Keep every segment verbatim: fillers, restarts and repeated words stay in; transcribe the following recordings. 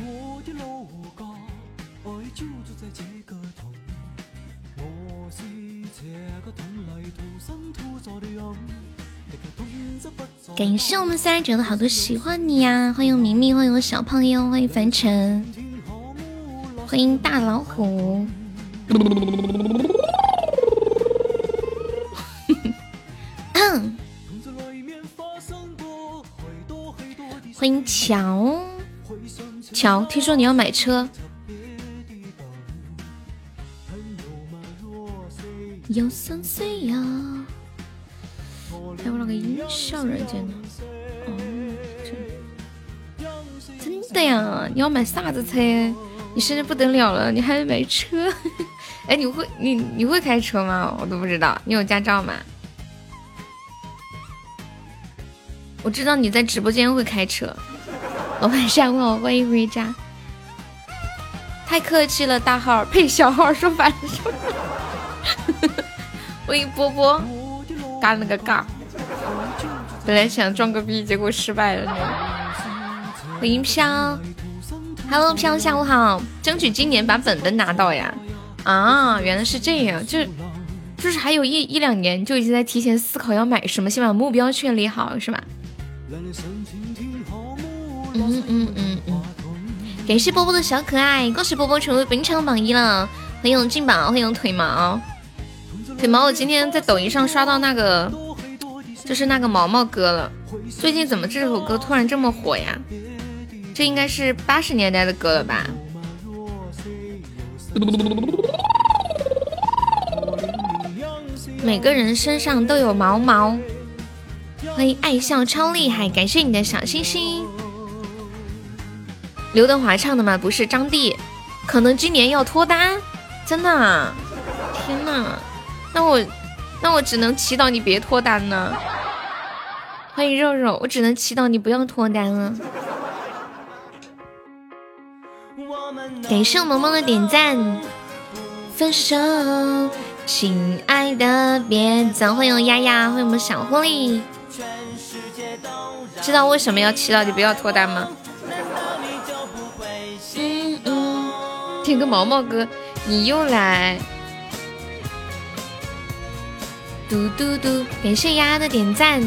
感谢我们三十九的好多喜欢你呀、啊！欢迎明明，欢迎我小胖妞，欢迎凡尘，欢迎大老虎。欢迎乔乔，听说你要买车，有三岁呀！还有那个音效软件呢。哦，真的呀？你要买啥子车？你现在不得了了，你还买车？哎，你会你你会开车吗？我都不知道，你有驾照吗？我知道你在直播间会开车。老板上我欢迎回家，太客气了，大号配小号说反了说。欢迎波波，嘎了个嘎。本来想装个逼，结果失败了。欢迎飘 ，Hello 飘，下午好，争取今年把本本拿到呀。啊，原来是这样，就就是还有一一两年就已经在提前思考要买什么，先把目标确立好，是吧？嗯嗯嗯嗯，感谢波波的小可爱，恭喜波波成为本场榜一了！欢迎进宝，欢迎腿毛，腿毛！我今天在抖音上刷到那个，就是那个毛毛歌了。最近怎么这首歌突然这么火呀？这应该是八十年代的歌了吧？每个人身上都有毛毛。欢迎爱笑超厉害，感谢你的小星星。刘德华唱的吗？不是，张帝。可能今年要脱单，真的啊？天哪，那我那我只能祈祷你别脱单呢。欢迎肉肉，我只能祈祷你不要脱单了。感谢我萌萌的点赞。分手，亲爱的别走。欢迎我丫丫，欢迎我们小狐狸。知道为什么要祈祷你不要脱单吗？嗯嗯，听个毛毛歌，你又来。嘟嘟嘟，感谢丫丫的点赞。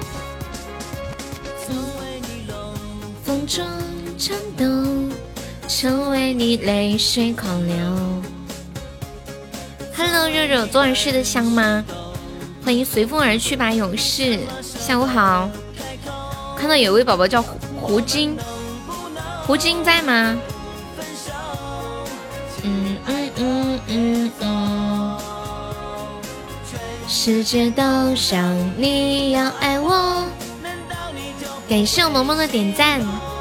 风中颤抖，成为你泪水狂流。Hello， 热热，昨晚睡得香吗？欢迎随风而去吧，勇士，下午好。看到有位宝宝叫胡胡金，胡金在吗？嗯嗯嗯嗯嗯。世界都想你要爱我，感谢我萌萌的点赞。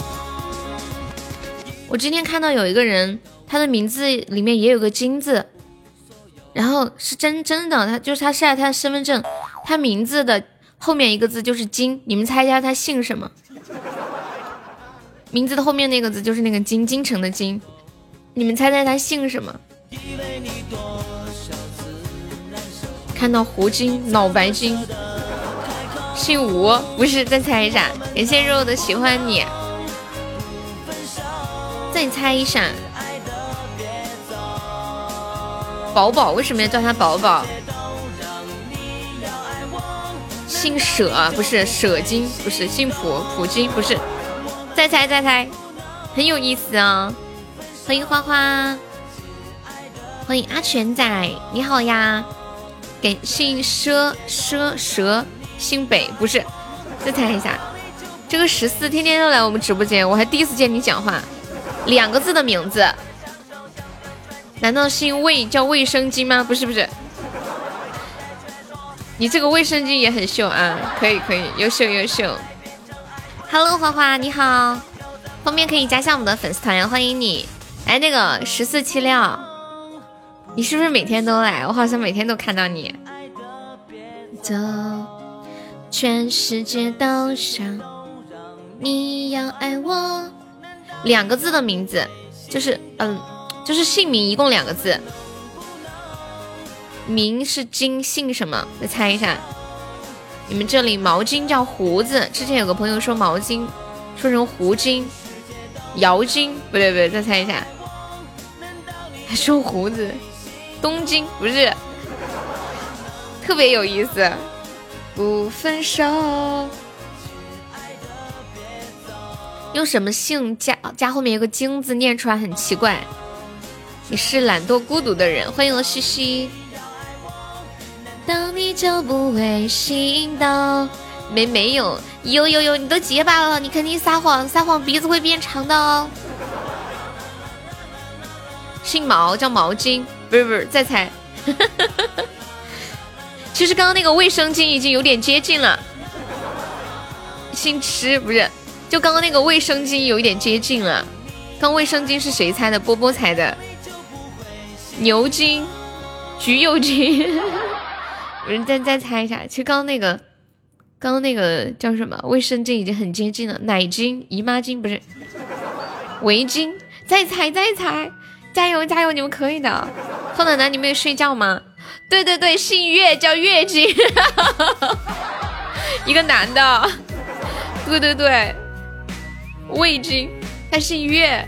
我今天看到有一个人，他的名字里面也有个金字，然后是真真的，他就是他晒他的身份证，他名字的后面一个字就是金，你们猜一下他姓什么？名字的后面那个字就是那个金，京城的金，你们猜猜他姓什么？看到胡金，脑白金，姓吴，不是？再猜一下。感谢肉的喜欢你，再猜一下。宝宝，为什么要叫他宝宝？姓舍，不是舍金，不是姓普，普金，不是。再猜再猜，很有意思啊、哦！欢迎花花，欢迎阿全仔，你好呀。给姓佘佘蛇，姓北，不是。再猜一下，这个十四天天都来我们直播间，我还第一次见你讲话。两个字的名字，难道姓卫叫卫生巾吗？不是不是。你这个卫生巾也很秀啊，可以可以，优秀优秀。Hello， 花花你好，方便可以加下我们的粉丝团，欢迎你。哎，那个十四七六，你是不是每天都来？我好像每天都看到你。走，全世界都想你要爱我。两个字的名字，就是嗯，就是姓名，一共两个字。名是金，姓什么？再猜一下。你们这里毛巾叫胡子，之前有个朋友说毛巾说成胡巾， 瑶金，不对不对，再猜一下，还收胡子，东京不是，特别有意思。不分手，用什么姓加加后面有个金字，念出来很奇怪。你是懒惰孤独的人，欢迎我西西。当你就不会心动，没没有，有有有，你都结巴了，你肯定撒谎，撒谎鼻子会变长的哦。姓毛叫毛巾，不是不是，再猜。其实刚刚那个卫生巾已经有点接近了。姓吃不是，就刚刚那个卫生巾有一点接近了。刚卫生巾是谁猜的？波波猜的。牛筋、橘右筋。人再再猜一下，其实刚刚那个，刚刚那个叫什么？卫生巾已经很接近了。奶巾、姨妈巾不是？围巾，再猜再猜，加油加油，你们可以的。方奶奶，你们有睡觉吗？对对对，姓月叫月经。一个男的。对对对，魏经，他姓岳，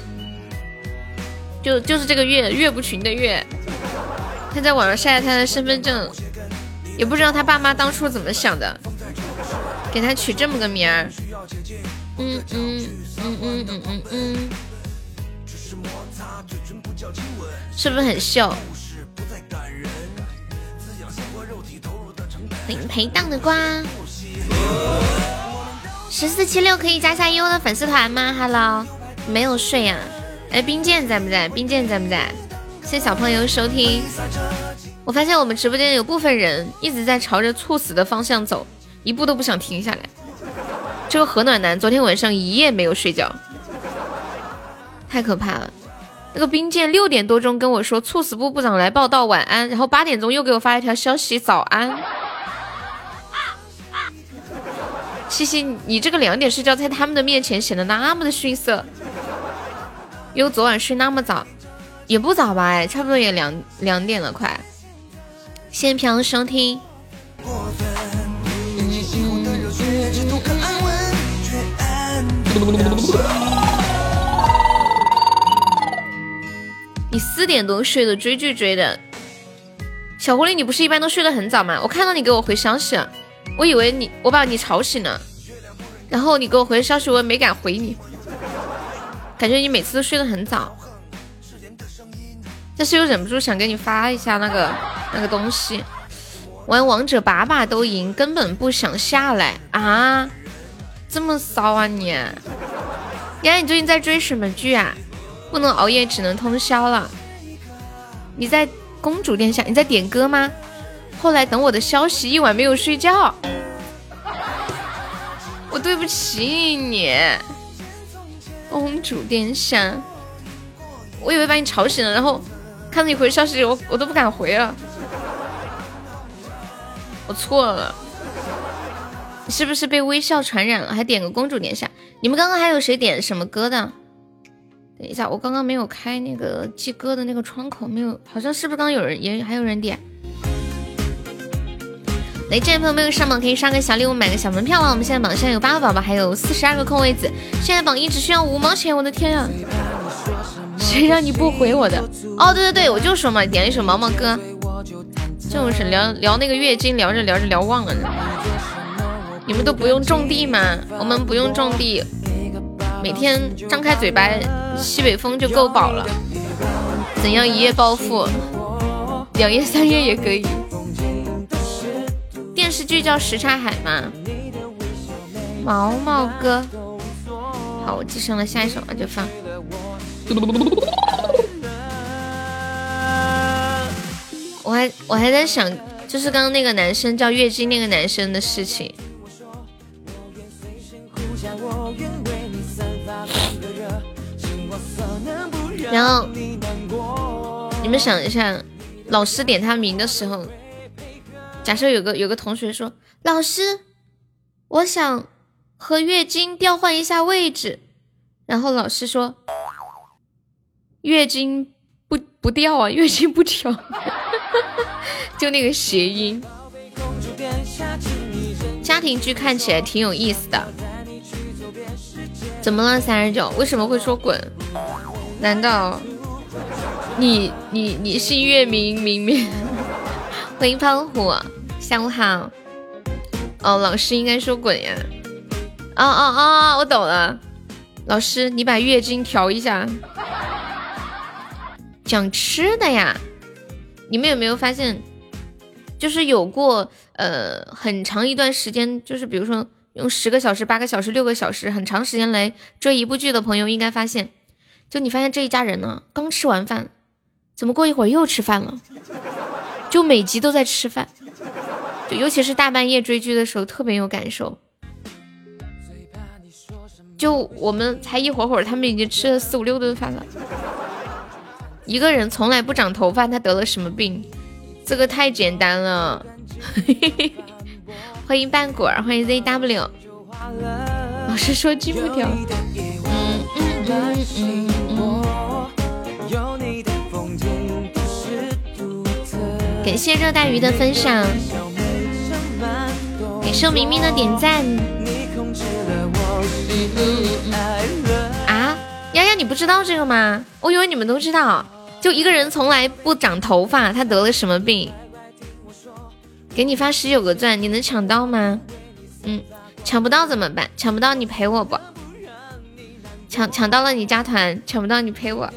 就就是这个岳，岳不群的岳。他在网上晒了他的身份证，也不知道他爸妈当初怎么想的，给他取这么个名儿。嗯嗯嗯嗯嗯嗯嗯，是不是很秀？领陪荡的瓜。十四七六可以加下优的粉丝团吗 ？Hello， 没有睡呀、啊？哎，冰剑在不在？冰剑在不在？谢谢小朋友收听。我发现我们直播间有部分人一直在朝着猝死的方向走，一步都不想停下来。这个何暖男昨天晚上一夜没有睡觉，太可怕了。那个冰剑六点多钟跟我说猝死部部长来报道晚安，然后八点钟又给我发一条消息早安。西西，你这个两点睡觉在他们的面前显得那么的逊色，因为昨晚睡那么早，也不早吧？哎，差不多也两两点了快。谢谢平收听。嗯嗯你四点多睡的，追剧追的。小狐狸，你不是一般都睡得很早吗？我看到你给我回消息了。我以为你我把你吵醒了，然后你给我回消息，我也没敢回你，感觉你每次都睡得很早，但是又忍不住想给你发一下那个那个东西。玩王者把把都赢，根本不想下来啊！这么骚啊你！原来你最近在追什么剧啊？不能熬夜，只能通宵了。你在公主殿下？你在点歌吗？后来等我的消息，一晚没有睡觉，我对不起你，公主殿下。我以为把你吵醒了，然后看到你回消息，我我都不敢回了，我错了。你是不是被微笑传染了？还点个公主殿下？你们刚刚还有谁点什么歌的？等一下，我刚刚没有开那个记歌的那个窗口，没有，好像是不是刚刚有人也还有人点？来，这位朋友没有上榜可以刷个小礼物，买个小门票了。我们现在榜上有八个宝宝，还有四十二个空位子。现在榜一只需要五毛钱，我的天啊！谁让你不回我的？哦，对对对，我就说嘛，点一首毛毛歌，就是聊聊那个月经，聊着聊着聊忘了。你们都不用种地吗？我们不用种地，每天张开嘴巴西北风就够饱了。怎样一夜暴富？两夜三夜也可以。电视剧叫《什刹海》吗？毛毛歌。好，我记上了，下一首啊就放。我还我还在想，就是刚刚那个男生叫月经那个男生的事情。然后你们想一下，老师点他名的时候，假设有个有个同学说，老师，我想和月经调换一下位置，然后老师说，月经不不调啊，月经不调，就那个谐音。家庭剧看起来挺有意思的， 怎么了？三十九为什么会说滚？难道你你你姓月明明明？欢迎胖虎，下午好。哦，老师应该说滚呀。哦哦哦，我懂了。老师，你把月经调一下。讲吃的呀，你们有没有发现，就是有过呃很长一段时间，就是比如说用十个小时、八个小时、六个小时，很长时间来追一部剧的朋友，应该发现，就你发现这一家人呢，刚吃完饭，怎么过一会儿又吃饭了？就每集都在吃饭，就尤其是大半夜追剧的时候，特别有感受。就我们才一会儿会儿，他们已经吃了四五六顿饭了。一个人从来不长头发，他得了什么病？这个太简单了。欢迎半果儿，欢迎 Z W。老师说金不条。嗯嗯嗯嗯嗯。感谢热带鱼的分享，感谢明明的点赞。嗯嗯嗯啊，丫丫，你不知道这个吗？我以为你们都知道。就一个人从来不长头发，他得了什么病？给你发十九个钻，你能抢到吗？嗯，抢不到怎么办？抢不到你陪我不？抢抢到了你加团，抢不到你陪我。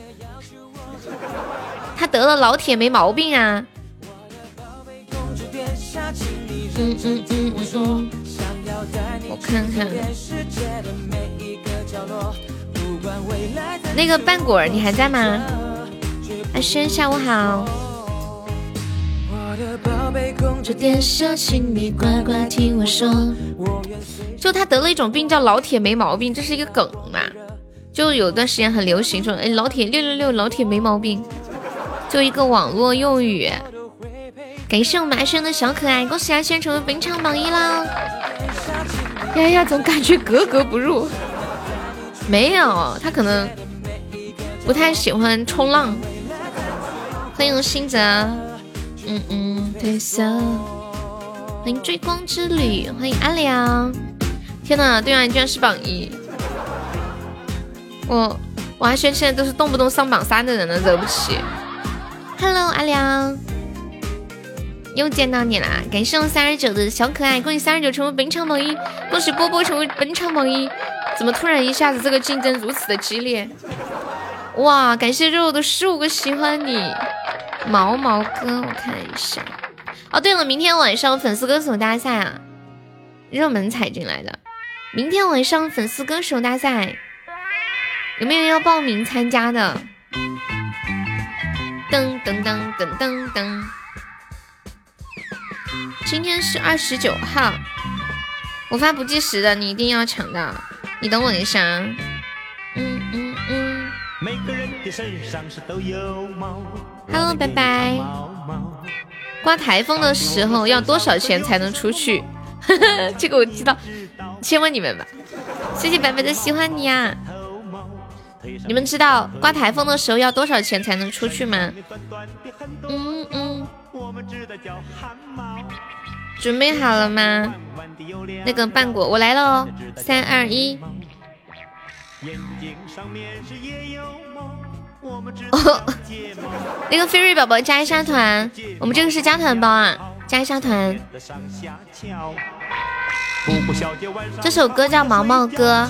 他得了老铁没毛病啊。嗯嗯嗯嗯嗯，我看看。那个半果儿，你还在吗？阿轩，下午好。这电视，请你乖乖听我说。就他得了一种病叫老铁没毛病，这是一个梗嘛？就有段时间很流行说，哎，老铁六六六，老铁没毛病，就一个网络用语。感谢我们阿轩的小可爱，恭喜阿轩成为本场榜一啦！呀呀，总感觉格格不入。没有，他可能不太喜欢冲浪。欢迎新泽，嗯嗯，褪色。欢迎追光之旅，欢迎阿良。天哪，对啊，你居然是榜一！我我阿轩现在都是动不动上榜三的人了，惹不起。Hello， 阿良，又见到你啦！感谢我三十九的小可爱，恭喜三十九成为本场榜一，恭喜波波成为本场榜一。怎么突然一下子这个竞争如此的激烈？哇！感谢肉肉的十五个喜欢你。毛毛哥，我看一下。哦，对了，明天晚上粉丝歌手大赛啊，热门踩进来的。明天晚上粉丝歌手大赛，有没有人要报名参加的？噔噔噔噔噔噔。今天是二十九号，我发不计时的，你一定要抢到。你等我一下。嗯嗯嗯。每个人的身上是都有毛。Hello， 拜拜。刮台风的时候要多少钱才能出去？这个我知道，先问你们吧。谢谢白白的喜欢你啊！你们知道刮台风的时候要多少钱才能出去吗？嗯嗯。准备好了吗？那个半果，我来了哦！三二一。哦，那个飞瑞宝宝加一下团，我们这个是加团包啊，加一下团。这首歌叫《毛毛歌》。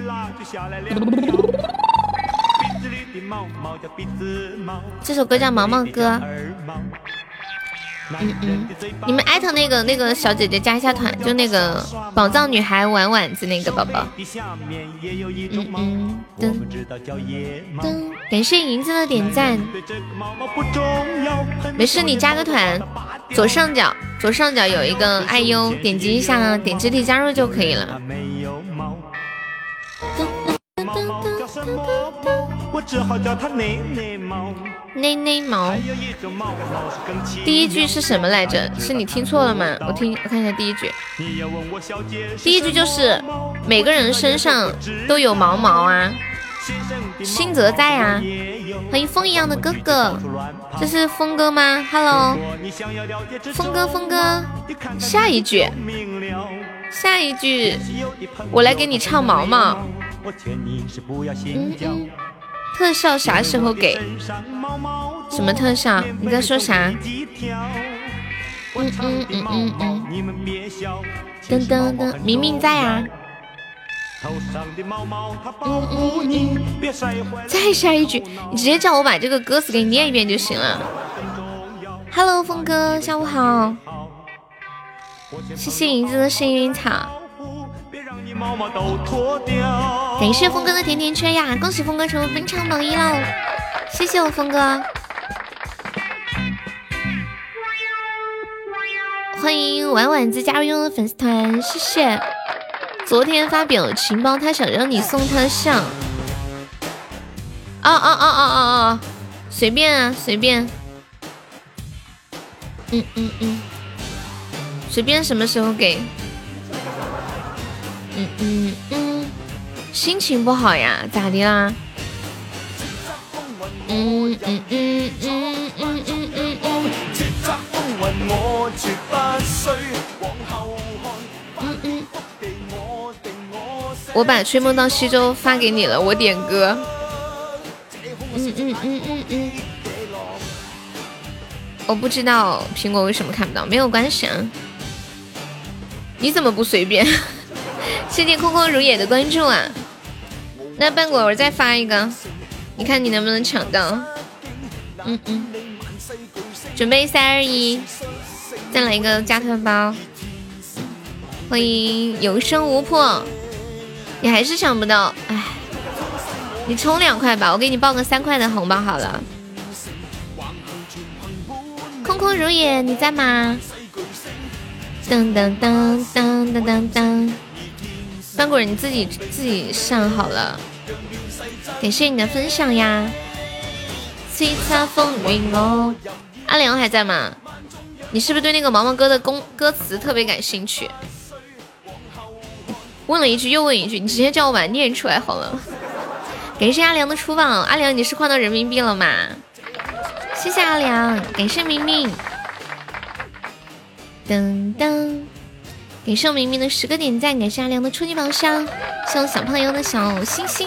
这首歌叫《毛毛歌》。嗯嗯，你们艾特那个那个小姐姐加一下团，就那个宝藏女孩玩丸子那个宝宝。嗯嗯，噔噔，感谢银子的点赞。没事，你加个团，左上角左上角有一个爱优，点击一下，点击题加入就可以了。我只好叫它内内毛。内内毛。第一句是什么来着？是你听错了吗？我听我看一下第一句。第一句就是每个人身上都有毛毛啊。新泽在啊，欢迎风一样的哥哥，这是峰哥吗 ？Hello， 峰哥峰哥，下一句，下一句，我来给你唱毛毛。 嗯嗯，特效啥时候给？什么特效？你在说啥？嗯嗯嗯嗯嗯。噔噔噔，明明在啊。嗯嗯嗯。再下一句，你直接叫我把这个歌词给你念一遍就行了。Hello， 峰哥，下午好。谢谢银子的幸运草。感谢峰哥的甜甜圈呀！恭喜峰哥成为本场榜一喽！谢谢我峰哥。欢迎婉婉子加入我的粉丝团，谢谢。昨天发表情包，他想让你送他像。啊啊啊啊啊啊！随便啊，随便。嗯嗯嗯，随便什么时候给？嗯嗯嗯，心情不好呀？咋的啦？嗯嗯嗯嗯嗯嗯嗯嗯嗯。嗯嗯，我把吹梦到西周发给你了，我点歌。嗯嗯嗯嗯嗯，我不知道苹果为什么看不到，没有关系啊。你怎么不随便？谢谢空空如也的关注啊！那半果我再发一个，你看你能不能抢到？嗯嗯，准备三二一，再来一个加团包。欢迎有生无破，你还是抢不到，哎，你充两块吧，我给你报个三块的红包好了。空空如也，你在吗？噔噔噔噔噔噔噔，翻滚你自己自己上好了，感谢你的分享呀。叱咤风云哦，阿良还在吗？你是不是对那个毛毛歌的歌歌词特别感兴趣？问了一句又问一句，你直接叫我把它念出来好了。感谢阿良的出榜，阿良你是换到人民币了吗？谢谢阿良，感谢明明。噔噔，感谢明明的十个点赞，感谢阿良的初级宝箱，谢谢小朋友的小星星。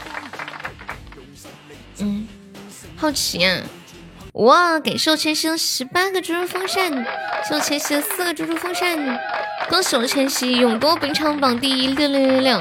嗯，好奇啊！哇，感谢我千玺的十八个猪猪风扇，谢我千玺的四个猪猪风扇，恭喜我千玺勇夺本场榜第一，六六六六。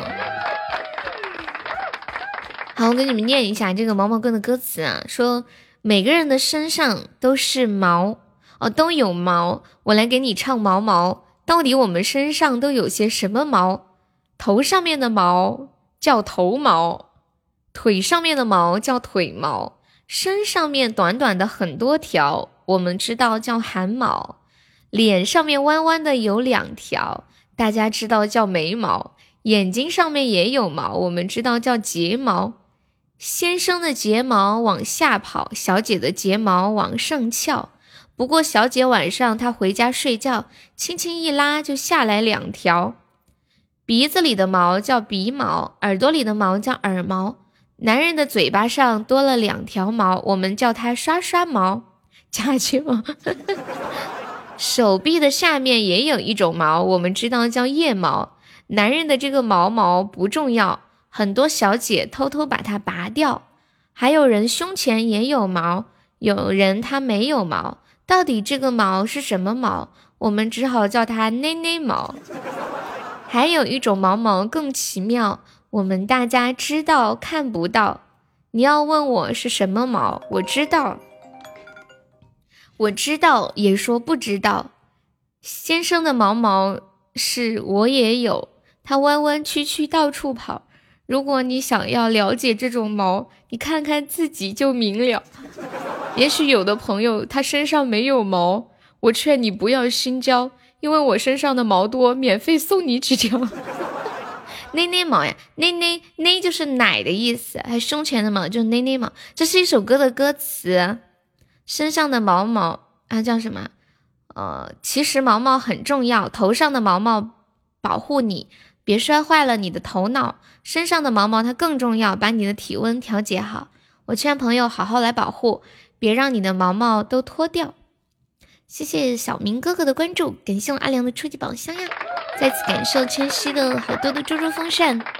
好，我给你们念一下这个毛毛歌的歌词啊，说每个人的身上都是毛哦，都有毛，我来给你唱毛毛。到底我们身上都有些什么毛？头上面的毛叫头毛，腿上面的毛叫腿毛，身上面短短的很多条，我们知道叫汗毛。脸上面弯弯的有两条，大家知道叫眉毛。眼睛上面也有毛，我们知道叫睫毛。先生的睫毛往下跑，小姐的睫毛往上翘。不过小姐晚上她回家睡觉，轻轻一拉就下来两条。鼻子里的毛叫鼻毛，耳朵里的毛叫耳毛。男人的嘴巴上多了两条毛，我们叫它刷刷毛。假睫毛。手臂的下面也有一种毛，我们知道叫腋毛。男人的这个毛毛不重要，很多小姐偷偷把它拔掉。还有人胸前也有毛，有人他没有毛。到底这个毛是什么毛？我们只好叫它内内毛。还有一种毛毛更奇妙，我们大家知道看不到。你要问我是什么毛，我知道，我知道也说不知道。先生的毛毛是我也有，它弯弯曲曲到处跑。如果你想要了解这种毛，你看看自己就明了。也许有的朋友他身上没有毛，我劝你不要心焦，因为我身上的毛多，免费送你几条。内内毛呀，内内内就是奶的意思，还胸前的毛就是内内毛。这是一首歌的歌词。身上的毛毛啊叫什么？呃，其实毛毛很重要，头上的毛毛保护你，别摔坏了你的头脑。身上的毛毛它更重要，把你的体温调节好。我劝朋友好好来保护，别让你的毛毛都脱掉。谢谢小明哥哥的关注，感谢我阿良的初级宝箱呀！再次感谢千玺的好多的猪猪风扇，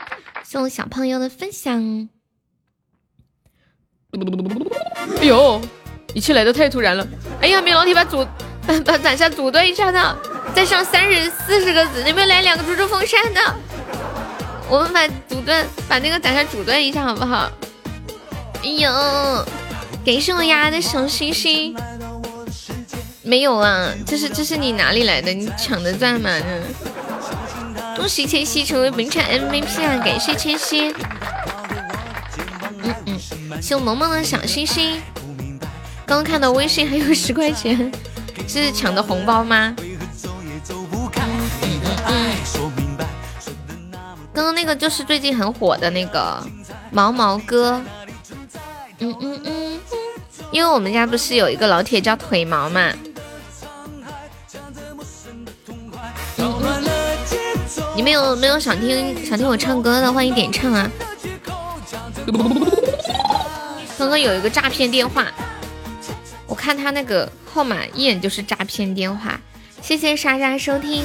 谢小朋友的分享。哎呦，一切来的太突然了！哎呀，没老铁把组把把斩杀组队一下的，再上三十四十个子，能不能来两个猪猪风扇的？我们把组队把那个斩杀组队一下好不好？哎呦，感谢我丫的小星星。没有啊，这是这是你哪里来的？你抢的钻吗？恭喜千玺成为本场 M V P 啊！感谢千玺。嗯嗯，谢我萌萌的小星星。刚刚看到微信还有十块钱，是抢的红包吗？嗯嗯嗯。刚刚那个就是最近很火的那个毛毛哥。嗯嗯嗯，因为我们家不是有一个老铁叫腿毛嘛。嗯嗯，你们有没有想听想听我唱歌的？欢迎点唱啊！刚刚有一个诈骗电话，我看他那个号码一眼就是诈骗电话。谢谢莎莎收听。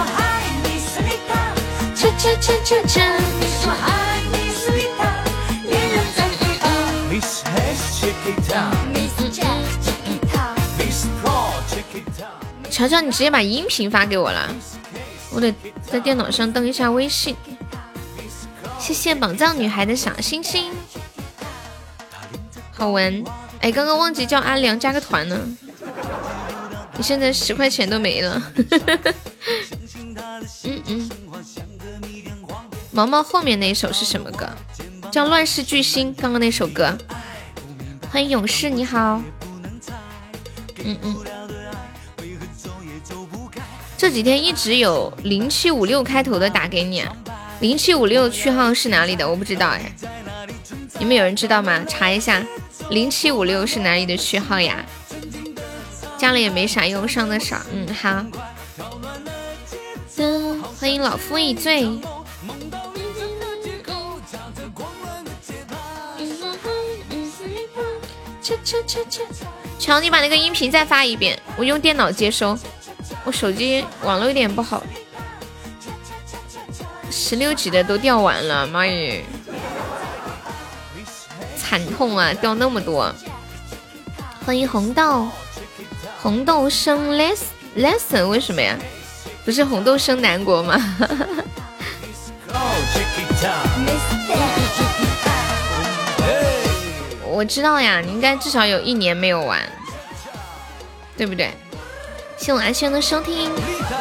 乔乔，你直接把音频发给我了，我得在电脑上登一下微信。谢谢宝藏女孩的小星星，好玩。哎，刚刚忘记叫阿良加个团呢，你现在十块钱都没了。嗯嗯。毛毛后面那一首是什么歌？叫《乱世巨星》，刚刚那首歌。欢迎勇士，你好。嗯嗯。这几天一直有零七五六开头的打给你，零七五六序号是哪里的？我不知道哎，你们有人知道吗？查一下，零七五六是哪里的序号呀？加了也没啥用，上的少。嗯，好。欢迎老夫一醉。乔，你把那个音频再发一遍，我用电脑接收，我手机网络有点不好。十六级的都掉完了，妈耶，惨痛啊，掉那么多。欢迎红豆，红豆生 less lesson 为什么呀？不是红豆生南国吗？我知道呀，你应该至少有一年没有玩，对不对？谢我安轩的收听。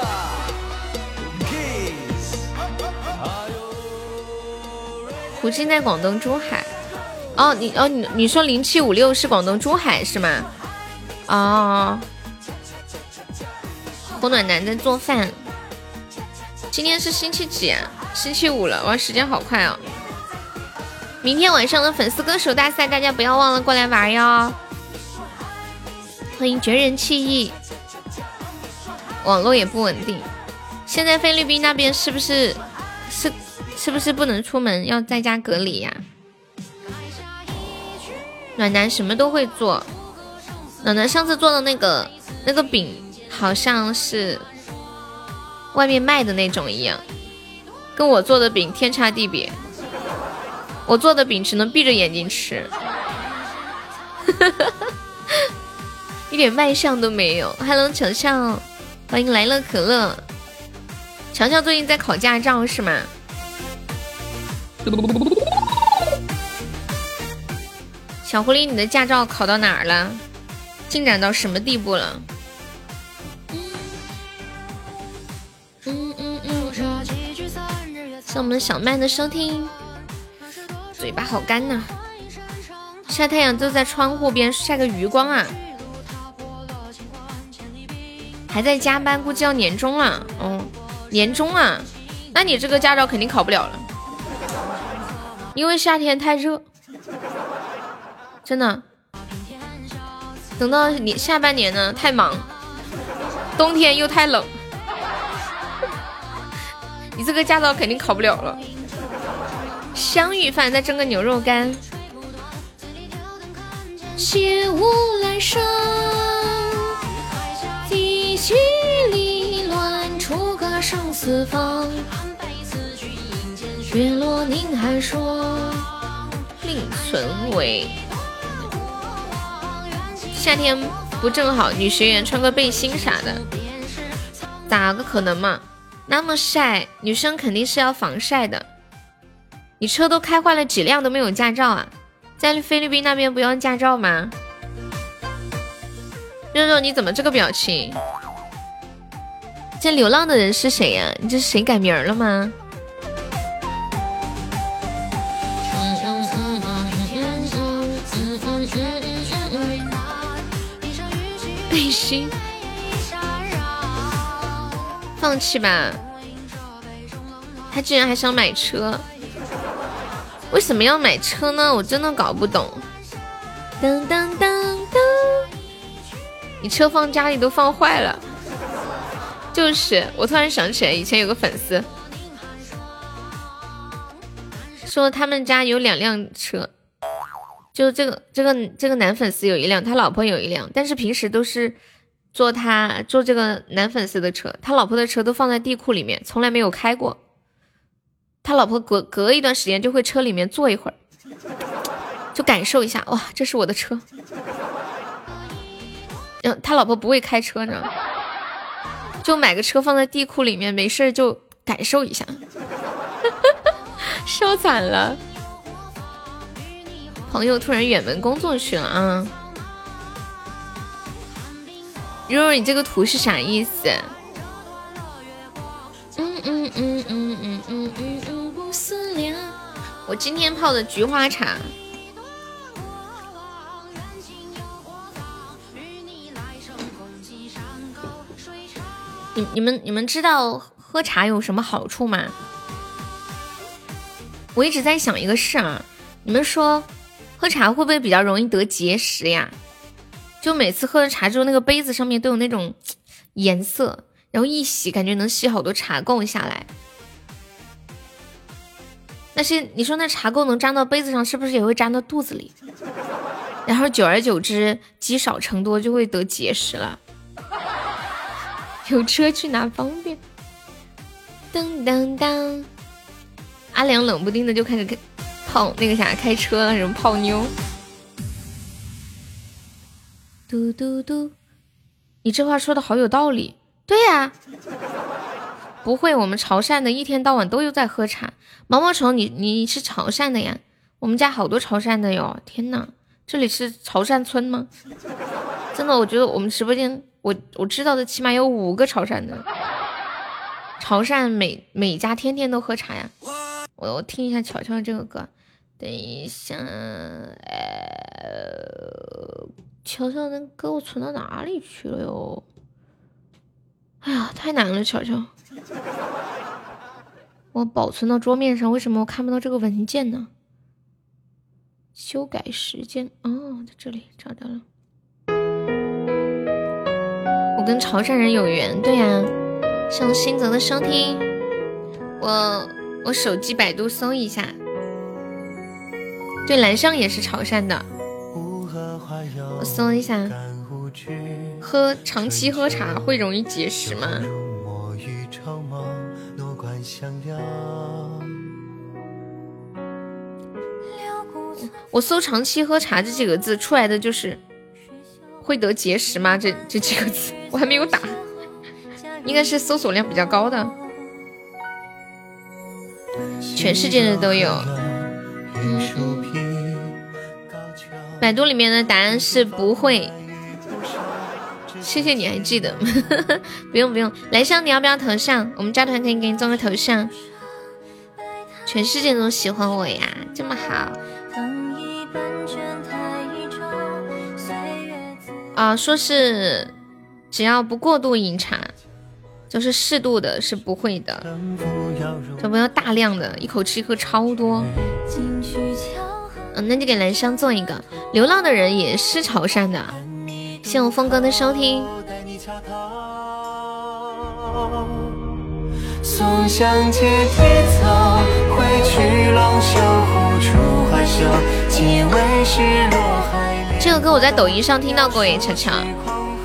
胡金在广东珠海。哦，你哦你你说零七五六是广东珠海是吗？哦。火暖男在做饭。今天是星期几啊？星期五了，哇，时间好快哦。明天晚上的粉丝歌手大赛，大家不要忘了过来玩哟！欢迎绝人弃艺。网络也不稳定，现在菲律宾那边是不是是是不是不能出门，要在家隔离呀？暖男什么都会做，暖男上次做的那个那个饼好像是外面卖的那种一样，跟我做的饼天差地别。我做的饼只能闭着眼睛吃，一点卖相都没有。Hello， 乔乔，欢迎来了可乐。乔乔最近在考驾照是吗？小狐狸，你的驾照考到哪儿了？进展到什么地步了？嗯嗯嗯嗯。谢我们小曼的收听。嘴巴好干呐、啊，晒太阳就在窗户边晒个余光啊！还在加班，估计要年终了。哦，年终啊，那你这个驾照肯定考不了了，因为夏天太热，真的。等到你下半年呢，太忙，冬天又太冷，你这个驾照肯定考不了了。香芋饭，再蒸个牛肉干。切勿来生，地气里乱出个生死方。 月落宁还说令存为。夏天不正好女学员穿个背心啥的，咋个可能嘛？那么晒，女生肯定是要防晒的。你车都开坏了几辆都没有驾照啊？在菲律宾那边不用驾照吗？肉肉你怎么这个表情？这流浪的人是谁呀、啊？你这是谁改名了吗？背心，放弃吧。他居然还想买车，为什么要买车呢？我真的搞不懂。噔噔噔噔，你车放家里都放坏了。就是，我突然想起来，以前有个粉丝说他们家有两辆车。就这个这个这个男粉丝有一辆，他老婆有一辆，但是平时都是坐他坐这个男粉丝的车，他老婆的车都放在地库里面，从来没有开过。他老婆隔隔一段时间就会车里面坐一会儿，就感受一下，哇，这是我的车。然后他老婆不会开车呢，就买个车放在地库里面，没事就感受一下，烧惨了。朋友突然远门工作去了啊！如如，你这个图是啥意思？嗯嗯嗯嗯嗯嗯嗯嗯，不思量。我今天泡的菊花茶。你你们你们知道喝茶有什么好处吗？我一直在想一个事啊，你们说。喝茶会不会比较容易得结石呀？就每次喝了茶之后，那个杯子上面都有那种颜色，然后一洗感觉能吸好多茶垢下来。那些你说那茶垢能粘到杯子上，是不是也会粘到肚子里？然后久而久之积少成多，就会得结石了。有车去哪方便？噔噔噔，阿良冷不丁的就开始开泡那个啥开车了，什么泡妞。嘟嘟嘟，你这话说的好有道理。对呀、啊，不会，我们潮汕的一天到晚都有在喝茶。毛毛虫，你你是潮汕的呀？我们家好多潮汕的哟。天哪，这里是潮汕村吗？真的，我觉得我们直播间，我我知道的起码有五个潮汕的。潮汕每每家天天都喝茶呀。我我听一下巧巧这个歌。等一下，呃，巧巧那歌我存到哪里去了哟？哎呀，太难了，巧巧。我保存到桌面上，为什么我看不到这个文件呢？修改时间，哦，在这里找到了。我跟潮汕人有缘，对呀、啊。像新泽的收听，我我手机百度搜一下。对，蓝上也是潮汕的，我搜一下。喝长期喝茶会容易结石吗？我搜长期喝茶这几个字出来的就是会得结石吗？这这几个字我还没有打，应该是搜索量比较高的，全世界的都有。嗯百度里面的答案是不会，谢谢你还记得。不用不用，来香你要不要头像？我们加团可以给你做个头像。全世界都喜欢我呀，这么好啊！说是只要不过度饮茶，就是适度的，是不会的。就不要大量的，一口气喝超多。嗯，那就给兰香做一个。流浪的人也是潮汕的，谢谢我峰哥的收听。松香阶梯走，回去龙袖护出花袖，几位是落海。这个歌我在抖音上听到过耶，巧巧。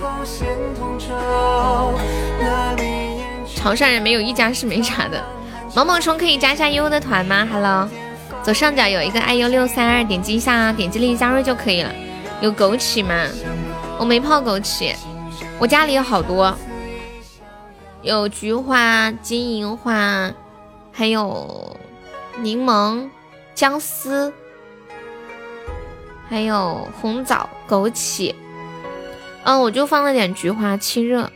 潮汕人没有一家是没茶的， 萌萌虫可以加一下悠悠的团吗 ？Hello， 左上角有一个 I U 六三二，点击一下，点击立即加入就可以了。有枸杞吗？我没泡枸杞，我家里有好多，有菊花、金银花，还有柠檬、姜丝，还有红枣、枸杞。嗯，我就放了点菊花清热。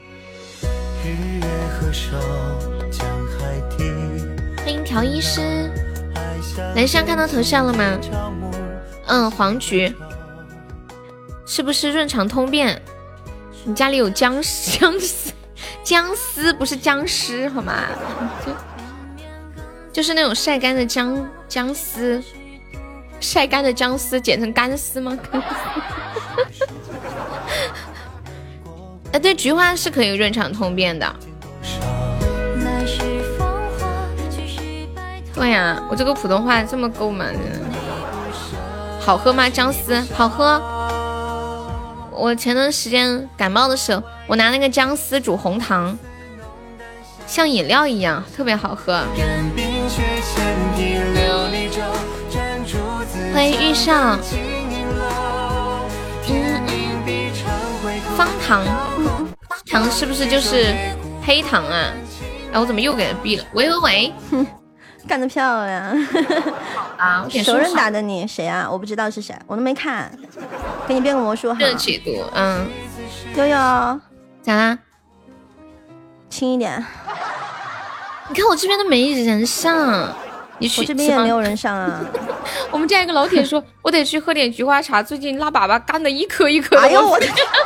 欢迎调医师，蓝山看到头像了吗？嗯，黄菊是不是润肠通便？你家里有姜姜丝？姜丝不是僵尸好吗？就就是那种晒干的姜姜丝，晒干的姜丝剪成干丝吗？哎，对，菊花是可以润肠通便的。对呀、啊，我这个普通话这么够吗？好喝吗？姜丝好喝。我前段时间感冒的时候，我拿那个姜丝煮红糖，像饮料一样，特别好喝。欢迎遇上。嗯方糖，方糖是不是就是黑糖啊？哎，我怎么又给人毙了？喂喂喂， 干得漂亮！ 啊， 熟人打的你谁啊？我不知道是谁，我都没看。给你编个魔术哈。 这解读，嗯， 悠悠， 咋啦？ 轻一点。 你看我这边都没人上，你去我这边也没有人上啊。 我们家一个老铁说，我得去喝点菊花茶，最近拉粑粑干的一颗一颗的。 哎呦我的！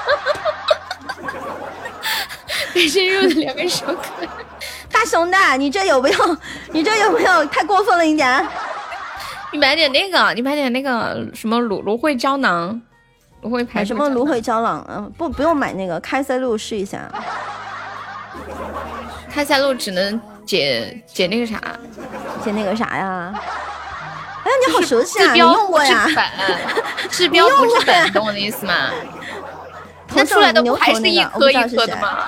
感谢肉的两个手可。 大熊的，你这有没有？你这有没有太过分了一点？ 你买点那个，你买点那个什么芦芦荟胶囊，芦荟牌什么芦荟胶囊？嗯，不，不用买那个开塞露试一下。 开塞露只能解解那个啥， 解那个啥呀？哎呀，你好熟悉啊！ 治标你用过呀？ 治标不治本，懂我的意思吗？那出来的不还是一颗一颗的吗？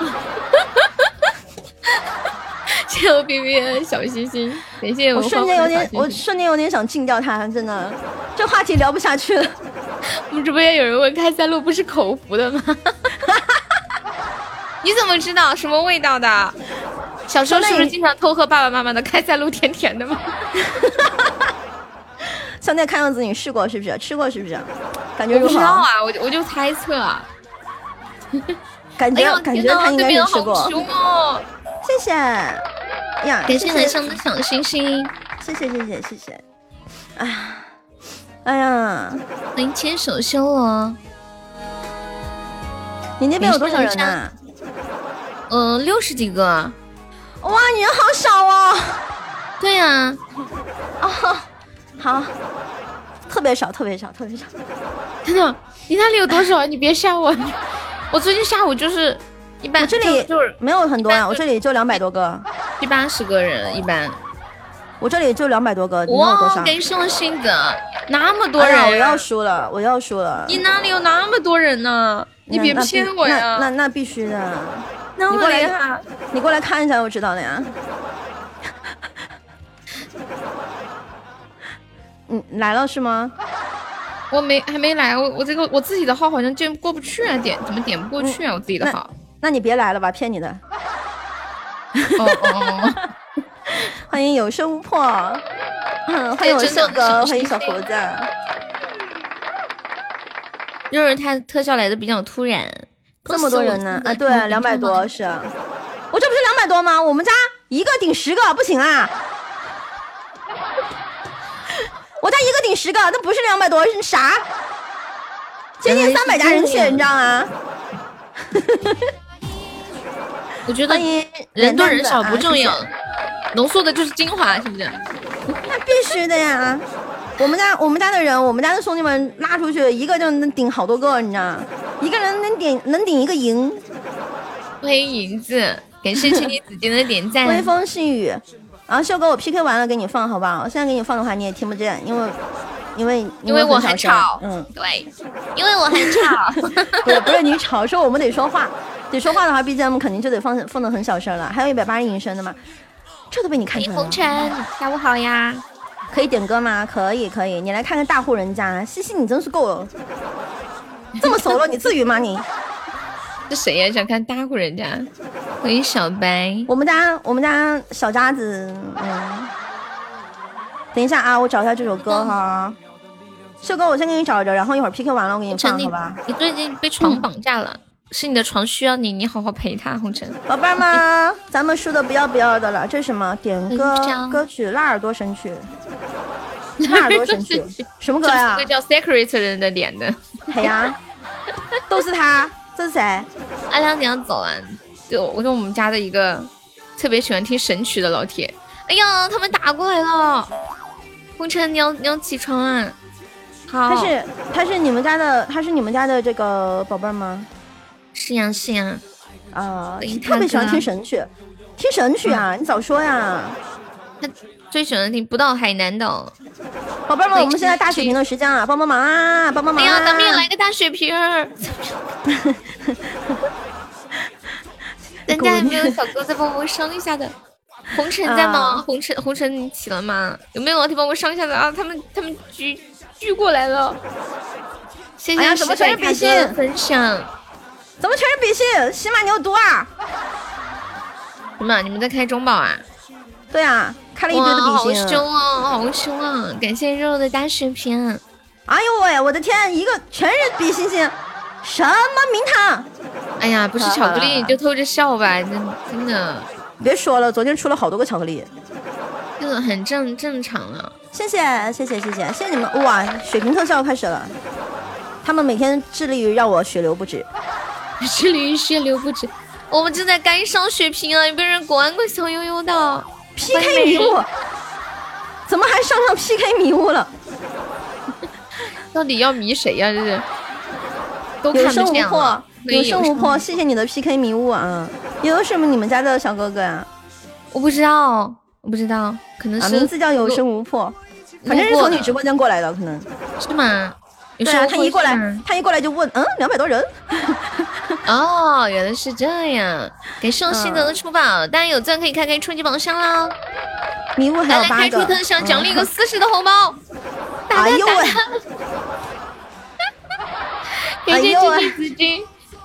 谢谢我 B B 小心心，感谢我。 我瞬间有点，我瞬间有点想禁掉他，真的，这话题聊不下去了。 我们直播间有人问开塞露不是口服的吗？你怎么知道什么味道的？小时候是不是经常偷喝爸爸妈妈的开塞露，甜甜的吗？ 像那看样子你试过是不是？吃过是不是？感觉如何？ 我不知道啊，我我就猜测。 感觉、哎、感觉他应该是吃过。 哦、 谢谢呀， 感谢男生的小星星， 谢谢谢谢谢谢。哎呀，哎呀， 欢迎牵手修罗。 你那边有多少人啊？ 呃，六十几个。 哇，你人好少哦。 对呀、啊。 哦，好，特别少，特别少，特别少。 真的，你那里有多少？你别吓我。我最近下午就是一般， 我这里就是没有很多呀、啊，我这里就两百多个， 七八十个人一般。 我这里就两百多个，你有多少？ 给送信的那么多人、啊哎， 我要输了，我要输了。 你哪里有那么多人呢？你别骗我呀！ 那那 那, 那必须的。 那你过来，你过来看一下，我知道的呀。你来了是吗？ 我没还没来，我我这个我自己的号好像就过不去啊，点怎么点不过去啊？嗯、我自己的号。 那, 那你别来了吧，骗你的。 哦哦哦！ 欢迎有生无破，嗯，欢迎我秀哥，欢迎小胡子。 就是他特效来的比较突然， 这么多人呢？啊，对，两百多是。我这不是两百多吗？我们家一个顶十个，不行啊！我家一个顶十个，那不是两百多，是啥？接近三百家人气，你知道吗？ 我觉得人多人少不重要，浓缩的就是精华，是不是？ 那必须的呀！我们家我们家的人，我们家的兄弟们拉出去，一个就能顶好多个，你知道？一个人能顶能顶一个营。 欢迎银子，感谢青你紫金的点赞。 微风细雨。然后秀哥，我 P K 完了给你放好不好？我现在给你放的话你也听不见，因为因为因为我很吵， 嗯， 对，因为我很吵。 不是不是你吵，说我们得说话，得说话的话 B G M 肯定就得放放的很小声了。还有一百八十音声的嘛。 这都被你看出来了。 红尘，下午好呀， 可以点歌吗？可以可以，你来看看大户人家，西西你真是够了，这么熟了，你至于吗你？ 这谁呀？想看大户人家？欢迎小白， 我们家我们家小渣子，嗯，等一下啊，我找一下这首歌哈。秀哥，我先给你找着，然后一会儿 P K 完了我给你放，好吧？ 你最近被床绑架了。嗯，是你的床需要你，你好好陪他。红尘， 宝贝儿们，咱们输的不要不要的了。这是什么？点歌歌曲《拉耳朵神曲》。拉耳朵神曲，什么歌呀？ 这个叫 Secret 人的脸的。 哎呀，都是他。这是谁？ 阿良，你要走了？就我跟我们家的一个特别喜欢听神曲的老铁。哎呀，他们打过来了。红尘，你要你要起床啊！好。 他是他是你们家的，他是你们家的这个宝贝儿吗？ 是呀是呀， 啊、呃，特别喜欢听神曲，听神曲啊！嗯、你早说呀！ 他最喜欢听不到海南岛。 宝贝们，我们现在大血瓶的时间啊，帮帮忙啊，帮帮忙、啊！ 哎呀，咱们也来个大血瓶儿！咱家有没有小哥再帮我上一下的？红尘在吗？啊、红尘红尘你起了吗？有没有老铁帮我上一下的啊？他们他们聚聚过来了。谢谢石海大哥的分享。 怎么全是比心？喜马你有毒啊！ 什么？你们在开中宝啊？ 对啊，开了一堆的比心。 好凶啊！好凶啊！感谢肉肉的大血瓶。 哎呦喂，我的天，一个全是比心心，什么名堂？ 哎呀，不是巧克力你就偷着笑吧，真真的。 别说了，昨天出了好多个巧克力， 这个很正正常了。 谢谢谢谢谢谢谢谢你们！哇，血瓶特效开始了，他们每天致力于让我血流不止。 致力于血流不止，我们正在干上血瓶啊！有没有人关个小悠悠的 P K 迷雾？怎么还上上 P K 迷雾了？ 到底要迷谁呀、啊？这是都看有胜无破，有胜无破！谢谢你的 P K 迷雾啊！有什么你们家的小哥哥呀、啊？ 我不知道，我不知道，可能是、 啊、名字叫有胜无破，反正是从你直播间过来的，可能是吗？ 对啊，他一过来，他一过来就问，嗯，两百多人。 哦，原来是这样。感谢我心得的出宝，嗯、大家有钻可以开开初级宝箱啦。 迷雾还有八个。 来开出特效，奖励一个四十的红包。打哎呦喂！ 感谢金鸡子君。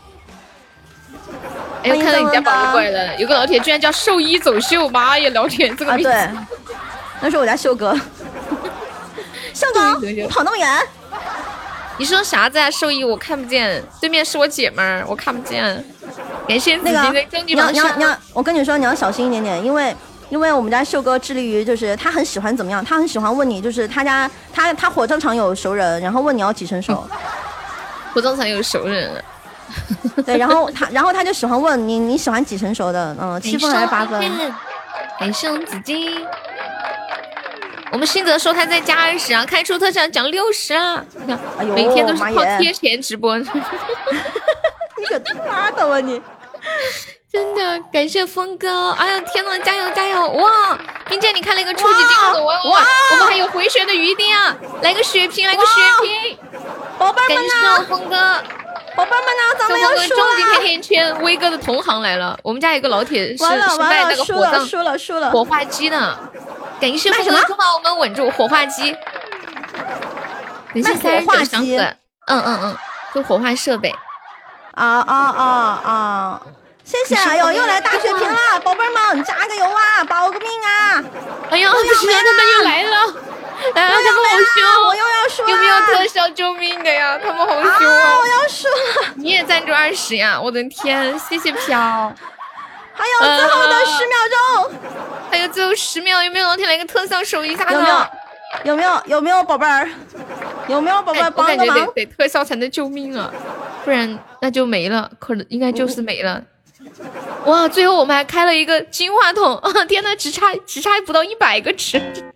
哎，我看到你家宝宝过来了，有个老铁居然叫兽医走秀，妈呀，老铁这个名字。 啊、对，那是我家秀哥。秀哥，你跑那么远？ 你说啥子啊？兽医我看不见，对面是我姐们儿，我看不见。感谢那个，你要你要你要，我跟你说你要小心一点点，因为因为我们家秀哥致力于就是他很喜欢怎么样，他很喜欢问你，就是他家他他火葬场有熟人，然后问你要几成熟。 火葬场有熟人。 对，然后他然后他就喜欢问你你喜欢几成熟的，嗯，七分还是八分？ 感谢紫金。我们新泽说他在加二十啊，开出特效奖六十啊！ 哎呦， 每天都是靠贴钱直播。 你可拉倒吧你！ 真的感谢峰哥，哎呀天呐，加油加油！哇，并且你开了一个初级进口的，哇哇！我们还有回血的余地啊！来个血瓶，来个血瓶！ 宝贝们呢？ 感谢峰哥， 宝贝们呢？咱们要输了！ 终极甜甜圈，威哥的同行来了。我们家有个老铁是是卖那个火葬输了输了火化机的。感谢峰哥的出宝，我们稳住火化机。感谢三十九箱子，嗯嗯嗯，就火化设备。 啊啊啊啊！谢谢，哎呦，又来大血瓶了，宝贝们加个油啊，保个命啊！ 哎呀，不行，他们又来了，来了，他们好凶， 我又要输了， 有没有特效救命的呀？他们好凶啊！我要输了， 你也赞助二十呀？我的天，谢谢飘。 还有最后的十秒钟， 还有最后十秒，有没有老铁来个特效手一下呢？ 有没有？有没有？有没有宝贝儿？有没有宝贝儿帮个忙？ 我感觉得得特效才能救命啊，不然那就没了，可能应该就是没了。哇，最后我们还开了一个金话筒啊！天哪，只差只差不到一百个值，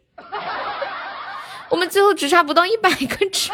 我们最后只差不到一百个值。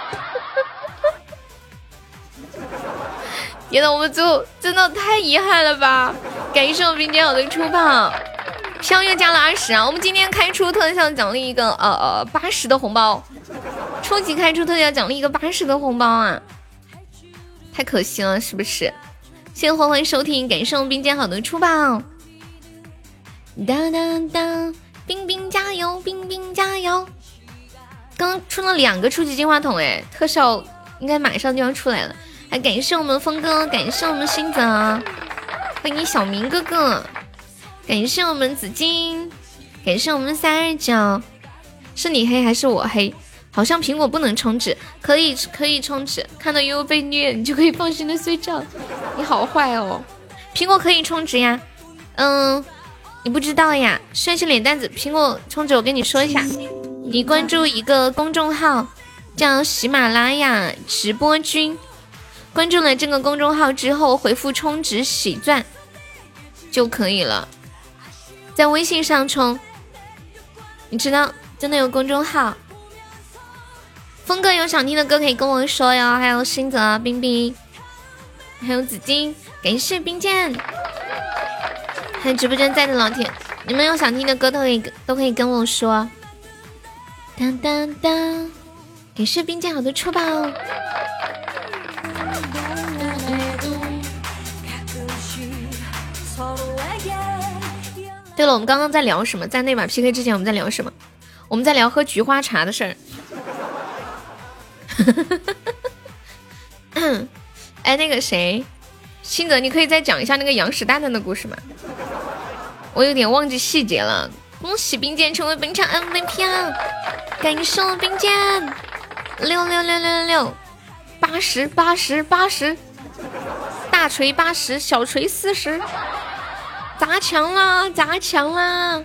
天呐，我们最后真的太遗憾了吧！感谢我并肩友的出宝，飘又加了二十啊！我们今天开出特效奖励一个呃呃八十的红包，初级开出特效奖励一个八十的红包啊！太可惜了，是不是？谢谢欢欢收听，感谢我们并肩好的出宝。 当当当，冰冰加油，冰冰加油！刚出了两个初级金话筒，哎，特效应该马上就要出来了。还感谢我们峰哥，感谢我们新泽，欢迎小明哥哥，感谢我们紫金，感谢我们三二九。是你黑还是我黑？好像苹果不能充值，可以可以充值。看到悠悠被虐，你就可以放心的睡觉。你好坏哦，苹果可以充值呀。嗯，你不知道呀？帅气脸蛋子，苹果充值我跟你说一下，你关注一个公众号叫喜马拉雅直播君，关注了这个公众号之后，回复充值喜钻就可以了。在微信上充，你知道真的有公众号。峰哥有想听的歌可以跟我说哟，还有新泽、冰冰，还有紫金，感谢冰剑，还有直播间在的老铁，你们有想听的歌都可以都可以跟我说。当当当，感谢冰剑好的出宝。对了，我们刚刚在聊什么？在那把 P K 之前我们在聊什么？我们在聊喝菊花茶的事儿。哎，那个谁，新泽，你可以再讲一下那个羊屎蛋蛋的故事吗？我有点忘记细节了。恭喜冰剑成为本场 M V P 啊！感谢我冰剑，六六六六六六，八十八十八十，大锤八十，小锤四十，砸墙啦，砸墙啦！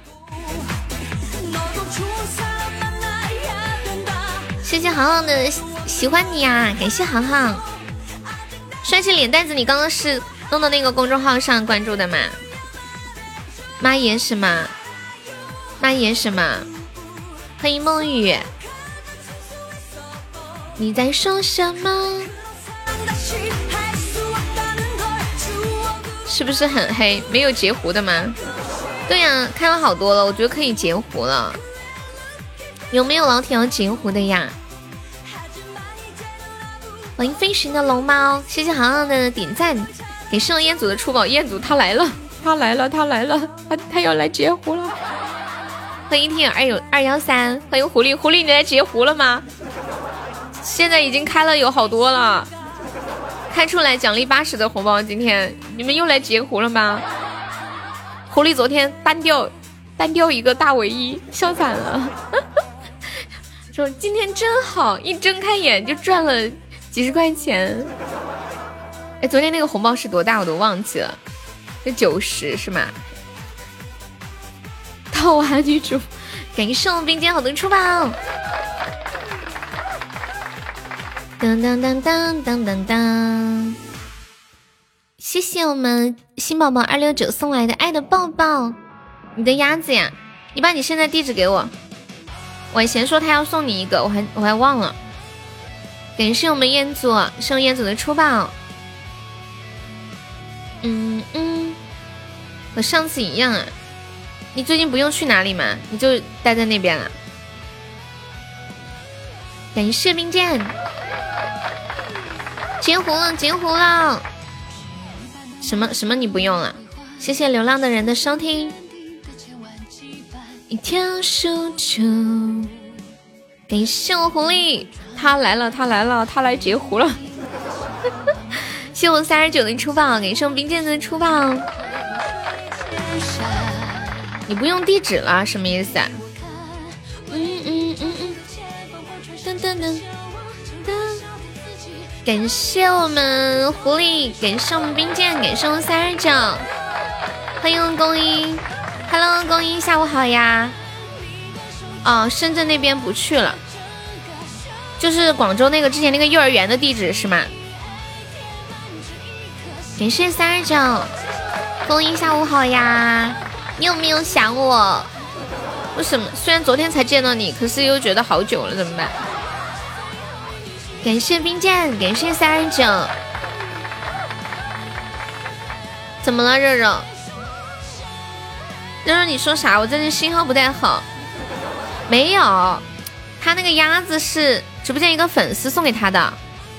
谢谢航航的喜欢你啊，感谢航航。帅气脸蛋子，你刚刚是弄到那个公众号上关注的吗？妈耶什么？妈耶什么？欢迎梦雨。你在说什么？是不是很黑？没有截胡的吗？对呀、啊，开了好多了，我觉得可以截胡了。有没有老铁要截胡的呀？欢迎飞行的龙猫，谢谢航航的点赞，给圣彦祖的出宝，彦祖他来了，他来了，他来了，他他要来截胡了。欢迎听友二有二幺三，欢迎狐狸，狐狸你来截胡了吗？现在已经开了有好多了，开出来奖励八十的红包，今天你们又来截胡了吗？狐狸昨天单掉单掉一个大尾一，笑惨了。说今天真好，一睁开眼就赚了几十块钱。哎，昨天那个红包是多大我都忘记了，是九十是吗？套娃女主，感谢我冰剑好的出宝。当当当当当当当，谢谢我们新宝宝二六九送来的爱的抱抱。你的鸭子呀，你把你现在地址给我。婉贤说他要送你一个，我还我还忘了。感谢我们彦祖送彦祖的出宝。嗯嗯，和上次一样啊。你最近不用去哪里吗？你就待在那边了。感谢冰剑，截胡了，截胡了。什么什么你不用了？谢谢流浪的人的收听。一条输出，感谢我狐狸，他来了，他来了，他来截胡了。谢我三十九的出宝，感谢我冰剑的出宝。你不用地址了，什么意思啊？嗯嗯嗯嗯，噔噔噔噔。感谢我们狐狸，感谢我们冰剑，感谢我们三十九，欢迎公一 ，Hello 公一，下午好呀。哦，深圳那边不去了，就是广州那个之前那个幼儿园的地址是吗？感谢三十九，公一下午好呀。你有没有想我？为什么？虽然昨天才见到你，可是又觉得好久了，怎么办？感谢冰剑，感谢三十九。怎么了，热热？热热，你说啥？我这里信号不太好。没有，他那个鸭子是直播间一个粉丝送给他的，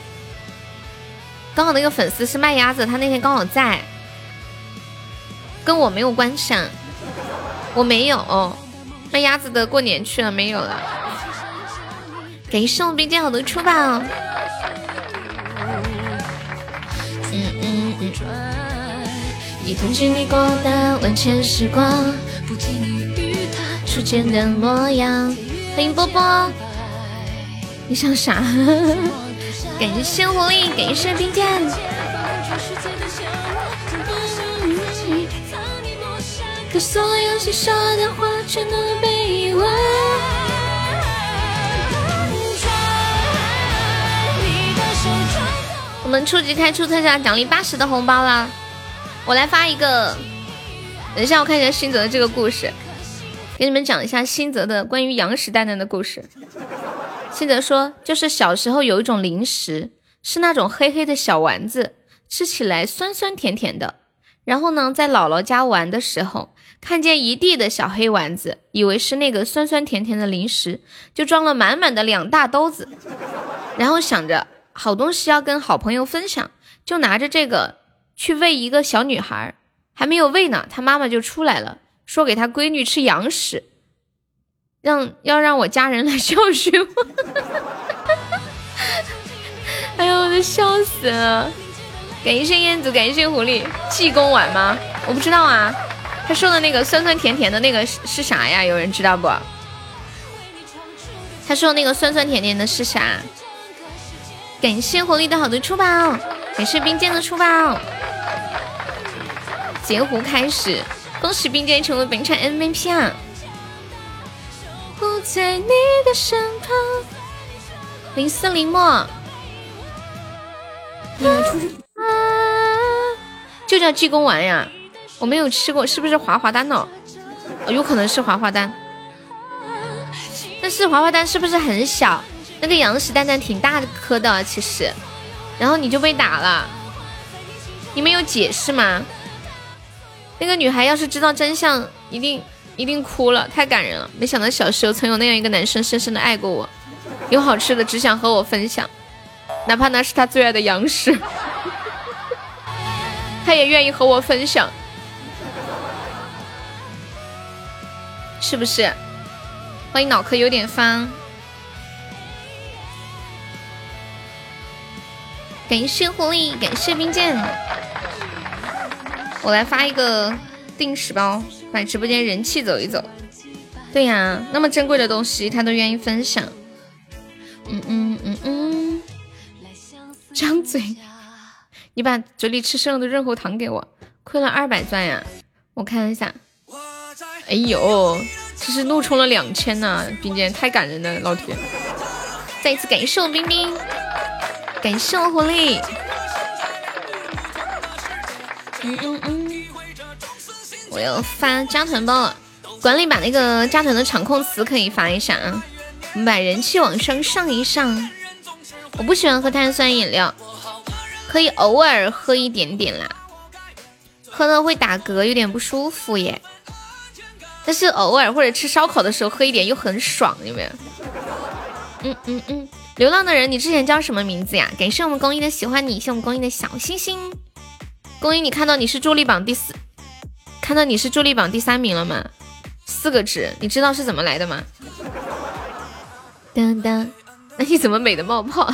刚好那个粉丝是卖鸭子，他那天刚好在，跟我没有关系啊。 我没有，那鸭子的过年去了，没有了。感谢我冰剑好多出宝。嗯嗯嗯。一同经历过的万千时光，不及你与他初见的模样。欢迎波波，你想啥？感谢狐狸，感谢冰剑。可所有细说的话全都被遗忘。我们初级开出特价奖励八十的红包啦！我来发一个，等一下我看一下新泽的这个故事，给你们讲一下新泽的关于羊屎蛋蛋的故事。新泽说，就是小时候有一种零食，是那种黑黑的小丸子，吃起来酸酸甜甜的。然后呢，在姥姥家玩的时候，看见一地的小黑丸子，以为是那个酸酸甜甜的零食，就装了满满的两大兜子。然后想着好东西要跟好朋友分享，就拿着这个去喂一个小女孩，还没有喂呢，她妈妈就出来了，说给她闺女吃羊屎，让要让我家人来教训我。哎呦，我都笑死了！感谢燕子，感谢狐狸。济公丸吗？我不知道啊。他说的那个酸酸甜甜的那个是是啥呀？有人知道不？他说那个酸酸甜甜的是啥？感谢狐狸的好多出宝，感谢冰剑的出宝。截胡开始，恭喜冰剑成为本场 M V P 啊！不在你的身旁。零四零末。你们出去啊！就叫济公丸呀，我没有吃过，是不是滑滑丹呢？哦，有可能是滑滑丹，但是滑滑丹是不是很小？那个羊屎蛋蛋挺大颗的，其实，然后你就被打了，你们有解释吗？那个女孩要是知道真相，一定一定哭了，太感人了。没想到小时候曾有那样一个男生深深的爱过我，有好吃的只想和我分享。哪怕那是他最爱的羊屎，他也愿意和我分享，是不是？欢迎脑壳有点翻，感谢狐狸，感谢冰剑。我来发一个定时包，把直播间人气走一走。对呀、啊，那么珍贵的东西他都愿意分享。嗯嗯嗯嗯。张嘴，你把嘴里吃剩的润喉糖给我，亏了二百钻呀！我看一下，哎呦，这是怒充了两千呢，冰剑太感人了，老铁！再一次感谢我冰冰，感谢我狐狸。嗯嗯嗯，我要发加团包了，管理把那个加团的场控词可以发一下啊，我们把人气往上上一上。我不喜欢喝碳酸饮料，可以偶尔喝一点点啦，喝了会打嗝，有点不舒服耶。但是偶尔或者吃烧烤的时候喝一点又很爽，有没有？嗯嗯嗯，流浪的人，你之前叫什么名字呀？感谢我们公益的喜欢你，谢我们公益的小星星。公益，你看到你是助力榜第四，看到你是助力榜第三名了吗？四个值，你知道是怎么来的吗？当当。那你怎么美的冒泡？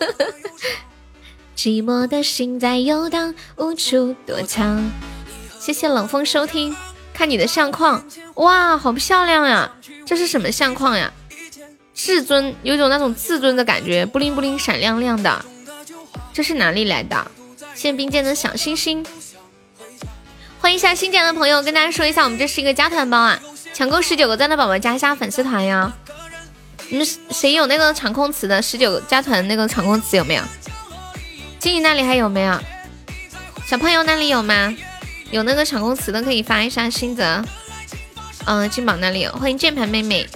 寂寞的心在游荡，无处躲藏。谢谢冷风收听，看你的相框，哇，好漂亮呀！这是什么相框呀？至尊，有种那种自尊的感觉，布灵布灵闪亮亮的。这是哪里来的？谢谢冰剑的小星星。欢迎一下新进来的朋友，跟大家说一下，我们这是一个加团包啊，抢够十九个赞的宝宝加一下粉丝团呀。你们谁有那个场控词的？十九加团那个场控词有没有？经理那里还有没有？小朋友那里有吗？有那个场控词的可以发一下新泽。嗯，金宝那里有。欢迎键盘妹妹。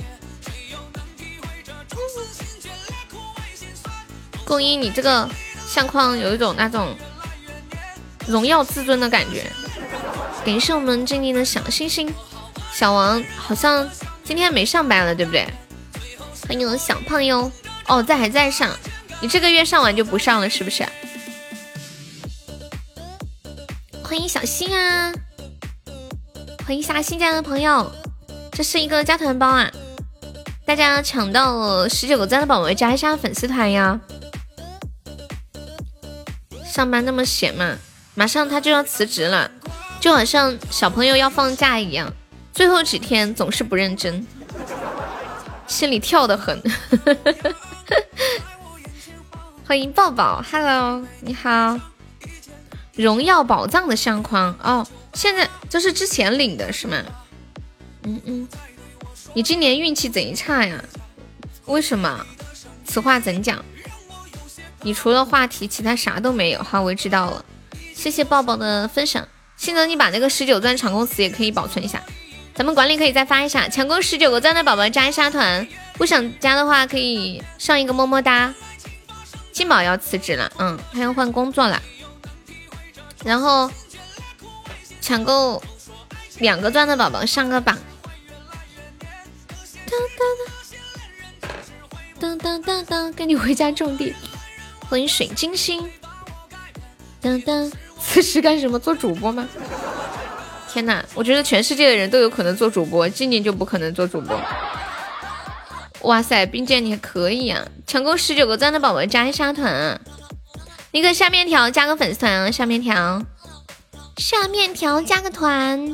公一，你这个相框有一种那种荣耀自尊的感觉。感谢我们静静的小星星。小王好像今天没上班了，对不对？欢迎我小胖哟，哦，在还在上，你这个月上完就不上了，是不是？欢迎小新啊，欢迎一下新进来的朋友。 这是一个加团包啊，大家抢到了十九个赞的宝宝加一下粉丝团呀。上班那么闲嘛，马上他就要辞职了，就好像小朋友要放假一样，最后几天总是不认真，心里跳得很。欢迎抱抱 ，Hello， 你好。荣耀宝藏的相框哦，现在这是之前领的是吗？嗯嗯，你今年运气贼差呀？为什么？此话怎讲？你除了话题，其他啥都没有。好，我知道了。谢谢抱抱的分享。现在你把那个十九钻抢攻词也可以保存一下，咱们管理可以再发一下。抢攻十九个钻的宝宝加一下团，不想加的话可以上一个么么哒。金宝要辞职了，嗯，他要换工作了。然后抢够两个钻的宝宝上个榜。当当当当，跟你回家种地。欢迎水晶星。当当，辞职干什么？做主播吗？天哪，我觉得全世界的人都有可能做主播，今年就不可能做主播。哇塞，冰剑你还可以啊！抢够十九个钻的宝宝加一下团啊！那个下面条加个粉丝团啊，下面条，下面条加个团。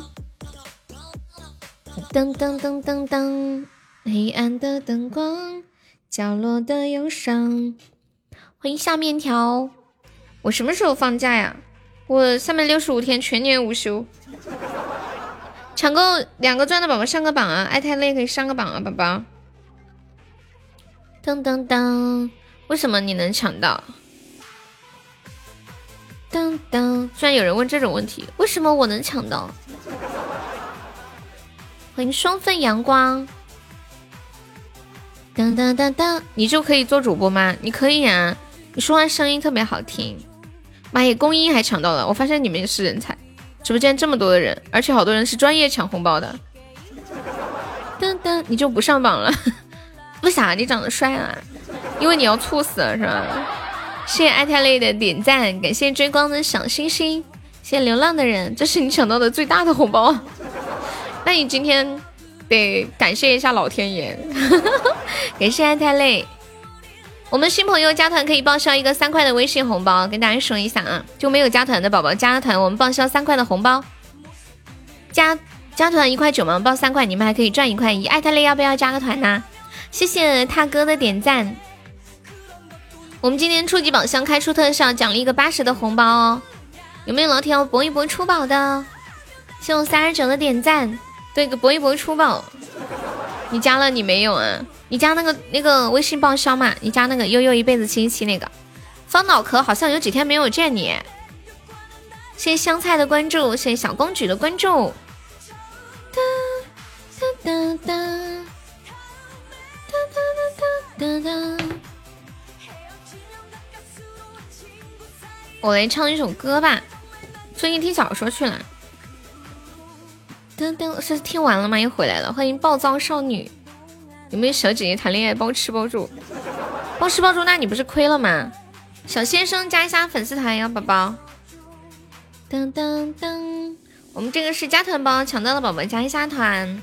噔噔噔噔噔，黑暗的灯光，角落的忧伤。欢迎下面条。我什么时候放假呀？我三百六十五天全年无休。抢够两个钻的宝宝上个榜啊！爱太累可以上个榜啊，宝宝。噔噔噔，为什么你能抢到？噔噔，居然有人问这种问题，为什么我能抢到？欢迎双份阳光。噔噔噔噔，你就可以做主播吗？你可以啊，你说话声音特别好听。妈耶，公一还抢到了，我发现你们也是人才，直播间这么多的人，而且好多人是专业抢红包的。噔噔，你就不上榜了？为啥？你长得帅啊？因为你要猝死了是吧？谢谢爱太累的点赞，感谢追光的小星星，谢谢流浪的人，这是你抢到的最大的红包。那你今天得感谢一下老天爷。感谢爱太累。我们新朋友加团可以报销一个三块的微信红包，跟大家说一下啊，就没有加团的宝宝加了团，我们报销三块的红包。加加团一块九毛，报三块，你们还可以赚一块一。爱太累要不要加个团呢？谢谢他哥的点赞。我们今天初级宝箱开出特效，奖励一个八十的红包哦。有没有老铁要搏一搏出宝的？谢我三十九的点赞，对个搏一搏出宝。你加了你没有啊？你加那个那个微信报销嘛？你加那个悠悠一辈子七七那个。方脑壳好像有几天没有见你。谢谢香菜的关注，谢谢小公举的关注。哒哒哒哒。哒哒哒，我来唱一首歌吧。最近听小说去了。噔噔，是听完了吗？又回来了。欢迎暴躁少女。有没有小姐姐谈恋爱包吃包住？包吃包住，那你不是亏了吗？小先生加一下粉丝团呀，宝宝。噔噔噔，我们这个是加团包，抢到的宝宝加一下团。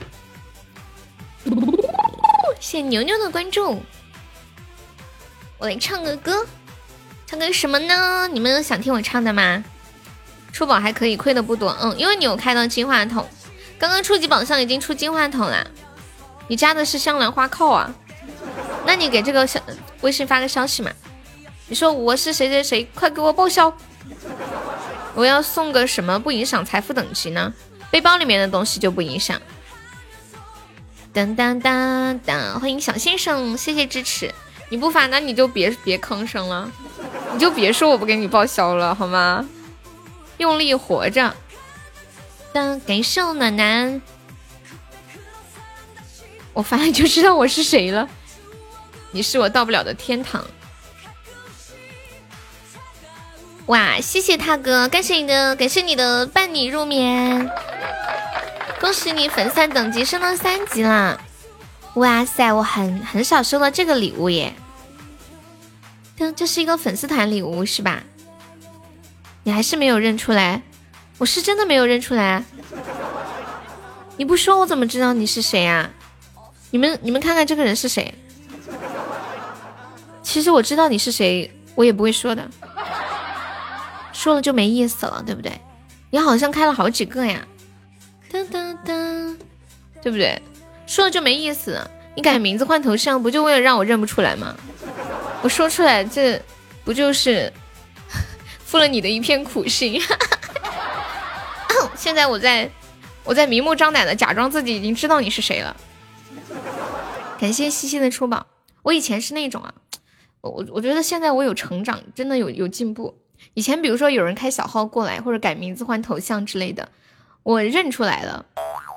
谢谢牛牛的关注。我来唱个歌，唱个什么呢？你们想听我唱的吗？出宝还可以，亏的不多。嗯，因为你有开到金话筒，刚刚初级宝箱已经出金话筒了。你加的是香兰花扣啊？那你给这个小微信发个消息嘛？你说我是谁谁谁，快给我报销。我要送个什么不影响财富等级呢？背包里面的东西就不影响。当当当当，欢迎小先生，谢谢支持。你不发，那你就别别吭声了，你就别说我不给你报销了，好吗？用力活着。当感谢暖男，我发了就知道我是谁了。你是我到不了的天堂。哇，谢谢他哥，感谢你的，感谢你的伴你入眠。恭喜你粉丝等级升到三级啦！哇塞，我很很少收到这个礼物耶。这这是一个粉丝团礼物是吧？你还是没有认出来？我是真的没有认出来。 你不说我怎么知道你是谁啊？你们你们看看这个人是谁？其实我知道你是谁，我也不会说的，说了就没意思了，对不对？你好像开了好几个呀，噔噔噔，对不对？说了就没意思了。你改名字换头像，不就为了让我认不出来吗？我说出来，这不就是负了你的一片苦心？现在我在我在明目张胆的假装自己已经知道你是谁了。感谢西西的出宝。我以前是那种啊，我我觉得现在我有成长，真的有有进步。以前比如说有人开小号过来，或者改名字换头像之类的，我认出来了。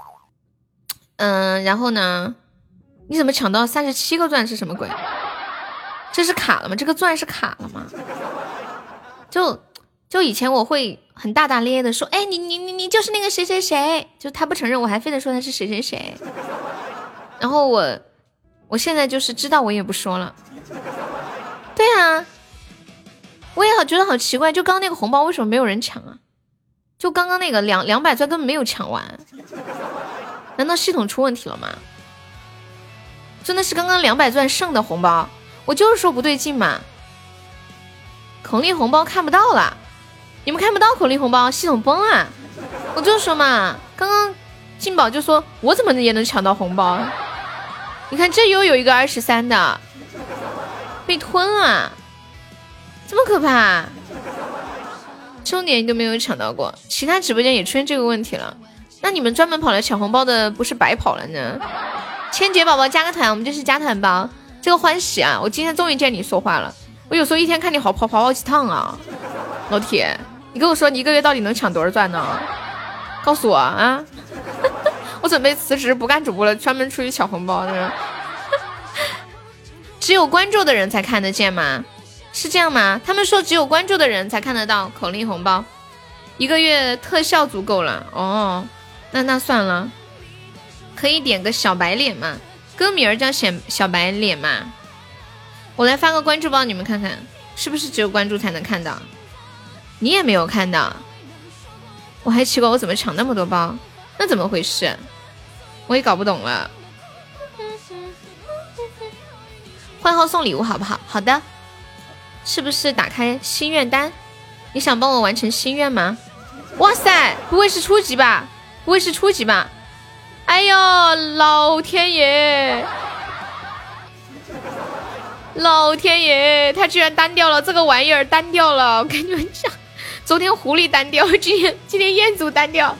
嗯，然后呢？你怎么抢到三十七个钻是什么鬼？这是卡了吗？这个钻是卡了吗？就就以前我会很大大咧咧的说，哎，你你你你就是那个谁谁谁，就他不承认，我还非得说他是谁谁谁。然后我我现在就是知道我也不说了。对啊，我也好觉得好奇怪，就刚刚那个红包为什么没有人抢啊？就刚刚那个两两百钻根本没有抢完，难道系统出问题了吗？真的是刚刚两百钻剩的红包，我就是说不对劲嘛。口令红包看不到了，你们看不到口令红包，系统崩啊！我就说嘛，刚刚进宝就说我怎么也能抢到红包，你看这又有一个二十三的被吞了，这么可怕！周年都没有抢到过，其他直播间也出现这个问题了，那你们专门跑来抢红包的不是白跑了呢？千珏宝宝加个团，我们这是加团包，这个欢喜啊！我今天终于见你说话了。我有时候一天看你好跑跑好几趟啊，老铁，你跟我说你一个月到底能抢多少钻呢？告诉我啊！我准备辞职不干主播了，专门出去抢红包的。只有关注的人才看得见吗？是这样吗？他们说只有关注的人才看得到口令红包，一个月特效足够了哦。那那算了。可以点个小白脸嘛，歌名叫小小白脸嘛。我来发个关注包，你们看看是不是只有关注才能看到？你也没有看到，我还奇怪我怎么抢那么多包，那怎么回事？我也搞不懂了。换号送礼物好不好？好的。是不是打开心愿单？你想帮我完成心愿吗？哇塞，不会是初级吧？不会是初级吧？哎呦，老天爷！老天爷，他居然单掉了，这个玩意儿单掉了！我跟你们讲，昨天狐狸单掉，今天今天彦祖单掉。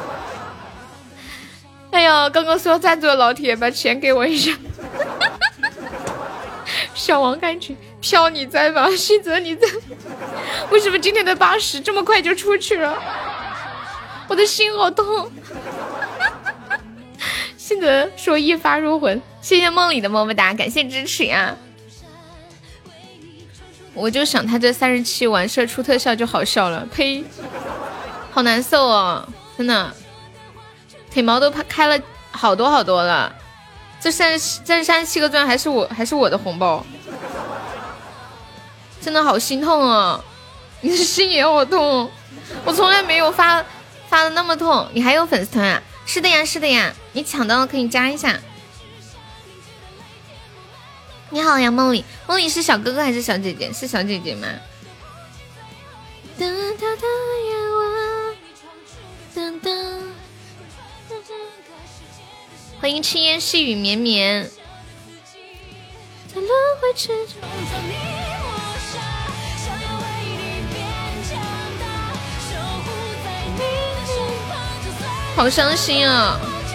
哎呦，刚刚说要赞助的老铁，把钱给我一下。小王赶紧飘你在吧，西泽你在？为什么今天的八十这么快就出去了？我的心好痛。信泽说一发入魂，谢谢梦里的么么哒，感谢支持呀！我就想他这三十七完事出特效就好笑了，呸，好难受哦，真的，腿毛都开了好多好多了，这三十这三十七个钻还是我还是我的红包，真的好心痛哦，你的心也好痛，我从来没有发发的那么痛，你还有粉丝团啊？是的呀，是的呀，你抢到了可以加一下。你好呀，梦里，梦里是小哥哥还是小姐姐？是小姐姐吗？欢迎轻烟细雨绵绵。好伤心啊！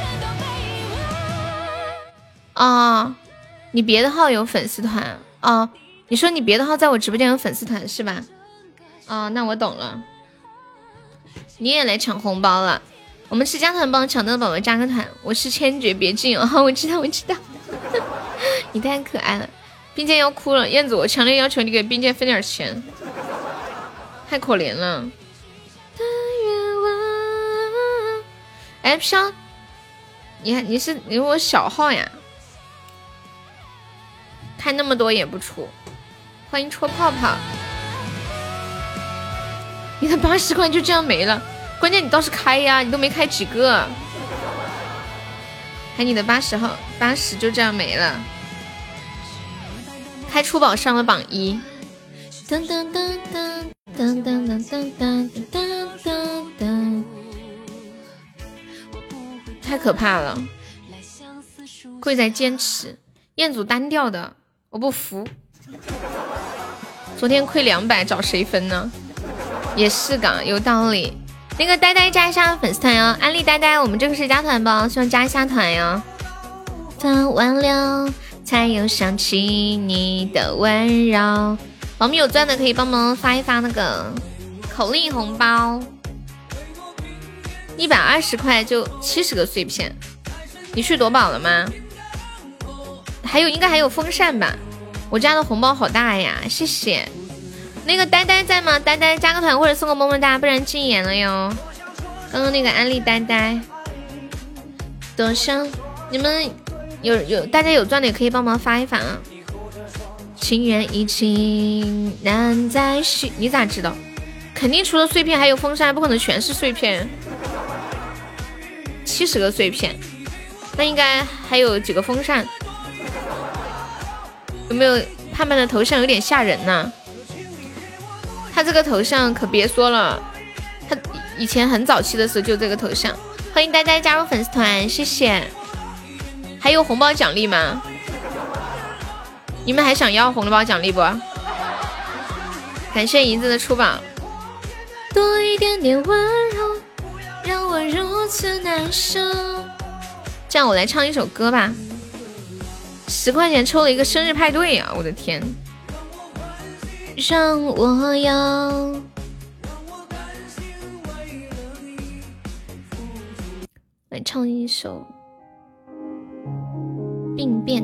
啊，你别的号有粉丝团啊？你说你别的号在我直播间有粉丝团是吧？啊，那我懂了。你也来抢红包了？我们是加团帮抢到的宝宝加个团。我是千珏别进哦，我知道我知道。你太可爱了，冰剑要哭了。燕子，我强烈要求你给冰剑分点钱，太可怜了。哎，飘，你还你是你是我小号呀？开那么多也不出，欢迎戳泡泡。你的八十块就这样没了，关键你倒是开呀，你都没开几个。 还你的八十号八十就这样没了。开出宝上了榜一，噔噔噔噔噔噔噔噔噔噔噔噔，太可怕了！贵在坚持，彦祖单调的，我不服。昨天亏两百，找谁分呢？也是噶，有道理。那个呆呆加一下粉丝团哟，安利呆呆，我们这个是加团包，希望加一下团哟。团完了，才有想起你的温柔。宝米有钻的可以帮忙发一发那个口令红包，一百二十块就七十个碎片。你去夺宝了吗？还有应该还有风扇吧？我家的红包好大呀，谢谢。那个呆呆在吗？呆呆加个团或者送个么么哒，不然禁言了哟。刚刚那个安利呆呆，多香！你们有有大家有钻的也可以帮忙发一发啊。情缘已尽难再续，你咋知道？肯定除了碎片还有风扇，不可能全是碎片。七十个碎片，那应该还有几个风扇。有没有？他们的头像有点吓人呐、啊。他这个头像可别说了，他以前很早期的时候就这个头像。欢迎呆呆加入粉丝团，谢谢。还有红包奖励吗？你们还想要红包奖励不？感谢银子的出宝。多一点点温柔，让我如此难受。这样我来唱一首歌吧。十块钱抽了一个生日派对啊！我的天。让我要来唱一首病变。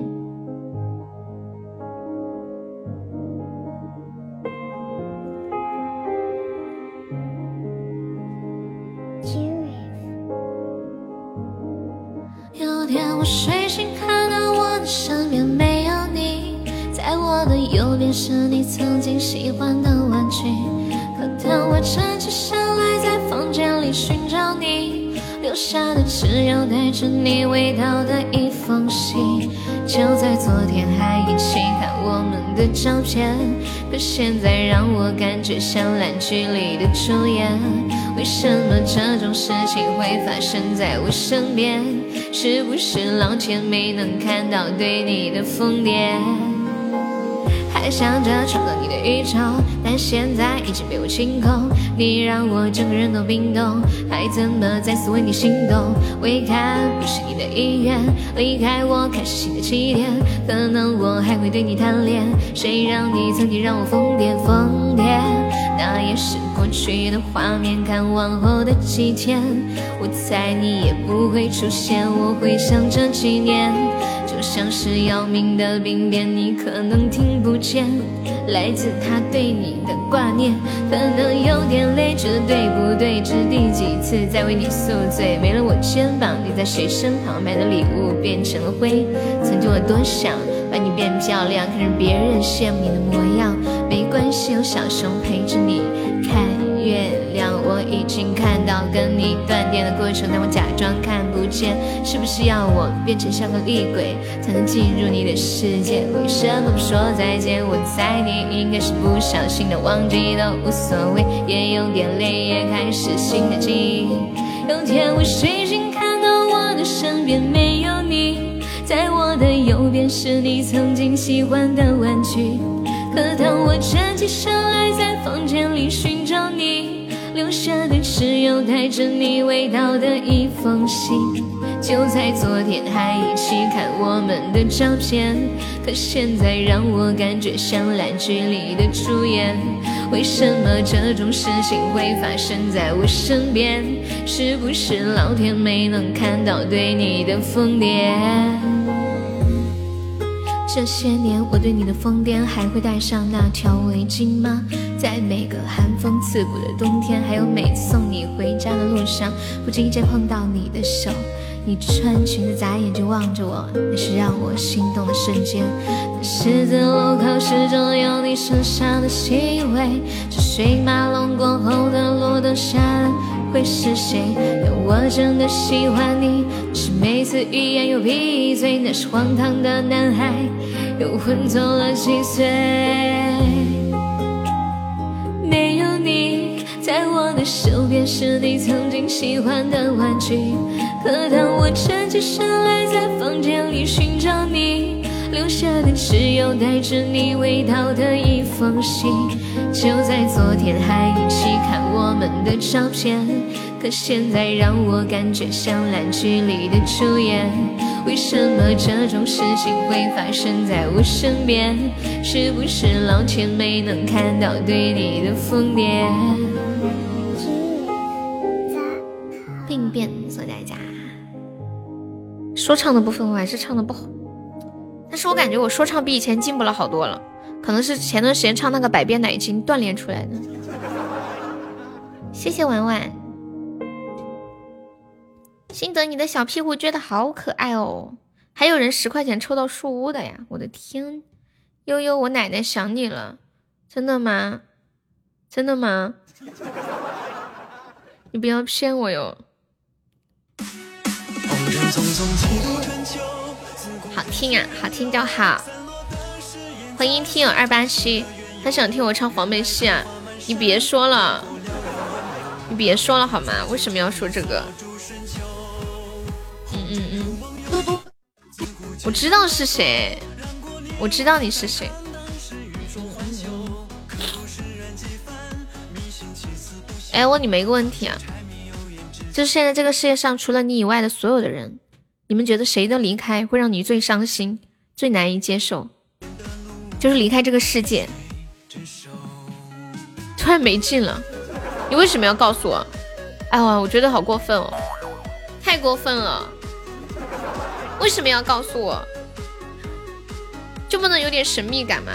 有天我睡醒看到我的身边没有你，在我的右边是你曾经喜欢的玩具，可当我站起身来在房间里寻找你，留下的只有带着你味道的一封信。就在昨天还一起看我们的照片，可现在让我感觉像烂剧里的主演。为什么这种事情会发生在我身边？是不是老天没能看到对你的疯癫？还想着创造你的宇宙，但现在已经被我清空。你让我整个人都冰冻，还怎么再次为你心动？未看不是你的意愿，离开我开始新的起点，可能我还会对你贪恋。谁让你曾经让我疯癫疯癫？那也是过去的画面，看往后的几天，我猜你也不会出现。我会想这几年，就像是要命的病变，你可能听不见来自他对你的挂念，可能有点累，这对不对？这第几次在为你宿醉？没了我肩膀，你在谁身旁？买的礼物变成了灰。曾经我多想把你变漂亮，看着别人羡慕你的模样。没关系，有小熊陪着你看月亮。我已经看到跟你断电的过程，但我假装看不见。是不是要我变成像个厉鬼，才能进入你的世界？为什么不说再见？我猜你应该是不小心的，忘记都无所谓，也有点累，也开始新的记忆。有天我睡醒看到我的身边没有你，在我的右边是你曾经喜欢的玩具，可当我站起身来在房间里寻找你，留下的只有带着你味道的一封信。就在昨天还一起看我们的照片，可现在让我感觉像烂剧里的主演。为什么这种事情会发生在我身边？是不是老天没能看到对你的疯癫？这些年我对你的疯癫，还会戴上那条围巾吗？在每个寒风刺骨的冬天，还有每次送你回家的路上，不经意间碰到你的手，你穿裙子眨眼就望着我，那是让我心动的瞬间。十字路口始终有你身上的气味，车水马龙过后的路灯下的会是谁？但我真的喜欢你，是每次欲言又闭嘴，那是荒唐的男孩，又混走了几岁。没有你在我的手边，是你曾经喜欢的玩具。可当我站起身来，在房间里寻找你，留下的只有带着你味道的一封信。就在昨天还一起看我们的照片，可现在让我感觉像烂剧里的主演。为什么这种事情会发生在我身边？是不是老天没能看到对你的疯癫？病变，送大家。说唱的部分我还是唱的不好，但是我感觉我说唱比以前进步了好多了，可能是前段时间唱那个百变奶精锻炼出来的。谢谢婉婉，心得你的小屁股觉得好可爱哦，还有人十块钱抽到树屋的呀，我的天！悠悠，我奶奶想你了，真的吗？真的吗？你不要骗我哟。好听啊，好听就好。欢迎听友二八七，他想听我唱黄梅戏啊？你别说了，你别说了好吗？为什么要说这个？嗯嗯嗯，我知道是谁，我知道你是谁。哎，问你们一个问题啊，就是现在这个世界上除了你以外的所有的人，你们觉得谁的离开会让你最伤心、最难以接受？就是离开这个世界，突然没劲了，你为什么要告诉我？哎呀，我觉得好过分哦，太过分了！为什么要告诉我？就不能有点神秘感吗？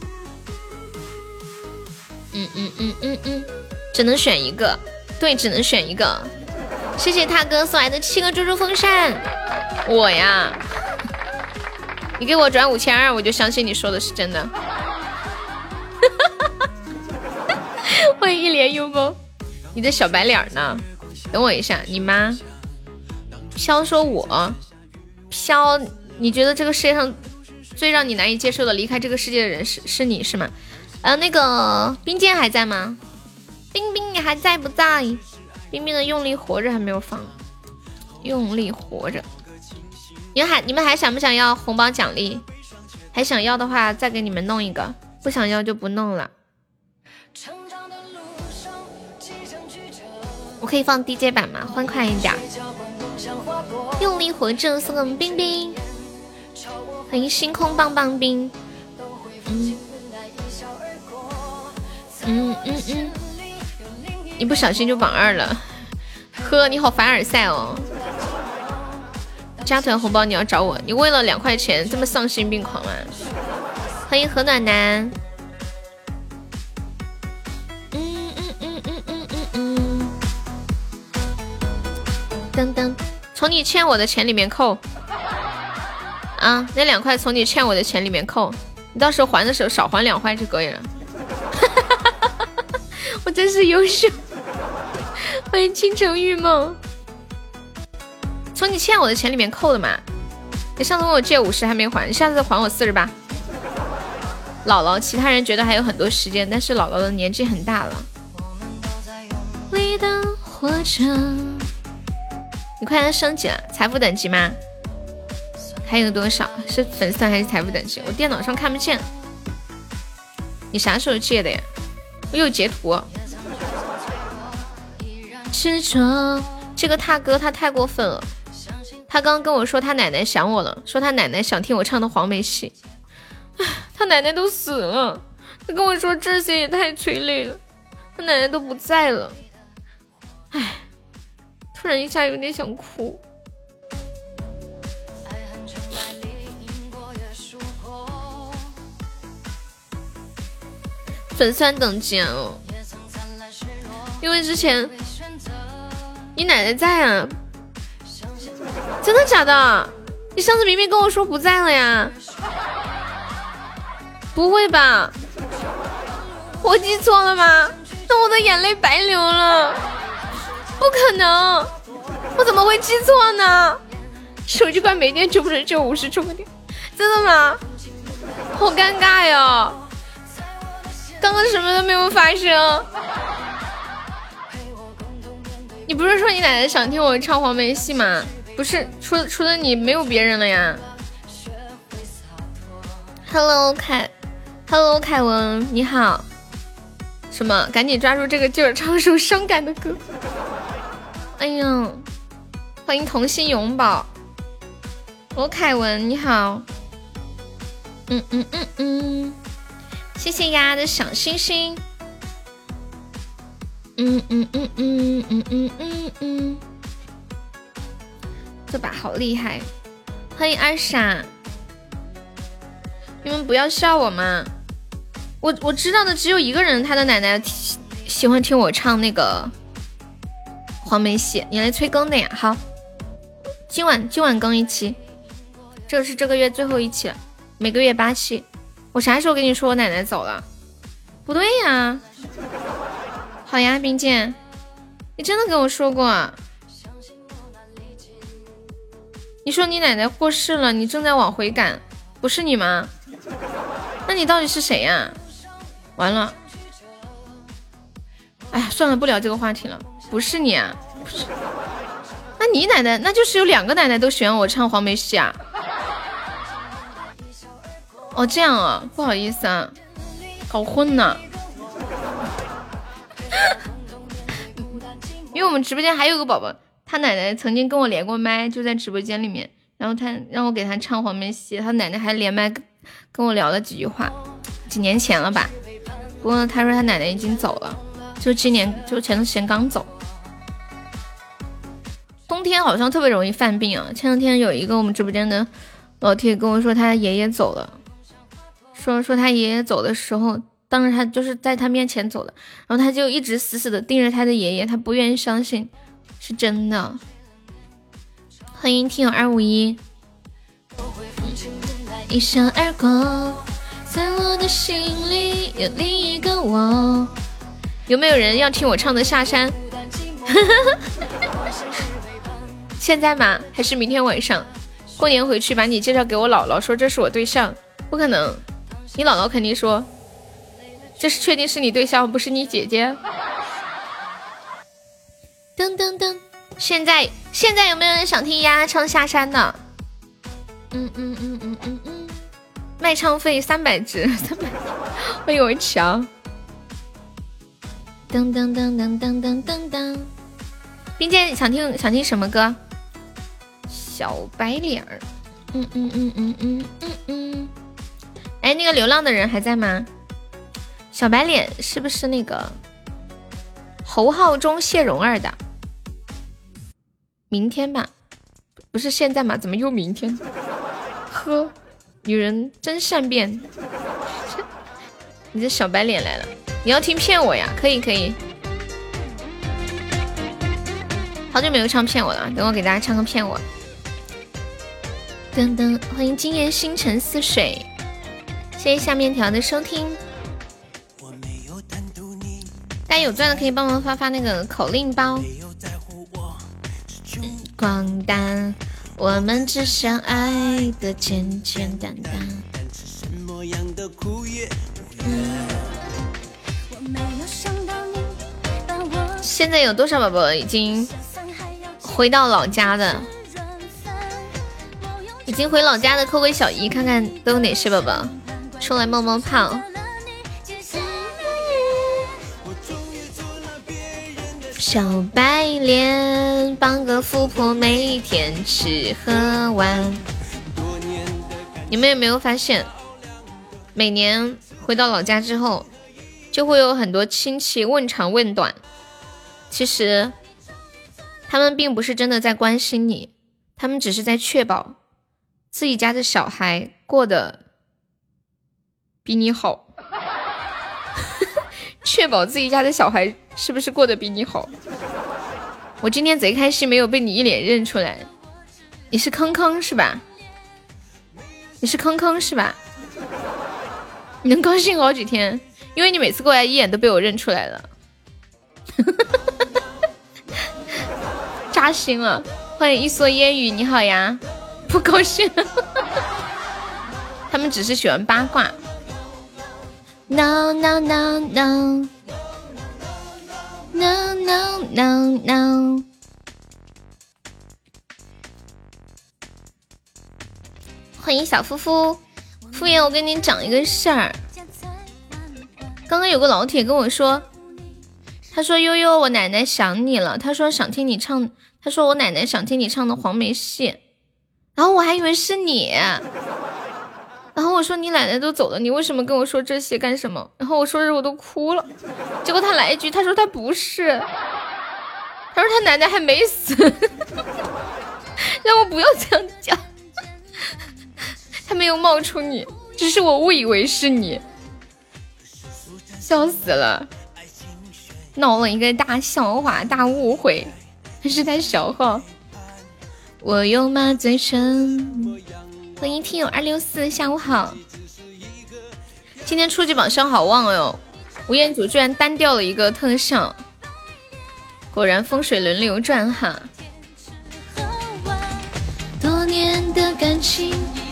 嗯嗯嗯嗯嗯，只能选一个，对，只能选一个。谢谢他哥送来的七个猪猪风扇。我呀，你给我转五千二，我就相信你说的是真的。欢迎一帘幽梦，你的小白脸呢？等我一下，你妈飘说我飘，你觉得这个世界上最让你难以接受的离开这个世界的人是是你是吗？呃，那个冰剑还在吗？冰冰你还在不在？冰冰的用力活着还没有放，用力活着。你们还你们还想不想要红包奖励？还想要的话再给你们弄一个，不想要就不弄了。我可以放 D J 版吗？欢快一点。用力活着送给冰冰，欢迎星空棒棒冰。嗯嗯嗯嗯，一不小心就榜二了，呵，你好凡尔赛哦！加团红包你要找我，你为了两块钱这么丧心病狂啊！欢迎何暖男。嗯嗯嗯嗯嗯嗯嗯，噔噔，从你欠我的钱里面扣啊，那两块从你欠我的钱里面扣，你到时候还的时候少还两块就可以了。我真是优秀。欢迎倾城玉梦，从你欠我的钱里面扣的嘛。你上次问我借五十还没还，你下次还我四十八。姥姥，其他人觉得还有很多时间，但是姥姥的年纪很大了。你的活着，你快要升级了，财富等级吗？还有多少？是粉丝还是财富等级？我电脑上看不见。你啥时候借的呀？我有截图。执着，这个他哥他太过分了。他刚跟我说他奶奶想我了，说他奶奶想听我唱的黄梅戏。唉，他奶奶都死了，他跟我说这些也太催泪了。他奶奶都不在了，唉，突然一下有点想哭。粉酸等级啊，哦，因为之前你奶奶在啊。真的假的？你上次明明跟我说不在了呀？不会吧？我记错了吗？那我的眼泪白流了。 不可能，我怎么会记错呢？手机快没电，就不是就五十充个电，真的吗？好尴尬哟！刚刚什么都没有发生。你不是说你奶奶想听我唱黄梅戏吗？不是，除了除了你没有别人了呀。Hello 凯 ，Hello 凯文，你好。什么？赶紧抓住这个劲儿，唱首伤感的歌。哎呀，欢迎童心永宝。罗凯文，你好。嗯嗯嗯嗯，谢谢丫的小星星。嗯嗯嗯嗯嗯嗯嗯嗯，这把好厉害！欢迎二傻，你们不要笑我嘛！我我知道的只有一个人，他的奶奶喜欢听我唱那个黄梅戏。你来催更的呀？好，今晚今晚更一期，这是这个月最后一期了，每个月八期。我啥时候跟你说我奶奶走了？不对呀。好呀，冰剑，你真的跟我说过啊？你说你奶奶过世了，你正在往回赶，不是你吗？那你到底是谁呀？完了，哎呀，算了，不聊这个话题了。不是你啊？不是，那你奶奶，那就是有两个奶奶都喜欢我唱黄梅戏啊？哦，这样啊，不好意思啊，搞混了。因为我们直播间还有个宝宝，他奶奶曾经跟我连过麦，就在直播间里面，然后他让我给他唱黄梅戏，他奶奶还连麦跟我聊了几句话，几年前了吧。不过他说他奶奶已经走了，就今年就前段时间刚走。冬天好像特别容易犯病啊，前两天有一个我们直播间的老铁跟我说他爷爷走了，说说他爷爷走的时候，当时他就是在他面前走的，然后他就一直死死的盯着他的爷爷，他不愿意相信是真的。欢迎听友二五一，一闪而过，在我的心里有另一个我。有没有人要听我唱的下山？现在吗？还是明天晚上？过年回去把你介绍给我姥姥，说这是我对象。不可能，你姥姥肯定说这是确定是你对象，不是你姐姐。噔噔噔，现在现在有没有人想听丫唱下山的？嗯嗯嗯嗯嗯嗯，卖唱费三百只，三百。欢迎我强。噔噔噔噔噔噔噔噔。冰姐想听想听什么歌？小白脸儿。嗯嗯嗯嗯嗯嗯嗯。哎，那个流浪的人还在吗？小白脸是不是那个侯浩中谢蓉儿的？明天吧，不是现在吗？怎么又明天？呵，女人真善变。你这小白脸来了，你要听骗我呀？可以可以。好久没有唱骗我了，等我给大家唱个骗我。噔噔，欢迎今夜星辰似水，谢谢下面条的收听。大家有钻的可以帮忙发发那个口令包。光单，我们只想爱的简简单单。嗯，现在有多少宝宝已经回到老家的？已经回老家的扣个小一，看看都有哪些宝宝出来冒冒泡。小白脸帮个富婆每天吃喝玩。你们有没有发现，每年回到老家之后，就会有很多亲戚问长问短，其实他们并不是真的在关心你，他们只是在确保自己家的小孩过得比你好。确保自己家的小孩是不是过得比你好。我今天贼开心，没有被你一脸认出来。你是坑坑是吧？你是坑坑是吧？你能高兴好几天，因为你每次过来一眼都被我认出来了。 扎心了。欢迎一蓑烟雨，你好呀，不高兴。他们只是喜欢八卦。No no no no no no no no。欢迎小夫妇，敷衍我跟你讲一个事儿。刚刚有个老铁跟我说，他说悠悠，我奶奶想你了，他说想听你唱，他说我奶奶想听你唱的黄梅戏，然后我还以为是你，然后我说你奶奶都走了，你为什么跟我说这些干什么？然后我说着我都哭了，结果他来一句，他说他不是，他说他奶奶还没死，让我不要这样讲，他没有冒出你，只是我误以为是你，笑死了，闹了一个大笑话，大误会，还是在小号。我有麻醉声。欢迎听友二六四，下午好。今天初级宝箱好旺哟，吴彦祖居然单掉了一个特效，果然风水轮流转哈。多年的感情，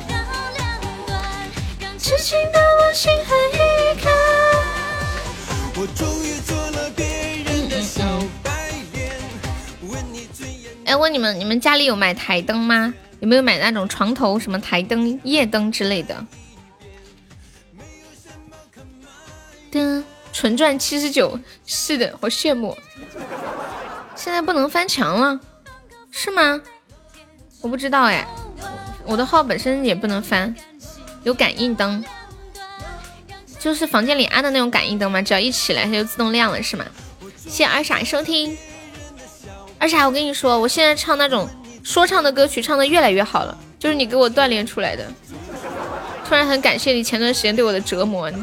痴情的我情何以堪？我终于做了别人的小白脸。哎，问你们，你们家里有买台灯吗？有没有买那种床头什么台灯、夜灯之类的？灯纯赚七十九，是的，好羡慕。现在不能翻墙了，是吗？我不知道哎，我的号本身也不能翻，有感应灯，就是房间里安的那种感应灯嘛，只要一起来它就自动亮了，是吗？谢谢二傻收听。二傻，我跟你说，我现在唱那种说唱的歌曲唱的越来越好了，就是你给我锻炼出来的。突然很感谢你前段时间对我的折磨。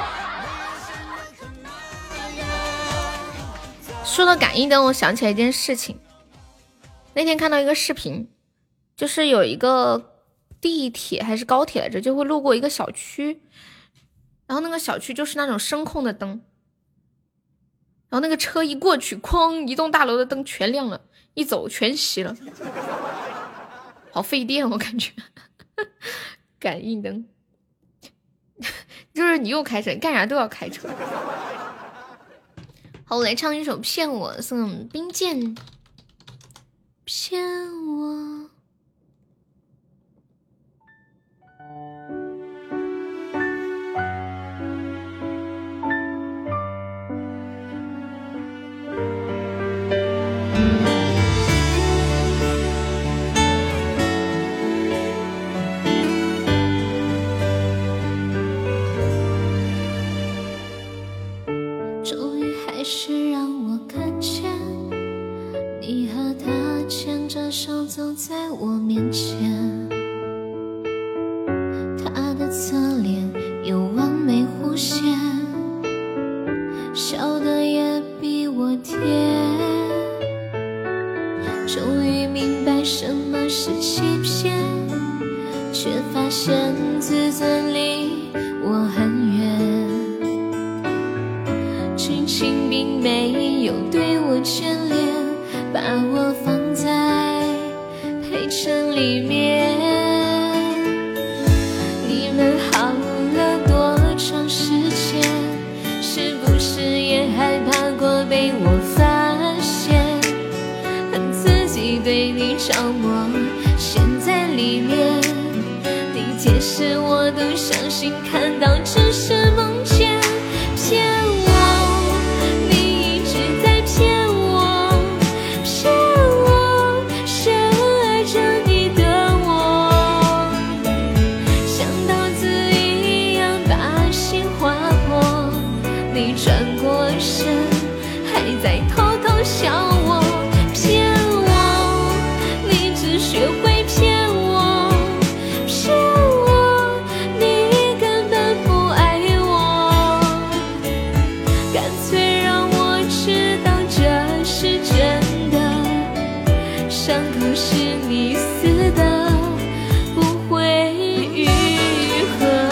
说到感应灯，我想起来一件事情。那天看到一个视频，就是有一个地铁还是高铁来着，就会路过一个小区，然后那个小区就是那种声控的灯，然后那个车一过去，哐，一栋大楼的灯全亮了，一走全熄了，好费电，我感觉。感应灯就是你又开车，干啥都要开车。好，我来唱一首《骗我》，送冰剑。骗我。还是让我看见你和他牵着手走在我面前，他的侧脸有完美弧线，笑得也比我甜，终于明白什么是欺骗，却发现自尊离我很远，剧情并没有对我眷恋，把我放在陪衬里面。你们好了多长时间？是不是也害怕过被我发现？恨自己对你着魔，陷在里面。你解释我都相信，看到只是梦见。骗我，转过身还在偷偷笑我，骗我，你只学会骗我，骗我，你根本不爱我，干脆让我知道这是真的，伤口是你撕的，不会愈合。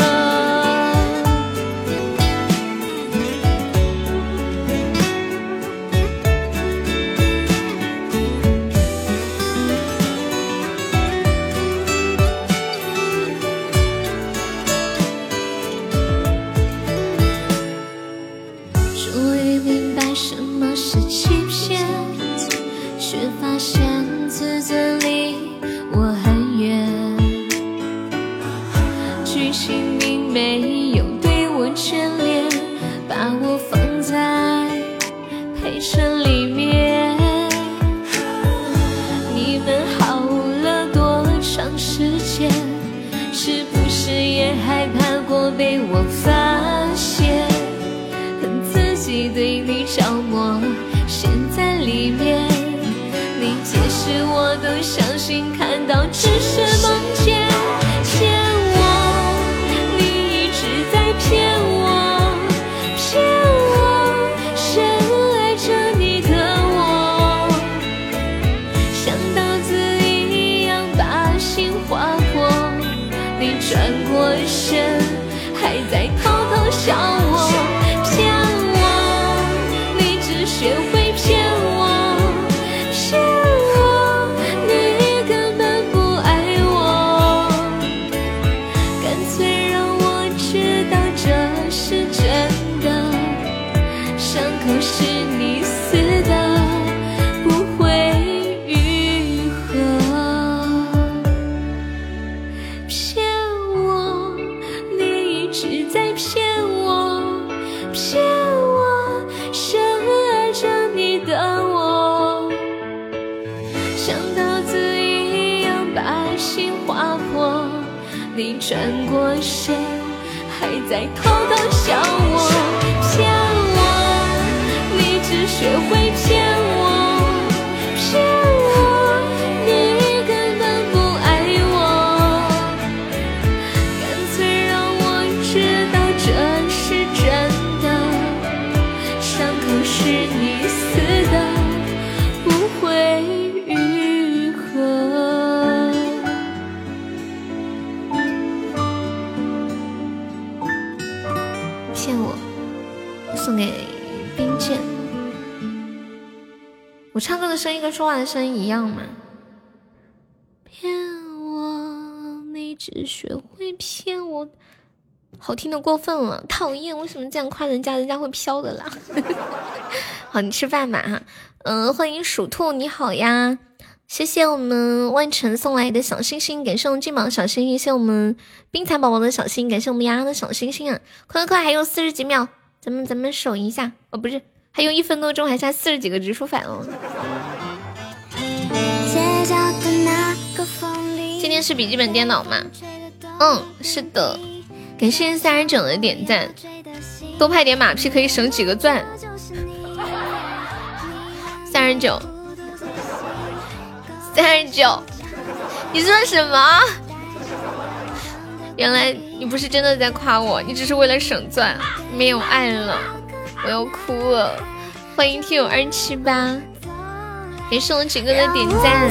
是欺骗，却发现自尊离我很远。剧情并没有对我眷恋，把我放在陪衬里面。你们好了多长时间？是不是也害怕过被我发现？恨自己对你着魔，陷在里面。你解释我都相信，看到只是梦见。骗我，你一直在骗我，骗我，深爱着你的我，像刀子一样把心划破。你转过身，还在偷偷笑我，骗我，你只学会骗我，骗我，你根本不爱我，干脆让我知道这是真的，伤口是你撕的，不会愈合。骗我，你一直在骗我，骗我，深爱着你的我，像刀子一样把心划破。你转过身，还在偷偷笑我，骗我，你只学会骗我，骗我，你根本不爱我，干脆让我知道这是真的，伤口是你撕的，不会愈合。骗我，送给冰剑。我唱歌的声音跟说话的声音一样吗？骗我，你只学会骗我，好听的过分了，讨厌！为什么这样夸人家，人家会飘的啦？好，你吃饭吧哈。嗯、呃，欢迎鼠兔，你好呀。谢谢我们万晨送来的小星星，感谢我们金宝小星星，谢谢我们冰蚕宝宝的小星，感谢我们丫丫的小星星啊！快快快，还有四十几秒，咱们咱们守一下哦，不是，还有一分多钟，还差四十几个植树返哦。今天是笔记本电脑吗？嗯，是的。感谢三十九的点赞，多拍点马屁可以省几个钻。三十九。三十九，你说什么？原来你不是真的在夸我，你只是为了省钻，没有爱了，我要哭了。欢迎听友二七八，感谢我几个的点赞。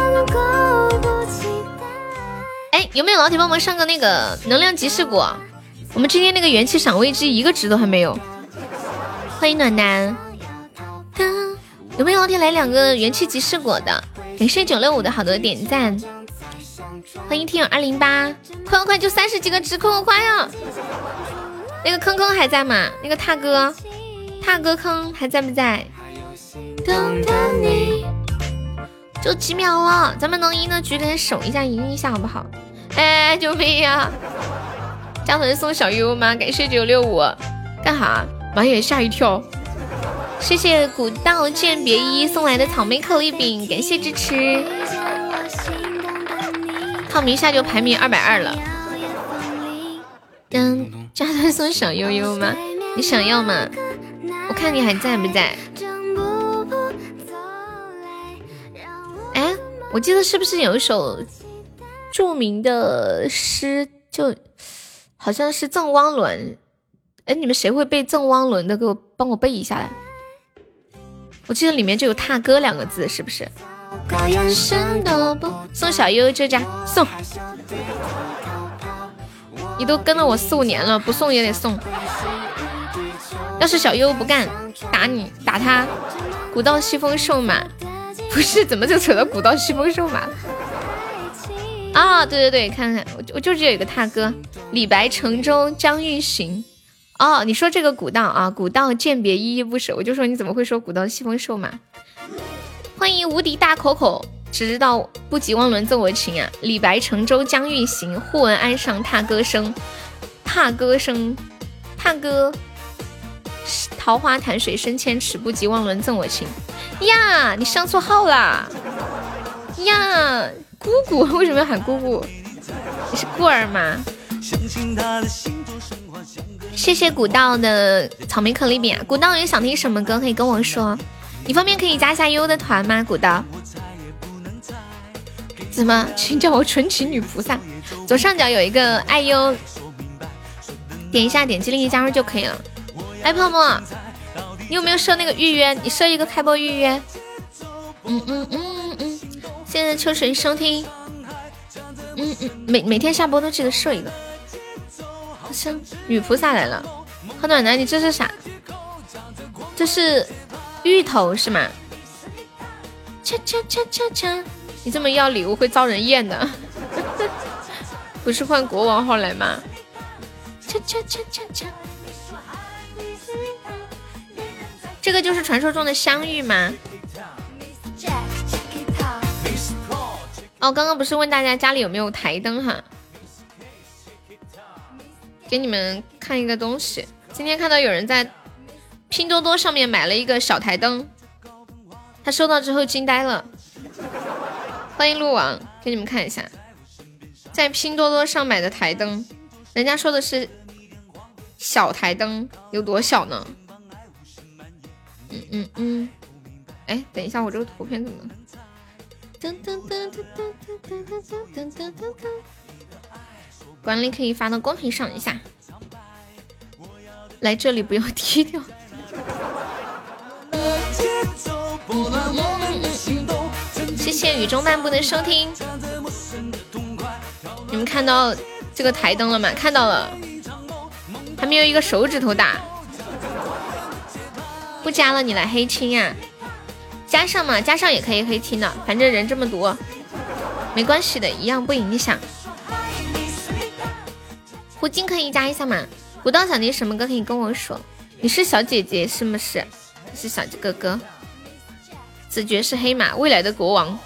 哎，有没有老铁帮忙上个那个能量集市果？我们今天那个元气赏味机一个值都还没有。欢迎暖男，有没有老铁来两个元气集市果的？感谢九六五的好多点赞，欢迎听友二零八，快快快，就三十几个值，快快快呀！那个坑坑还在吗？那个踏哥，踏哥坑还在不在？等着你，就几秒了，咱们能赢的局给守一下，赢一下好不好？哎，救命呀！加团送小优吗？感谢九六五，干哈？满眼吓一跳。谢谢古道鉴别一送来的草莓口粒饼，感谢支持。靠名下就排名二百二了。嗯，加团送小悠悠吗？你想要吗？我看你还在不在？哎，我记得是不是有一首著名的诗，就好像是赠汪伦。哎，你们谁会背赠汪伦的？给我帮我背一下来。我记得里面就有踏歌两个字，是不是？送小悠悠这家送，你都跟了我四五年了，不送也得送。要是小悠悠不干，打你打他。古道西风瘦马，不是怎么就扯到古道西风瘦马了？啊，对对对，看看我我就记得有一个踏歌，李白乘舟将欲行。 哦，你说这个古道啊，古道鉴别依依不舍，我就说你怎么会说古道西风瘦马？欢迎无敌大口口，只知道不及忘伦赠我情啊！李白乘舟将欲行，忽闻岸上踏歌声。踏歌声，踏歌，桃花潭水深千尺，不及忘伦赠我情。呀，你上错号啦！呀，姑姑为什么要喊姑姑？你是孤儿吗？谢谢古道的草莓可丽饼啊！古道有想听什么歌可以跟我说，你方便可以加一下悠悠的团吗？古道，怎么请叫我纯情女菩萨？左上角有一个爱优，点一下，点击立即加入就可以了。哎，泡沫，你有没有设那个预约？你设一个开播预约。嗯嗯嗯嗯，现在秋水收听，嗯嗯，每每天下播都记得设一个。好像女菩萨来了，何暖男，你这是啥？这是芋头是吗？恰恰恰恰恰，你这么要礼物会遭人厌的。不是换国王号来吗？恰恰恰恰恰，这个就是传说中的相遇吗？哦，刚刚不是问大家家里有没有台灯哈？给你们看一个东西，今天看到有人在拼多多上面买了一个小台灯，他收到之后惊呆了。欢迎鹿王，给你们看一下，在拼多多上买的台灯，人家说的是小台灯，有多小呢？嗯嗯嗯，哎，等一下，我这个图片怎么？噔噔噔噔噔噔噔噔噔噔。管理可以发到公屏上一下。来这里不要踢掉。谢谢雨中漫步的收听。你们看到这个台灯了吗？看到了，还没有一个手指头大。不加了你来黑听呀、啊？加上嘛，加上也可以黑听的，反正人这么多，没关系的，一样不影响。胡金可以加一下吗？古道想听什么歌可以跟我说。你是小姐姐是不是？你是小哥哥。子爵是黑马，未来的国王，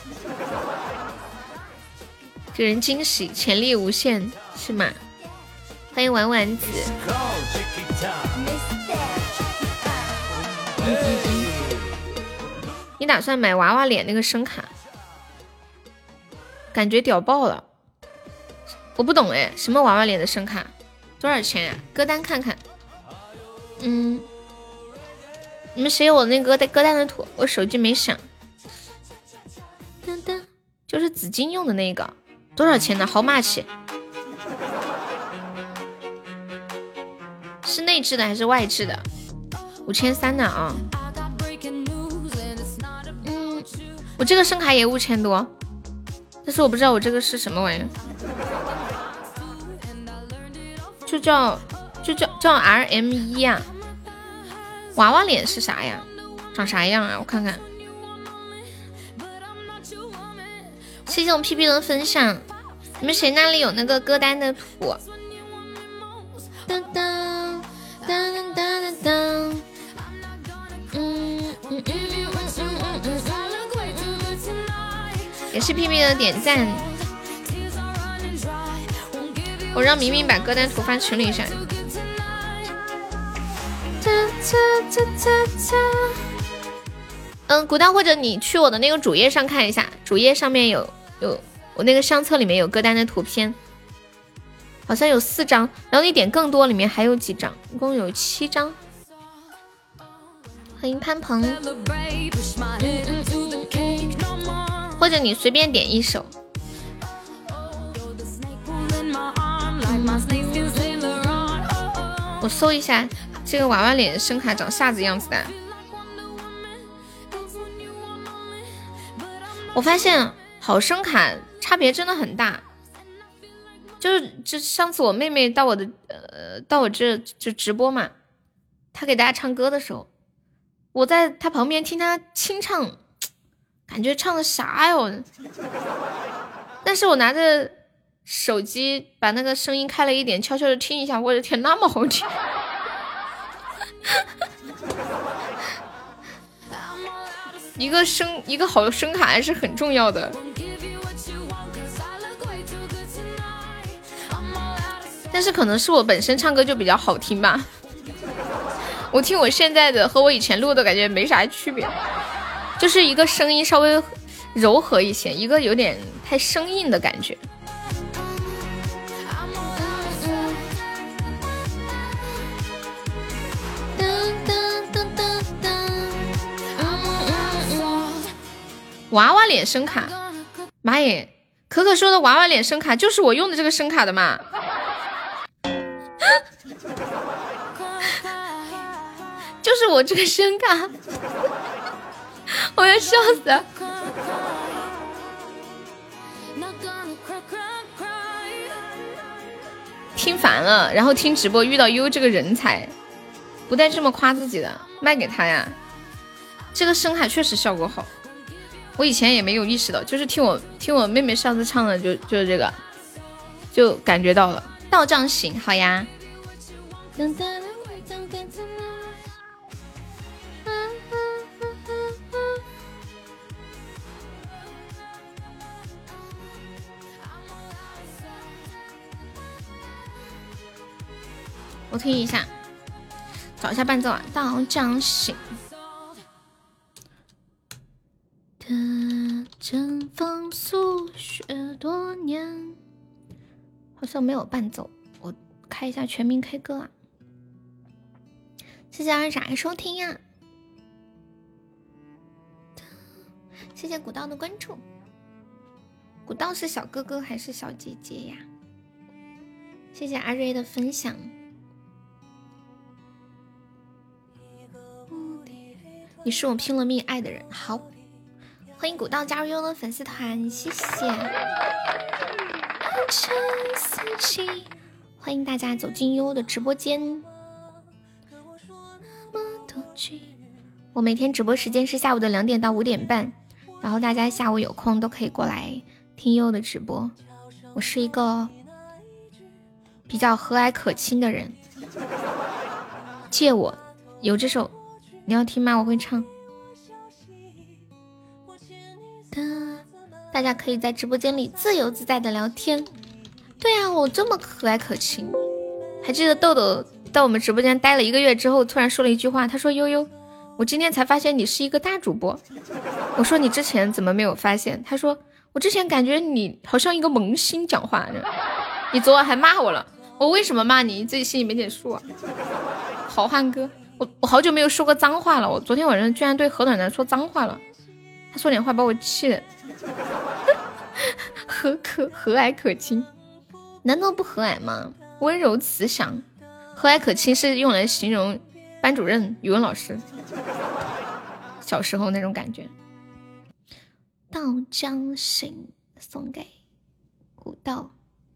给人惊喜，潜力无限是吗？欢迎丸丸子。嗯嗯嗯，你打算买娃娃脸那个声卡？感觉屌爆了。我不懂哎，什么娃娃脸的声卡？多少钱呀、啊？歌单看看。嗯，你们谁有我那个歌单的图？我手机没响。噔噔，就是紫金用的那个，多少钱呢？好骂气。是内置的还是外置的？五千三呢啊。嗯，我这个声卡也五千多，但是我不知道我这个是什么玩意儿。就叫就叫叫 R M 一 啊，娃娃脸是啥呀？长啥样啊？我看看。谢谢我 P P 的分享，你们谁那里有那个歌单的图？当当当当当当，嗯嗯嗯嗯嗯嗯嗯，也是 P P 的点赞。我让明明把歌单图发群里一下。嗯，古道或者你去我的那个主页上看一下，主页上面有有我那个相册里面有歌单的图片，好像有四张，然后你点更多里面还有几张，一共有七张。欢迎潘鹏，嗯嗯嗯，或者你随便点一首。我搜一下这个娃娃脸声卡长啥子样子的。我发现好声卡差别真的很大，就是这上次我妹妹到我的呃到我这就直播嘛，她给大家唱歌的时候，我在她旁边听她清唱，感觉唱的啥哟？但是我拿着手机把那个声音开了一点，悄悄的听一下，我的天，那么好听！ 一个声一个好的声卡还是很重要的。但是可能是我本身唱歌就比较好听吧，我听我现在的和我以前录的感觉没啥区别，就是一个声音稍微柔和一些，一个有点太生硬的感觉。娃娃脸声卡，妈耶！可可说的娃娃脸声卡就是我用的这个声卡的嘛。就是我这个声卡，我要笑死了。听烦了，然后听直播遇到优这个人才，不带这么夸自己的，卖给他呀。这个声卡确实效果好，我以前也没有意识到，就是听我听我妹妹上次唱的就就是这个，就感觉到了。到账型好呀。我听一下，找一下伴奏啊。到账型的阵风速雪多年，好像没有伴奏，我开一下全民 K 歌啊。谢谢二傻收听呀、啊，谢谢古道的关注。古道是小哥哥还是小姐姐呀？谢谢阿瑞的分享。你是我拼了命爱的人。好，欢迎古道加入优的粉丝团，谢谢。欢迎大家走进优的直播间。我每天直播时间是下午的两点到五点半，然后大家下午有空都可以过来听优的直播。我是一个比较和蔼可亲的人，借我有这首你要听吗？我会唱。大家可以在直播间里自由自在的聊天。对啊，我这么和蔼可亲。还记得豆豆在我们直播间待了一个月之后，突然说了一句话，他说：悠悠，我今天才发现你是一个大主播。我说你之前怎么没有发现？他说我之前感觉你好像一个萌新讲话。你昨晚还骂我了，我为什么骂你？你自己心里没点数啊？好汉哥，我我好久没有说过脏话了，我昨天晚上居然对何暖暖说脏话了，他说点话把我气的。和可和蔼可亲，难道不和蔼吗？温柔慈祥，和蔼可亲是用来形容班主任、语文老师小时候那种感觉。到江行送给古道。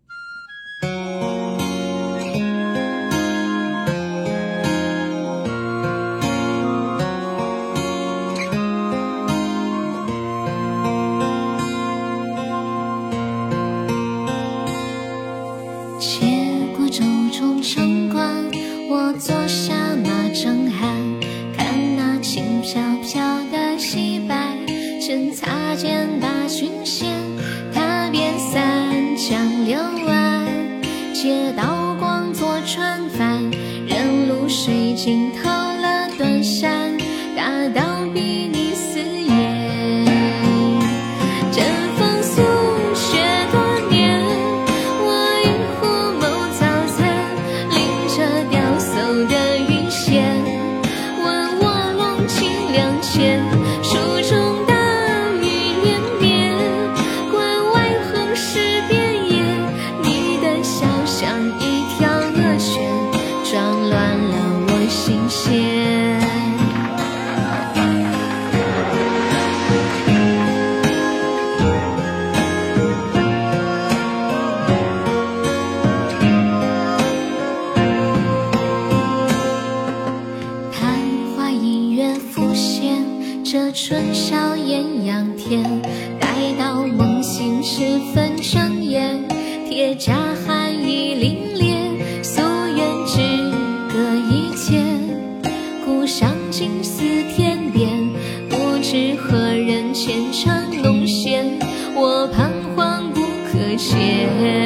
城关，我坐下马正酣，看那轻飘飘的洗白，趁擦肩把裙掀，踏遍三江六岸，街道光作船帆，人路水尽透了断山，大道比你四野，阵风速雪多年，我一壶谋早餐，拎着雕叟的云线，问我龙情两千，书中大雨连绵，关外横尸遍野，你的笑像一条恶犬，撞乱了我心弦。昙花一月浮现，这春宵艳阳天，待到梦醒时分睁眼，铁甲寒意凛冽，夙愿只隔一天， 知何人前尘弄弦，我彷徨不可解。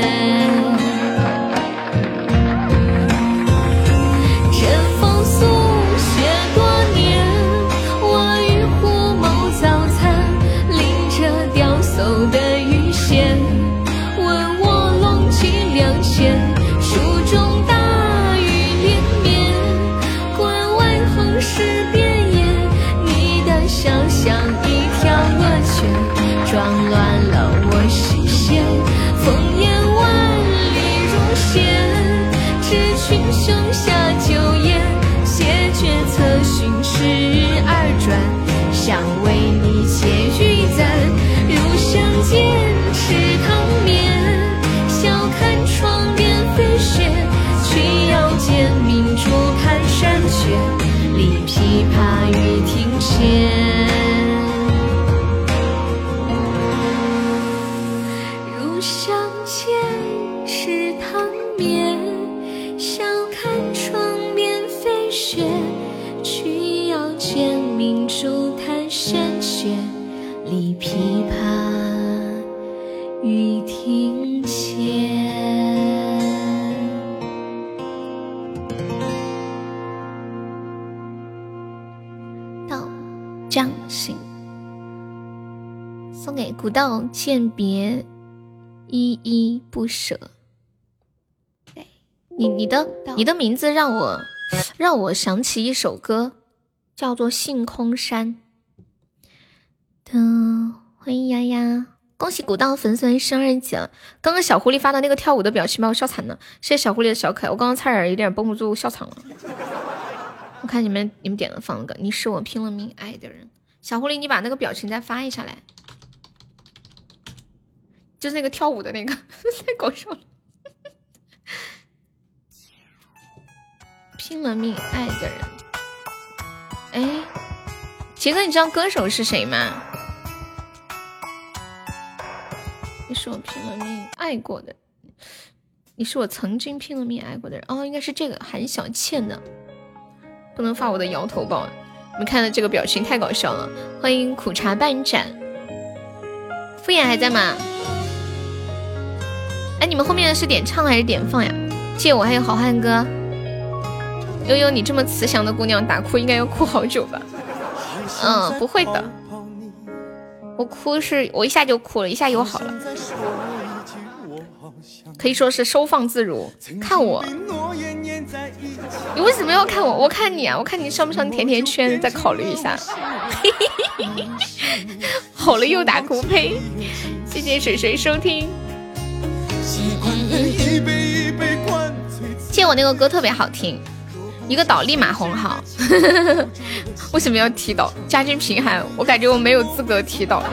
这风速雪多年，我与虎谋早餐，拎着雕叟的羽弦，问我龙脊两千，书中大雨连绵，关外横尸遍野，你的肖像一条恶犬，撞乱了我视线，烽烟万里如线，知群雄下酒宴，谢绝策寻十二转，想为你解玉簪，如相见吃汤面，笑看窗边飞雪，曲腰间明珠看山雪，立琵琶于庭前，如相见吃汤面，笑看窗边飞雪，曲腰间明珠看山雪，立琵琶于庭前。道将行，送给古道饯别，依依不舍。你你的你的名字让我让我想起一首歌，叫做《性空山》的。欢迎丫丫，恭喜古道粉丝生日节了！刚刚小狐狸发的那个跳舞的表情把我笑惨了，谢谢小狐狸的小可爱，我刚刚差点有点绷不住笑场了。我看你们你们点了放了个，你是我拼了命爱的人。小狐狸，你把那个表情再发一下来，就是那个跳舞的那个，太搞笑了。拼了命爱的人，哎，杰哥，你知道歌手是谁吗？你是我拼了命爱过的，你是我曾经拼了命爱过的人。哦，应该是这个韩小倩的，不能发我的摇头包。你们看的这个表情太搞笑了。欢迎苦茶半盏，敷衍还在吗？哎，你们后面是点唱还是点放呀？借我还有好汉歌。悠悠，你这么慈祥的姑娘，打哭应该要哭好久吧？嗯，不会的，我哭是我一下就哭了，一下又好了，可以说是收放自如。看我，你为什么要看我？我看你啊，我看你上不上甜甜圈，再考虑一下。吼了又打哭，呸！谢谢水水收听。借我那个歌特别好听。一个岛立马红好。为什么要提岛？家境贫寒，我感觉我没有资格提岛。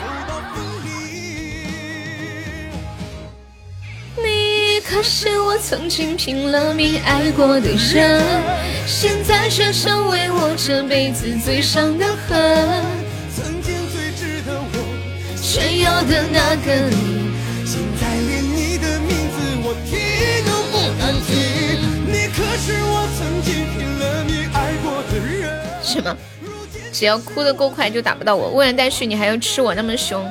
你可是我曾经拼了命爱过的人，现在却成为我这辈子最伤的恨。曾经最值得我炫耀的那个你，现在连你的名字我提都不敢提。你可是我曾经拼了命爱过的人。什么？只要哭得够快就打不到我，未然待续你还要吃我那么凶。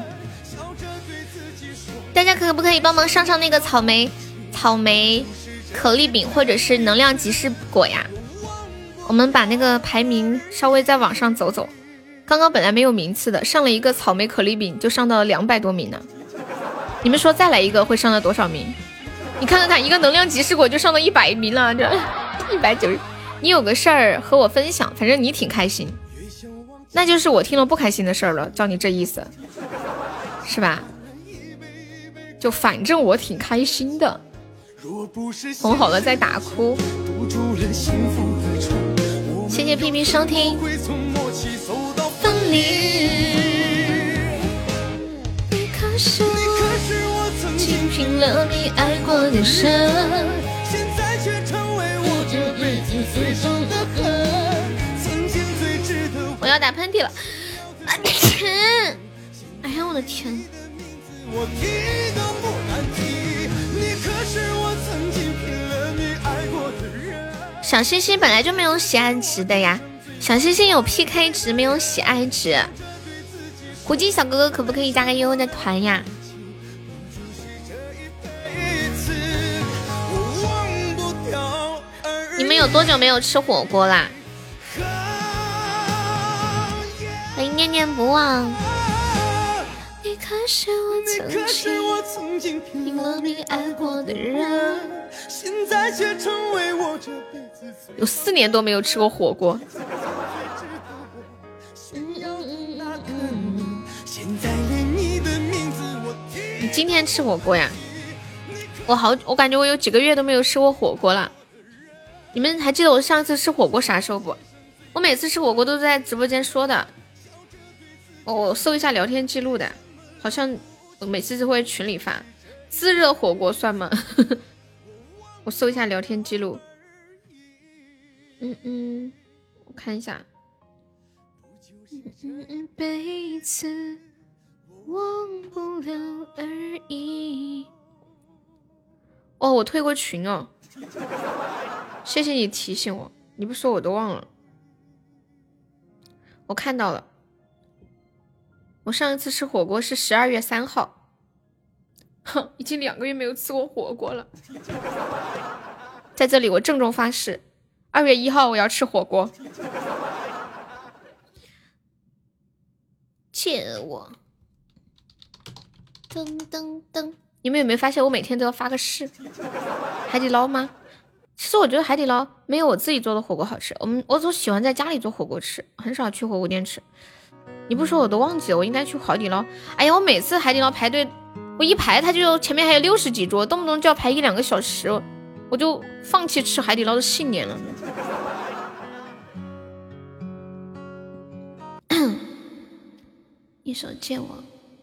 大家可不可以帮忙上上那个草莓草莓可丽饼或者是能量集市果呀？我们把那个排名稍微再往上走走。刚刚本来没有名次的，上了一个草莓可丽饼就上到了两百多名呢。你们说再来一个会上到多少名？你看看看，一个能量集市果就上到一百名了，这一百九十。你有个事儿和我分享，反正你挺开心，那就是我听了不开心的事儿了，照你这意思，是吧？就反正我挺开心的，哄好了再打哭。谢谢屁屁收听。分离，你可是我曾经拼了命爱过的人，现在却成为我这辈子最伤的恨。曾经最值得我要打喷嚏了。哎呀，我的天！我提都不敢提，你可是我曾经拼了命爱过的人。小星星本来就没有喜爱值的呀， 小星星有 P K 值，没有喜爱值。胡姬小哥哥可不可以加个悠悠的团呀？你们有多久没有吃火锅啦？欢迎念念不忘。你可是我曾经拼了命爱过的人，现在却成为我这辈子有四年多没有吃过火锅。你今天吃火锅呀？我好，我感觉我有几个月都没有吃过火锅了。你们还记得我上次吃火锅啥时候不？我每次吃火锅都在直播间说的。我我搜一下聊天记录的，好像我每次都会群里发。自热火锅算吗？我搜一下聊天记录。嗯嗯，我看一下。嗯，辈子忘不了而已。哦，我退过群哦。谢谢你提醒我，你不说我都忘了。我看到了，我上一次吃火锅是十二月三号，哼，已经两个月没有吃过火锅了。在这里我郑重发誓，二月一号我要吃火锅。借我，噔噔噔！你们有没有发现我每天都要发个誓？海底捞吗？其实我觉得海底捞没有我自己做的火锅好吃。我们我总喜欢在家里做火锅吃，很少去火锅店吃。你不说我都忘记了，我应该去海底捞。哎呀，我每次海底捞排队，我一排他就前面还有六十几桌，动不动就要排一两个小时，我就放弃吃海底捞的信念了。一手借我。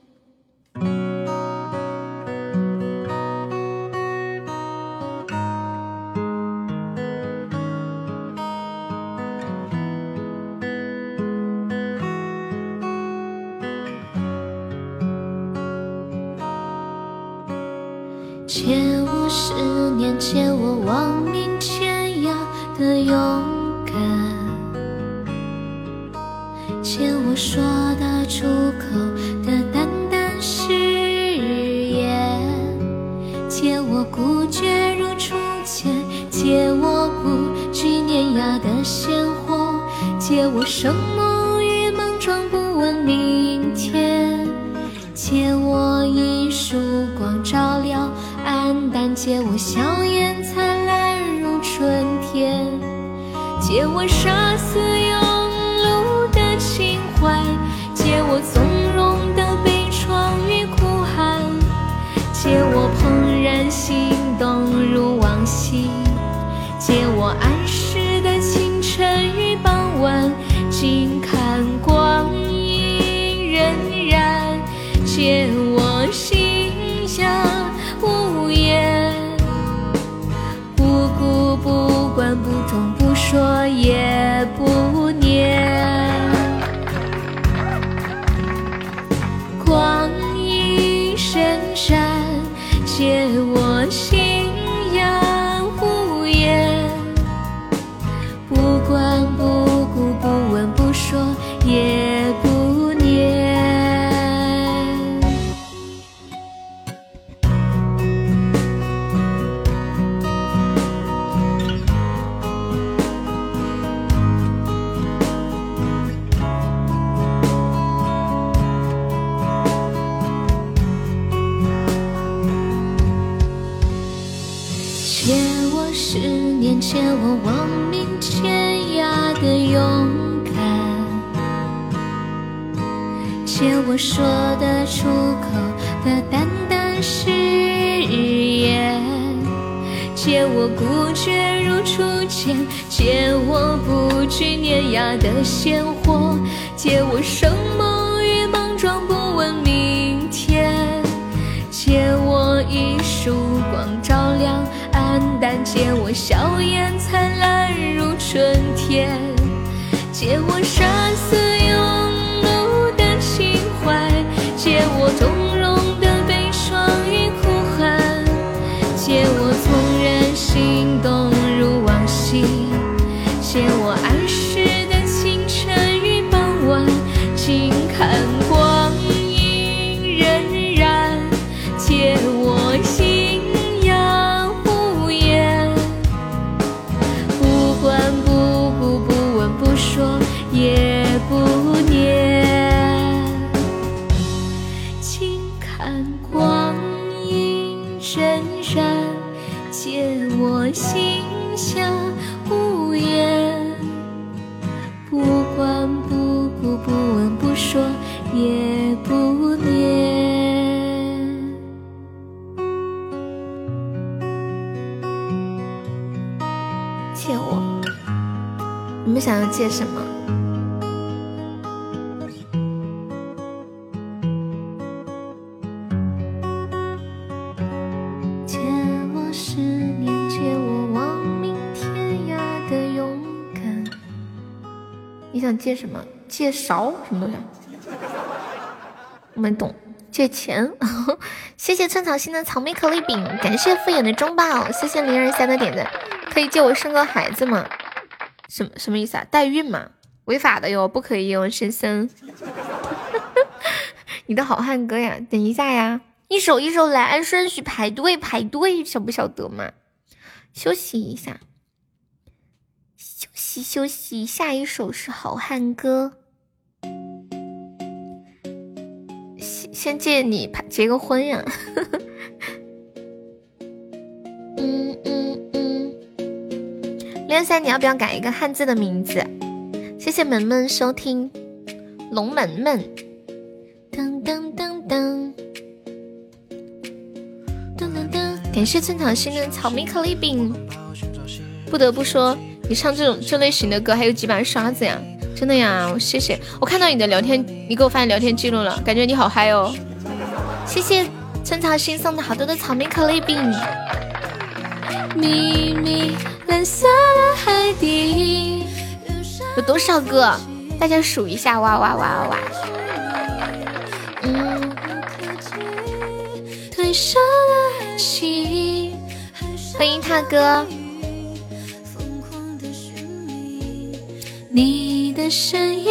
借我十年，借我亡命天涯的勇敢，借我说得出口的淡淡誓言，借我孤绝如初见，借我不惧碾压的鲜活，借我生猛与莽撞，不问明天，借我一束光照亮黯淡，借我笑颜灿烂如春天，借我杀死庸碌的情怀，借我从容的悲怆与哭喊，借我怦然心动如往昔，借我安适的清晨与傍晚，静看光阴荏苒，借我心下无言，不顾不管不懂不说也不念，光阴深山，借我心仰无言，不管不顾不问不说也不念。十年借我亡命天涯的勇敢，借我说得出口的淡淡誓言，借我孤绝如初见，借我不惧碾压的鲜活，借我生猛与莽撞，不问明天，借我一束光照亮黯淡，借我笑颜灿烂如春天，借我杀死庸碌的情怀，借我从容的悲怆与哭喊，借我从然心动如往昔，借我安适的清光阴荏苒，借我心阳无言。不管不顾，不问不说，也不念。轻看光阴荏苒，借我心下无言。不管不顾，不问不说，也不念。借我，你们想要借什么？借我十年，借我亡命天涯的勇敢。你想借什么？借勺？什么东西？我没懂。借钱。谢谢寸草心的草莓可丽饼，感谢敷衍的中宝，谢谢零二三的点赞。可以借我生个孩子吗？什么什么意思啊？代孕吗？违法的哟，不可以哟，深深。你的好汉歌呀，等一下呀，一首一首来，按顺序排队排队，晓不晓得嘛？休息一下，休息休息，下一首是好汉歌。先先借你结个婚呀。嗯嗯嗯，六三你要不要改一个汉字的名字？谢谢门门收听，龙门门。噔噔噔噔噔噔噔，感谢寸草心的草莓可丽饼。不得不说，你唱这种这类型的歌还有几把刷子呀，真的呀，谢谢。我看到你的聊天，你给我发的聊天记录了，感觉你好嗨哦。谢谢寸草心送的好多的草莓可丽饼。秘密蓝色的海底有多少个？大家数一下，哇哇哇哇！嗯，退烧的爱情，欢迎他哥。你的声音，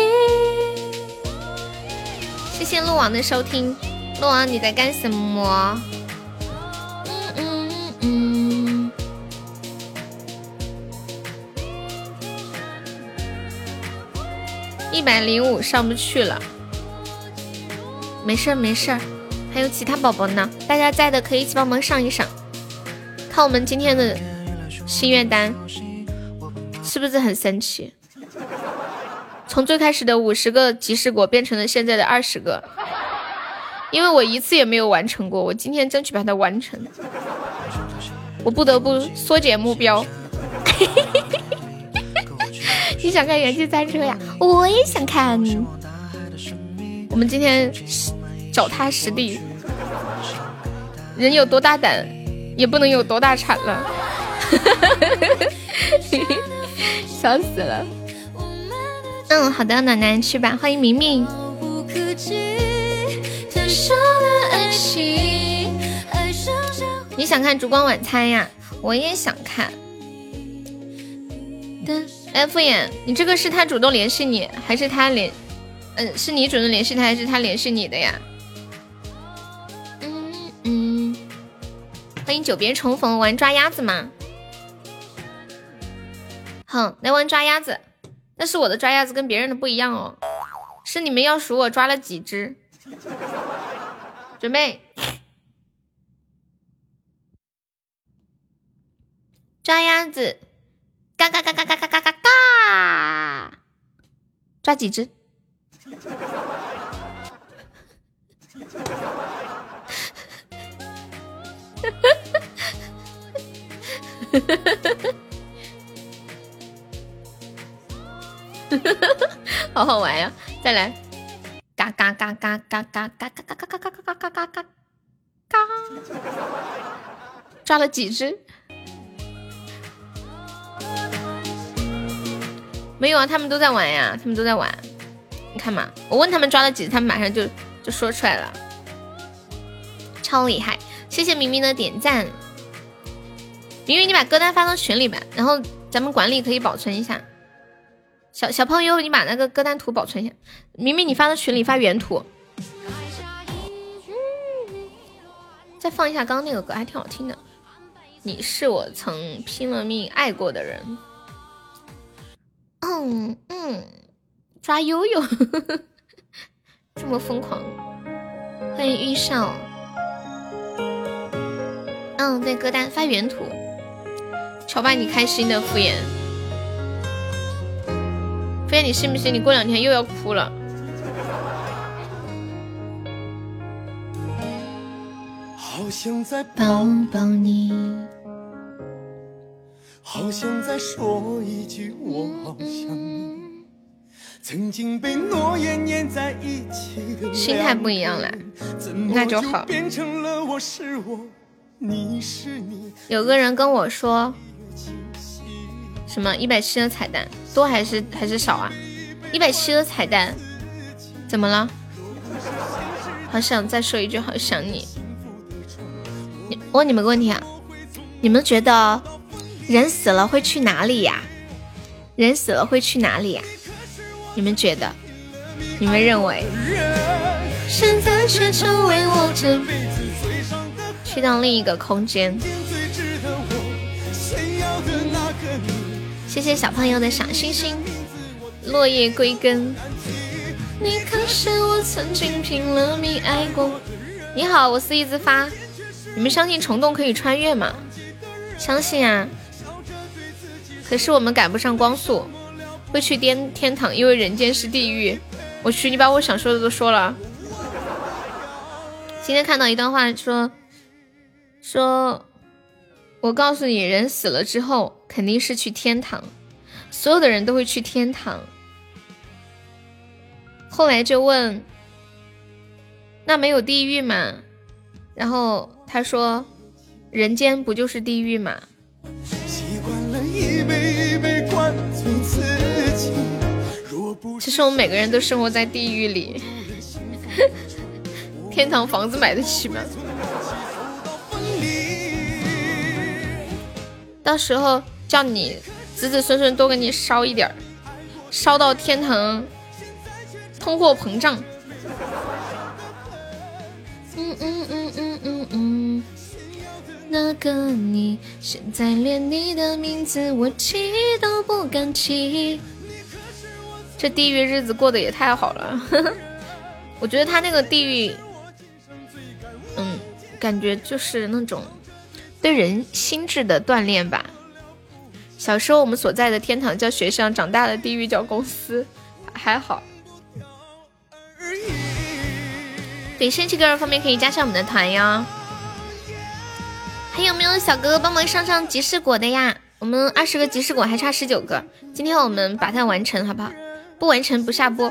谢谢鹿王的收听。鹿王你在干什么？嗯嗯嗯。一百零五上不去了，没事儿没事儿，还有其他宝宝呢，大家在的可以一起帮忙上一上。看我们今天的心愿单，是不是很神奇？从最开始的五十个集市果变成了现在的二十个，因为我一次也没有完成过，我今天争取把它完成，我不得不缩减目标。你想看元气餐车呀？我也想看。我们今天脚踏实地，人有多大胆，也不能有多大产了。笑死了。嗯，好的，暖男去吧，欢迎明明。你想看烛光晚餐呀？我也想看。哎，敷衍，你这个是他主动联系你，还是他联？嗯，是你主动联系他，还是他联系你的呀？嗯嗯。欢迎久别重逢，玩抓鸭子吗？好，来玩抓鸭子，但是我的抓鸭子跟别人的不一样哦，是你们要数我抓了几只。准备，抓鸭子。嘎嘎嘎嘎嘎嘎嘎嘎嘎！抓几只？好好玩呀！再来，嘎嘎嘎嘎嘎嘎嘎嘎嘎嘎嘎嘎嘎嘎嘎嘎嘎！抓了几只？没有啊，他们都在玩呀，他们都在玩。你看嘛，我问他们抓了几只，他们马上就就说出来了，超厉害！谢谢明明的点赞。明明，你把歌单发到群里吧，然后咱们管理可以保存一下。 小小朋友，你把那个歌单图保存一下。明明你发到群里发原图。再放一下刚刚那个歌，还挺好听的。你是我曾拼了命爱过的人。嗯嗯，抓悠悠，这么疯狂。欢迎玉少。嗯，对，歌单发原图。瞧把你开心的敷衍。敷衍，你信不信？你过两天又要哭了。 好想再抱抱你， 好想再说一句我好想你。曾经被诺言粘在一起的心态不一样了，那就好。 变成了我是我，你是你。 有个人跟我说，什么一百七的彩蛋多还是还是少啊？一百七的彩蛋怎么了？好想再说一句好想你。我问你们个问题啊，你们觉得人死了会去哪里呀？人死了会去哪里呀？你们觉得？你们认为？现在却成为我这辈子最伤的，去到另一个空间。谢谢小朋友的小星星，落叶归根。你可是我曾经拼了命爱过。你好，我是一只发。你们相信虫洞可以穿越吗？相信啊。可是我们赶不上光速，会去天天堂，因为人间是地狱。我去，你把我想说的都说了。今天看到一段话说，说我告诉你，人死了之后肯定是去天堂，所有的人都会去天堂。后来就问，那没有地狱吗？然后他说，人间不就是地狱吗？其实我们每个人都生活在地狱里。天堂房子买得起吗？到时候叫你子子孙孙多给你烧一点，烧到天堂通货膨胀。嗯嗯嗯嗯嗯嗯，那个你现在连你的名字我记都不敢记。这地狱日子过得也太好了。我觉得他那个地狱，嗯，感觉就是那种对人心智的锻炼吧。小时候我们所在的天堂叫学校，长大的地狱叫公司，还好。对，生气个人方面可以加上我们的团哟。还有没有小哥哥帮忙上上集市果的呀？我们二十个集市果还差十九个，今天我们把它完成好不好？不完成不下播，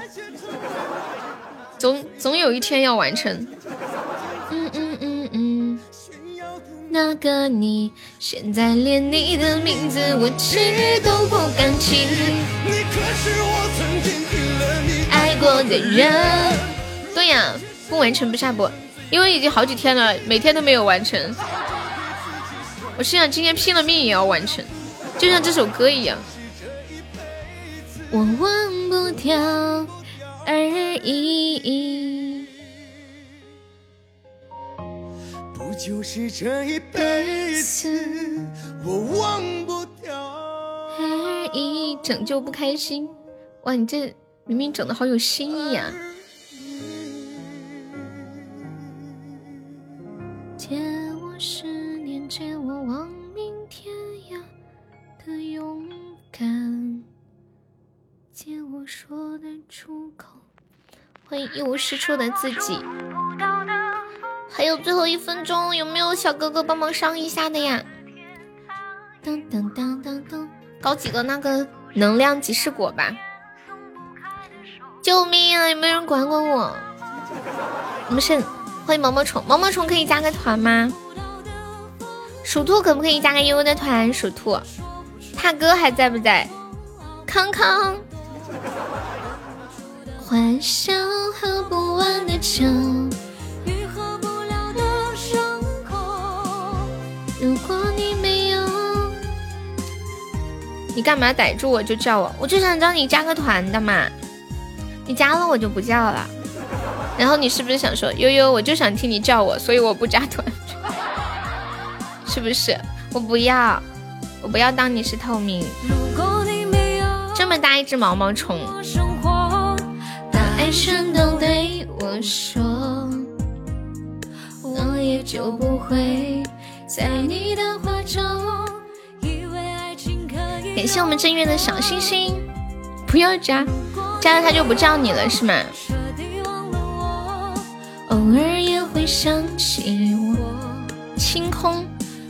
总总有一天要完成。嗯嗯嗯嗯，那个你现在连你的名字我记都不敢记，你可是我曾经拼了命爱过的人。对呀，不完成不下播，因为已经好几天了，每天都没有完成。我心想今天拼了命也要完成，就像这首歌一样。我忘不掉而已， 不就是这一辈子我忘不掉而已。拯救不开心，哇，你这明明整的好有新意啊！借我十年，借我亡命天涯的勇敢，借我说得出口。欢迎一无是处的自己。还有最后一分钟，有没有小哥哥帮忙上一下的呀？当当当当当，搞几个那个能量集市果吧！救命啊！有没有人管管我？我们是欢迎毛毛虫，毛毛虫可以加个团吗？鼠兔可不可以加个悠悠的团？鼠兔，大哥还在不在？康康，欢笑喝不完的酒，愈合不了的伤口。如果你没有，你干嘛逮住我就叫我？我就想找你加个团的嘛。你加了我就不叫了。然后你是不是想说悠悠，我就想听你叫我，所以我不加团，是不是？我不要，我不要当你是透明。这么大一只毛毛虫，把爱全都对我说，我也就不会在你的怀中以为爱情可以。感谢我们正月的小星星，不要加，加了他就不叫你了是吗？偶尔也会想起我。清空，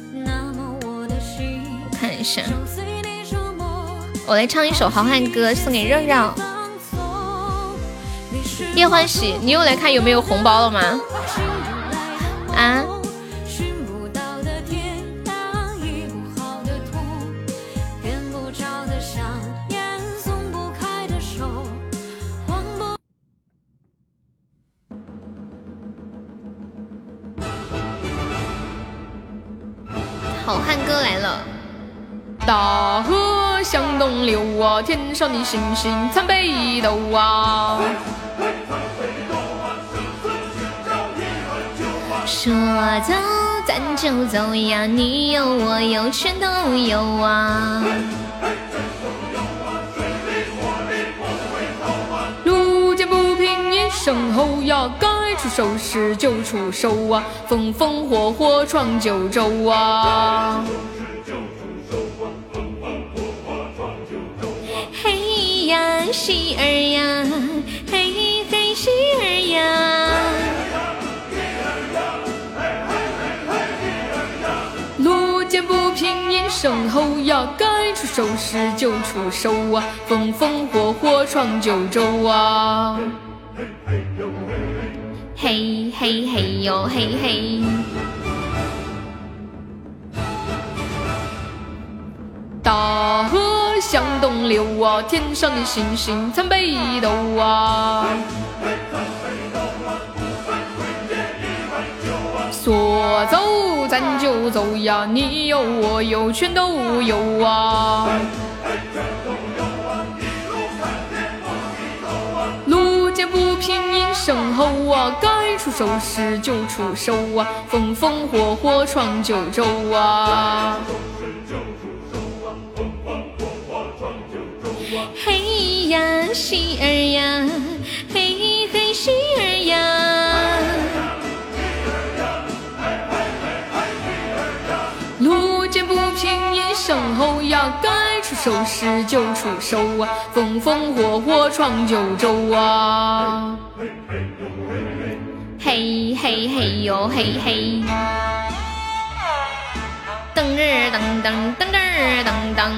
我看一下，我来唱一首好汉歌送给热热。叶欢喜，你又来看有没有红包了吗？啊？好汉歌来了。大河向东流啊，天上的星星参北斗啊。说走咱就走呀，你有我有全都有啊。路见不平一声吼呀，该出手时就出手啊，风风火火闯九州啊。嘿呀喜儿呀，嘿嘿喜儿呀，路见不平一声吼呀，该出手时就出手啊，风风火火闯九州啊。嘿嘿嘿哟嘿嘿，大河向东流啊，天上的星星参北斗啊。说走咱就走呀，你有我有全都有啊。路见不平一声吼啊，该出手时就出手啊，风风火火闯九州啊。嘿呀喜儿呀，嘿嘿喜儿呀，路见不平一声吼呀，该出手时就出手啊，风风火火闯九州啊。嘿嘿嘿哟嘿嘿，噔儿噔噔噔噔噔噔。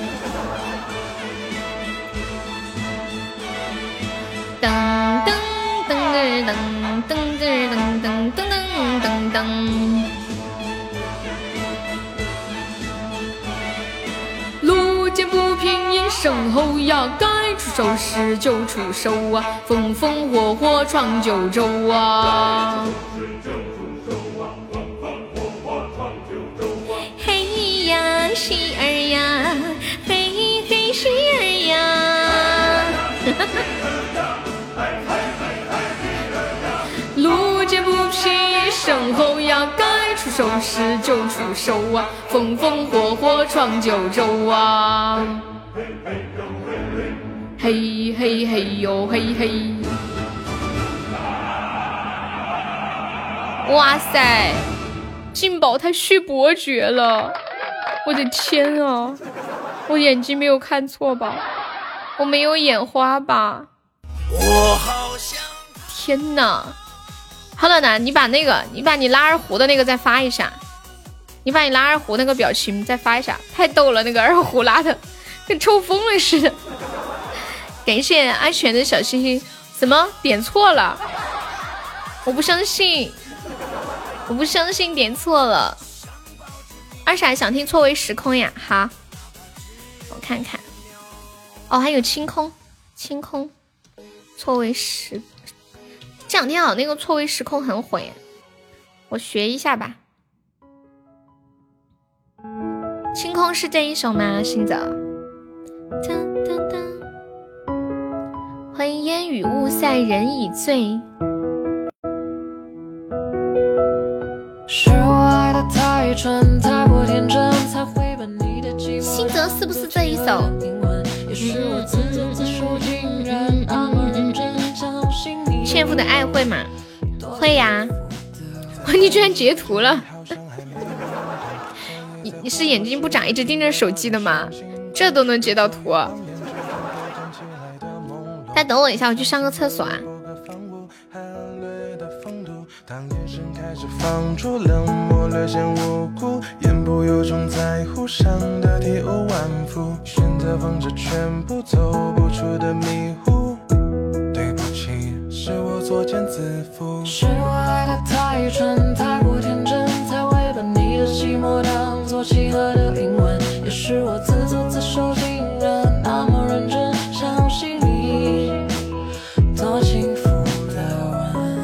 噔噔噔噔噔噔噔噔噔噔噔，路见不平一声吼呀，该出手时就出手啊，风风火火闯九州啊。嘿呀喜儿呀，嘿嘿喜儿呀。路见不平一声吼呀，该出手时就出手啊，风风火火闯九州啊。嘿嘿嘿哟嘿嘿，哇塞，劲宝他续伯爵了，我的天啊，我眼睛没有看错吧？我没有眼花吧？我好想天哪！好了呢，你把那个，你把你拉二胡的那个再发一下，你把你拉二胡那个表情再发一下，太逗了，那个二胡拉的跟抽风了似的。感谢阿全的小星星，怎么点错了？我不相信，我不相信点错了。二傻想听错位时空呀？好，我看看。哦，还有清空，清空，错位时。这两天好，那个错位时空很火呀，我学一下吧。清空是这一首吗？星泽， 烟雨雾散人已醉。是我爱的太蠢，太过天真，才会把你的寂寞。新泽是不是这一首？纤夫的爱会吗？会呀。你居然截图了。你你是眼睛不长一直盯着手机的吗？这都能截到图啊。再等我一下，我去上个厕所啊。当眼神开始放出冷漠，略显无辜，言不由衷，在乎伤得体无完肤，选择放着全部走不出的迷糊。对不起，是我作茧自缚，是我爱得太蠢，太过天真，才会把你的寂寞当作契合的灵魂，也是我自作自受，竟然那么认真相信你，多轻浮的吻。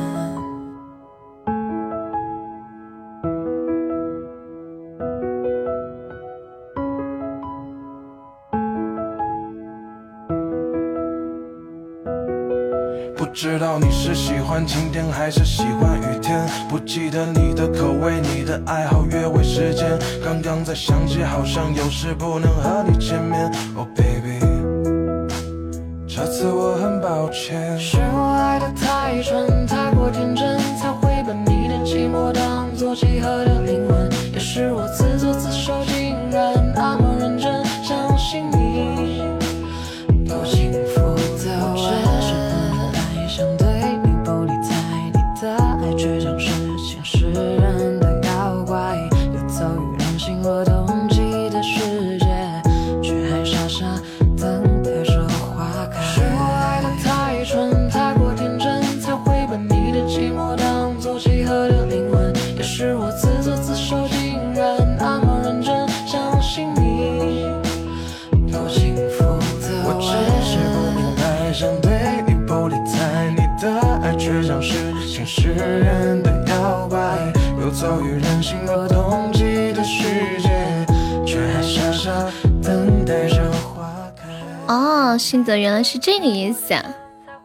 不知道你是喜欢晴天还是喜欢雨天，不记得你的口味，你的爱好，约会时间，刚刚才想起好像有事不能和你见面。 Oh baby， 这次我很抱歉，是我爱得太蠢，太过天真，才会把你的寂寞当作契合的灵魂，也是我自作自受，竟然那么认真相信你，多幸福的吻。想对你不理睬，你的爱却像是前世人的妖怪，游走于人心或冬季的世界，却还傻傻等待着花开。是我爱得太蠢，太过天真，才会把你的寂寞当作契合的灵魂，也是我自作自受，竟然那么认真相信你，多幸福的我只是不明白，想对你不理睬，你的爱却像是前世人的妖怪，游走于人心若冬季的世界，却还傻傻等待着花开。哦，信泽原来是这个意思啊！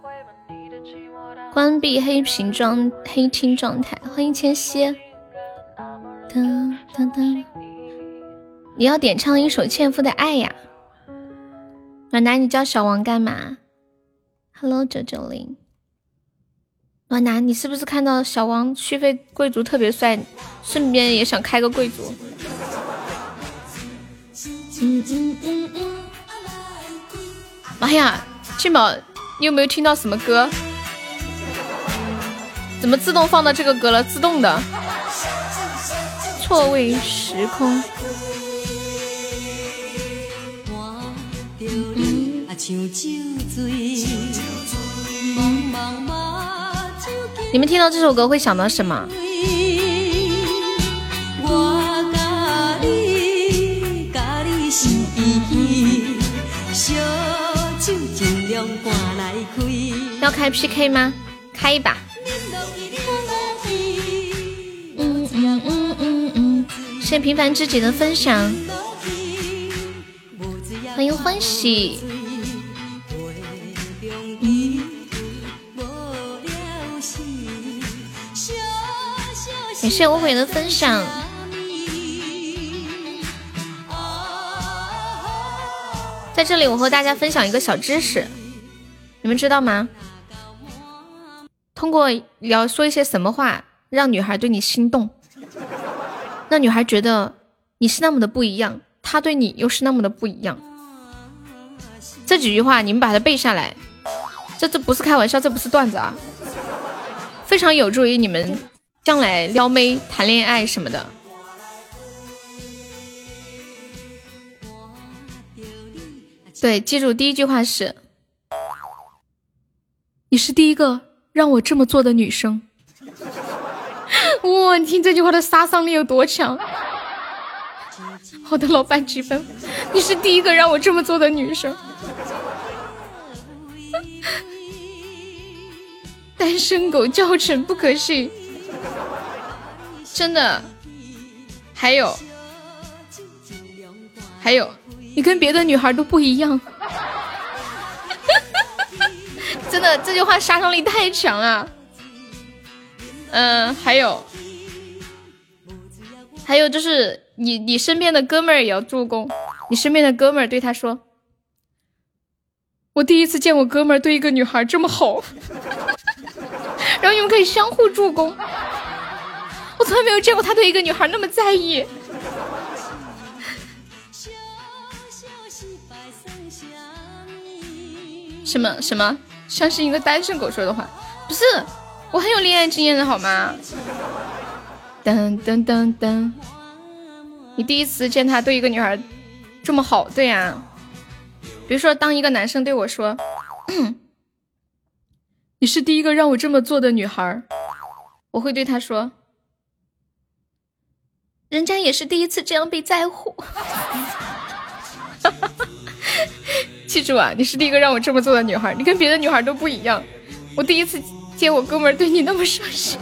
关闭黑屏状黑听状态，欢迎千玺。噔噔噔，你要点唱一首《纤夫的爱》呀？暖男，你叫小王干嘛 ？Hello 九九零，暖男，你是不是看到小王续费贵族特别帅，顺便也想开个贵族？嗯嗯嗯嗯。妈呀，庆宝，你有没有听到什么歌？怎么自动放到这个歌了？自动的。错位时空。你们听到这首歌会想到什么？要开 P K 吗？开一把。嗯嗯嗯嗯嗯，谢谢平凡知己的分享，欢迎欢喜。感谢无悔的分享。在这里我和大家分享一个小知识，你们知道吗？通过聊说一些什么话让女孩对你心动，那女孩觉得你是那么的不一样，她对你又是那么的不一样。这几句话你们把它背下来，这这不是开玩笑，这不是段子啊，非常有助于你们将来撩妹谈恋爱什么的。对，记住第一句话是你是第一个让我这么做的女生。哇，你听这句话的杀伤力有多强。好的，老板积分，你是第一个让我这么做的女生。单身狗教程不可信，真的。还有还有，你跟别的女孩都不一样。 真的这句话杀伤力太强了。嗯，还有还有就是你你身边的哥们儿也要助攻，你身边的哥们儿对他说，我第一次见我哥们儿对一个女孩这么好。然后你们可以相互助攻，我从来没有见过他对一个女孩那么在意。什么什么相信一个单身狗说的话？不是，我很有恋爱经验的好吗？噔噔噔噔，你第一次见他对一个女孩这么好，对呀、啊。比如说当一个男生对我说你是第一个让我这么做的女孩，我会对他说，人家也是第一次这样被在乎。记住啊，你是第一个让我这么做的女孩，你跟别的女孩都不一样。我第一次见我哥们儿对你那么上心，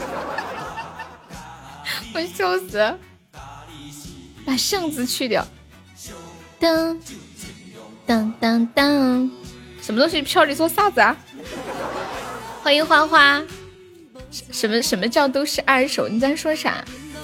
我笑死。把巷子去掉，当当当当，什么东西飘里说啥子啊？欢迎花花。什么什么叫都是二手？你在说啥？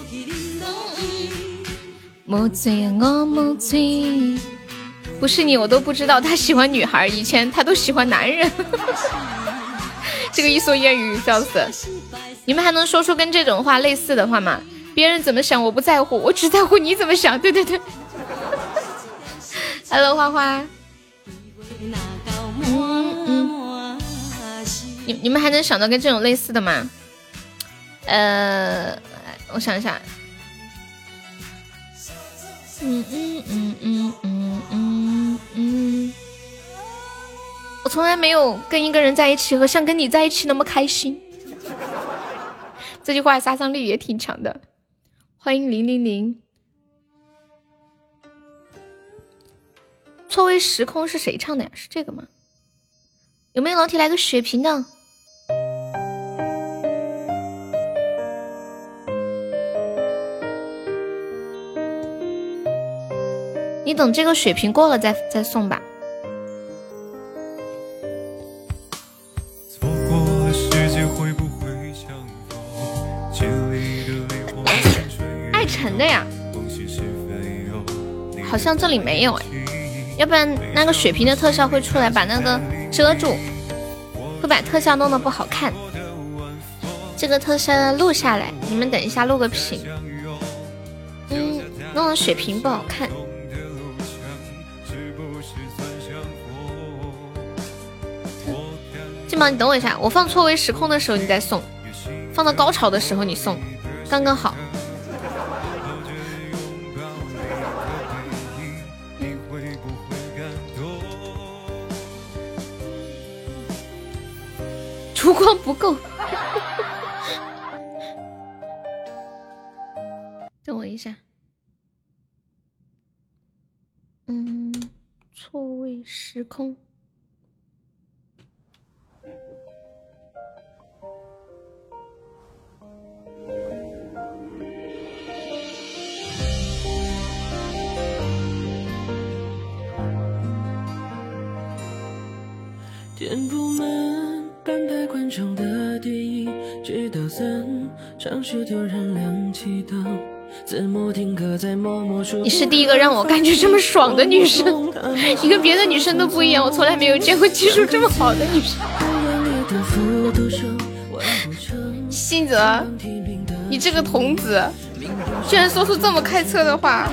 没醉我没醉，不是你我都不知道他喜欢女孩，以前他都喜欢男人。这个一说谚语笑死。你们还能说出跟这种话类似的话吗？别人怎么想我不在乎，我只在乎你怎么想。对对对。Hello 花花。嗯嗯，你你们还能想到跟这种类似的吗？呃，我想一下。嗯嗯嗯嗯嗯嗯嗯，我从来没有跟一个人在一起和像跟你在一起那么开心。这句话杀伤力也挺强的。欢迎零零零。错位时空是谁唱的呀？是这个吗？有没有老铁来个血瓶的？你等这个血瓶过了再再送吧。爱沉的呀，好像这里没有哎，要不然那个血瓶的特效会出来把那个遮住，会把特效弄得不好看。这个特效录下来，你们等一下录个屏。嗯，弄得血瓶不好看。金毛，你等我一下，我放错位时空的时候你再送，放到高潮的时候你送，刚刚好。烛光不够。等我一下。嗯，错位时空。 填不满半排观众的电影，直到三场时突然亮起灯，字幕听刻在默默处。 你是第一个让我感觉这么爽的女生，你跟别的女生都不一样，我从来没有见过技术这么好的女生。信泽，你这个童子，居然说出这么开车的话。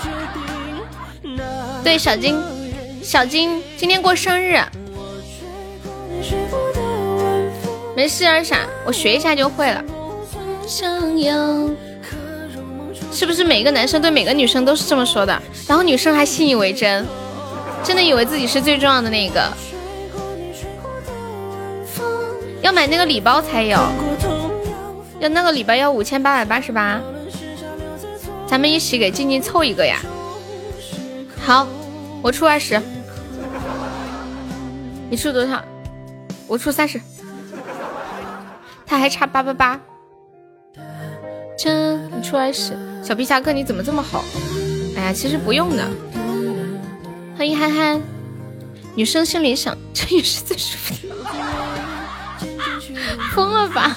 对，小金，小金今天过生日。没事二傻，我学一下就会了。想要，是不是每个男生对每个女生都是这么说的？然后女生还信以为真，真的以为自己是最重要的那个。要买那个礼包才有，要那个礼包要五千八百八十八，咱们一起给静静凑一个呀。好，我出二十，你出多少？我出三十。他还差八八八，这你出二十。小皮侠哥你怎么这么好？哎呀，其实不用的。欢迎憨憨，女生心里想，这也是最舒服的。 疯了吧？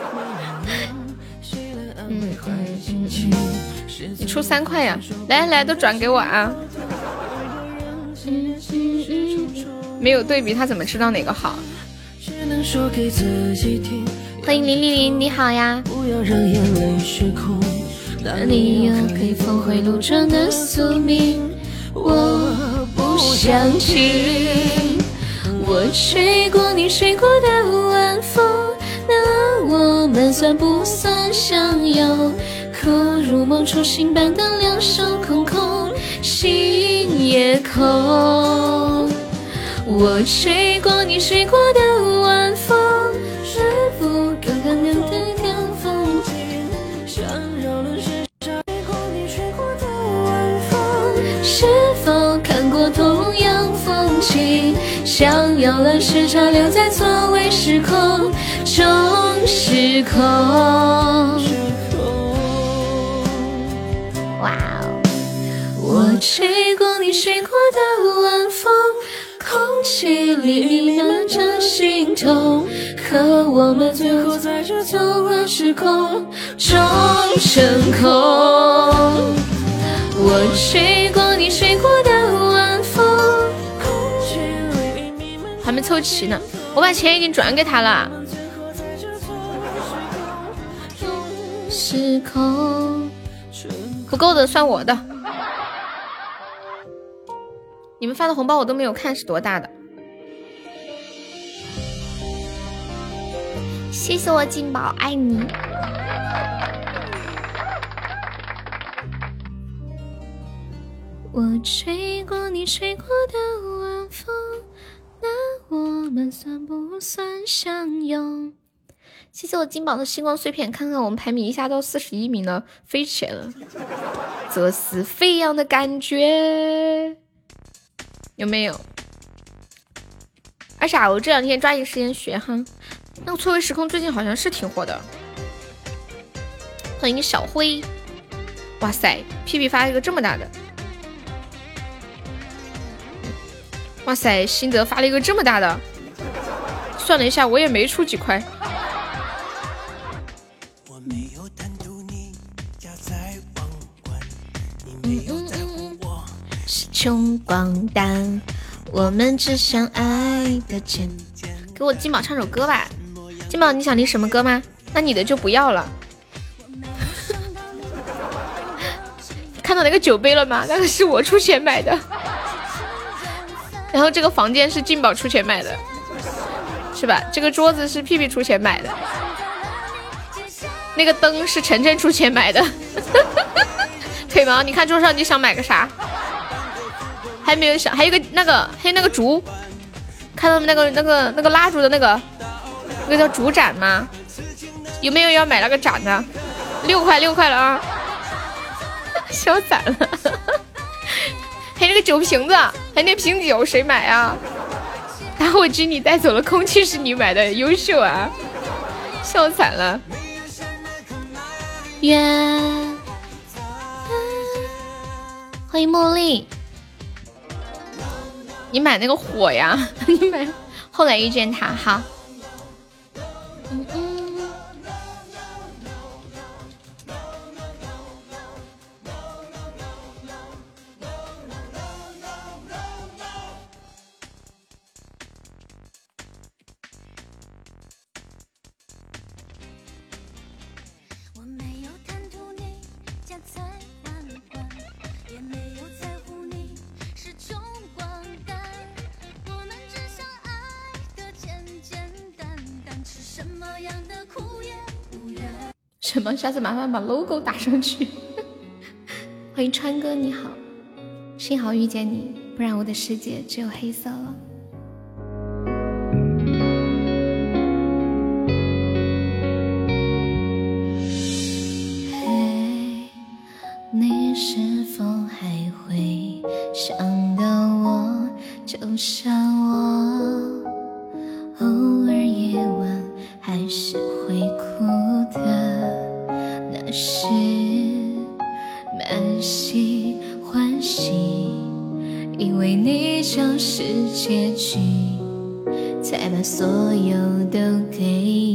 嗯，你出三块呀？来来，都转给我啊！没有对比，他怎么知道哪个好？欢迎林丽玲，你好呀！你又可以峰回路转的宿命，我不想听。我吹过你吹过的晚风，那我们算不算相拥？可如梦初醒般的两手空空，心也空。我吹过你吹过的晚风，是否刚刚那的感风景？想绕了世上吹过你吹过的晚风，是否看过同样风景？想要了时差留在错位时空中时空。哇哦！我吹过你吹过的晚风，空气里弥漫着心痛，可我们最后在这错位时空中成空。我吹过你吹过的晚风，还没凑齐呢，我把钱已经转给他了。时空不够的算我的，你们发的红包我都没有看是多大的。谢谢我金宝，爱你。我吹过你吹过的晚风，那我们算不算相拥？谢谢我金宝的星光碎片，看看我们排名一下到四十一名了，飞起来了，这是飞扬的感觉，有没有？而且啊，我这两天抓紧时间学哈，那个错位时空最近好像是挺火的。欢迎小辉，哇塞，屁屁发了一个这么大的。哇塞，辛德发了一个这么大的，算了一下，我也没出几块。嗯嗯嗯，是穷光蛋，我们只想爱的简简。给我金宝唱首歌吧，金宝，你想听什么歌吗？那你的就不要了。看到那个酒杯了吗？那个是我出钱买的。然后这个房间是金宝出钱买的，是吧？这个桌子是屁屁出钱买的，那个灯是晨晨出钱买的。腿毛，你看桌上你想买个啥？还没有想，还有一个那个，还有那个竹，看到那个那个那个蜡烛的那个，那个叫竹盏吗？有没有要买那个盏的？六块六块了啊！笑惨了。还有那个酒瓶子，还有那瓶酒，谁买啊？打火机你带走了，空气是你买的，优秀啊！笑惨了。愿欢迎茉莉，你买那个火呀？你买后来遇见他，好。嗯嗯。什么？下次麻烦把 logo 打上去。欢迎川哥，你好，幸好遇见你，不然我的世界只有黑色了。嘿，你是否还会想到我？就像我偶尔夜晚还是会哭的。那是满心欢喜，因为你就是结局，才把所有都给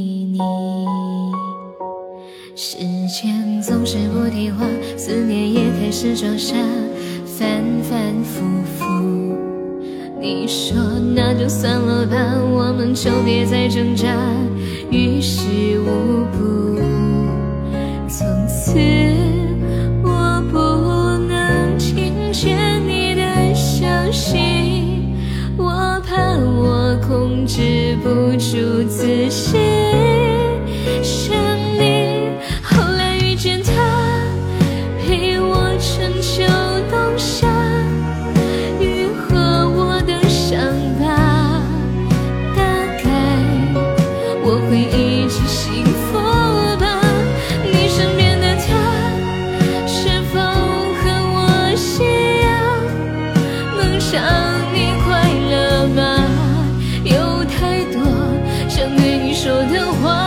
时间总是不替换，思念也开始装傻，反反复复。你说那就算了吧，我们就别再挣扎，于事无补。从此我不能听见你的消息，我怕我控制不住自己。想你，后来遇见他，陪我春秋冬夏，愈合我的伤疤。大概我会一直幸福吧。你身边的他，是否和我一样，能让你快乐吗？有太多想对你说的话。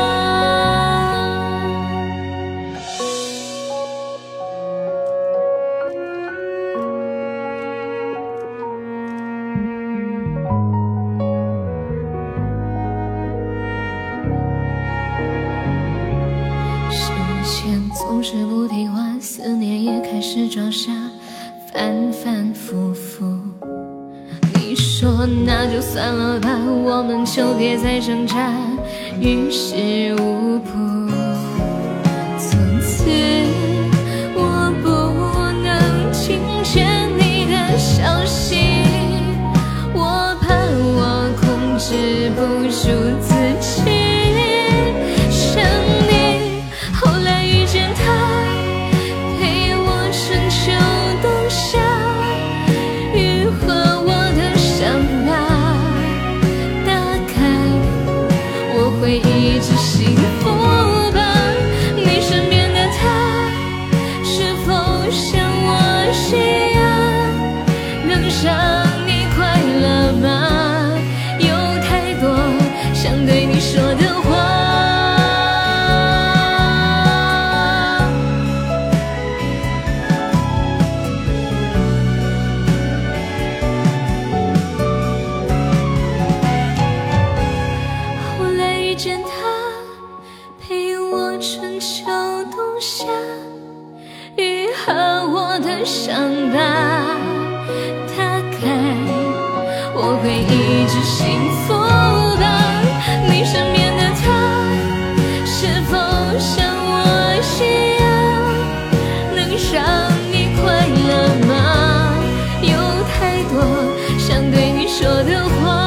总是不听话，思念也开始装傻，反反复复。你说那就算了吧，我们就别再挣扎，于事无补。从此我不能听见你的消息，我怕我控制不住自己。会一直幸福吧。你身边的他，是否像我一样，能让你快乐吗？有太多想对你说的话。伤疤，大概我会一直幸福吧。你身边的他，是否像我一样，能让你快乐吗？有太多想对你说的话。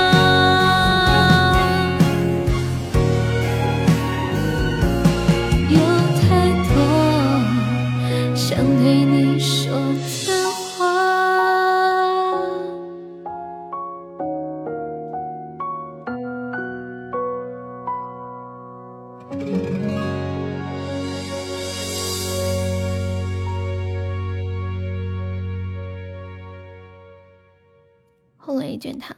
后来一见他，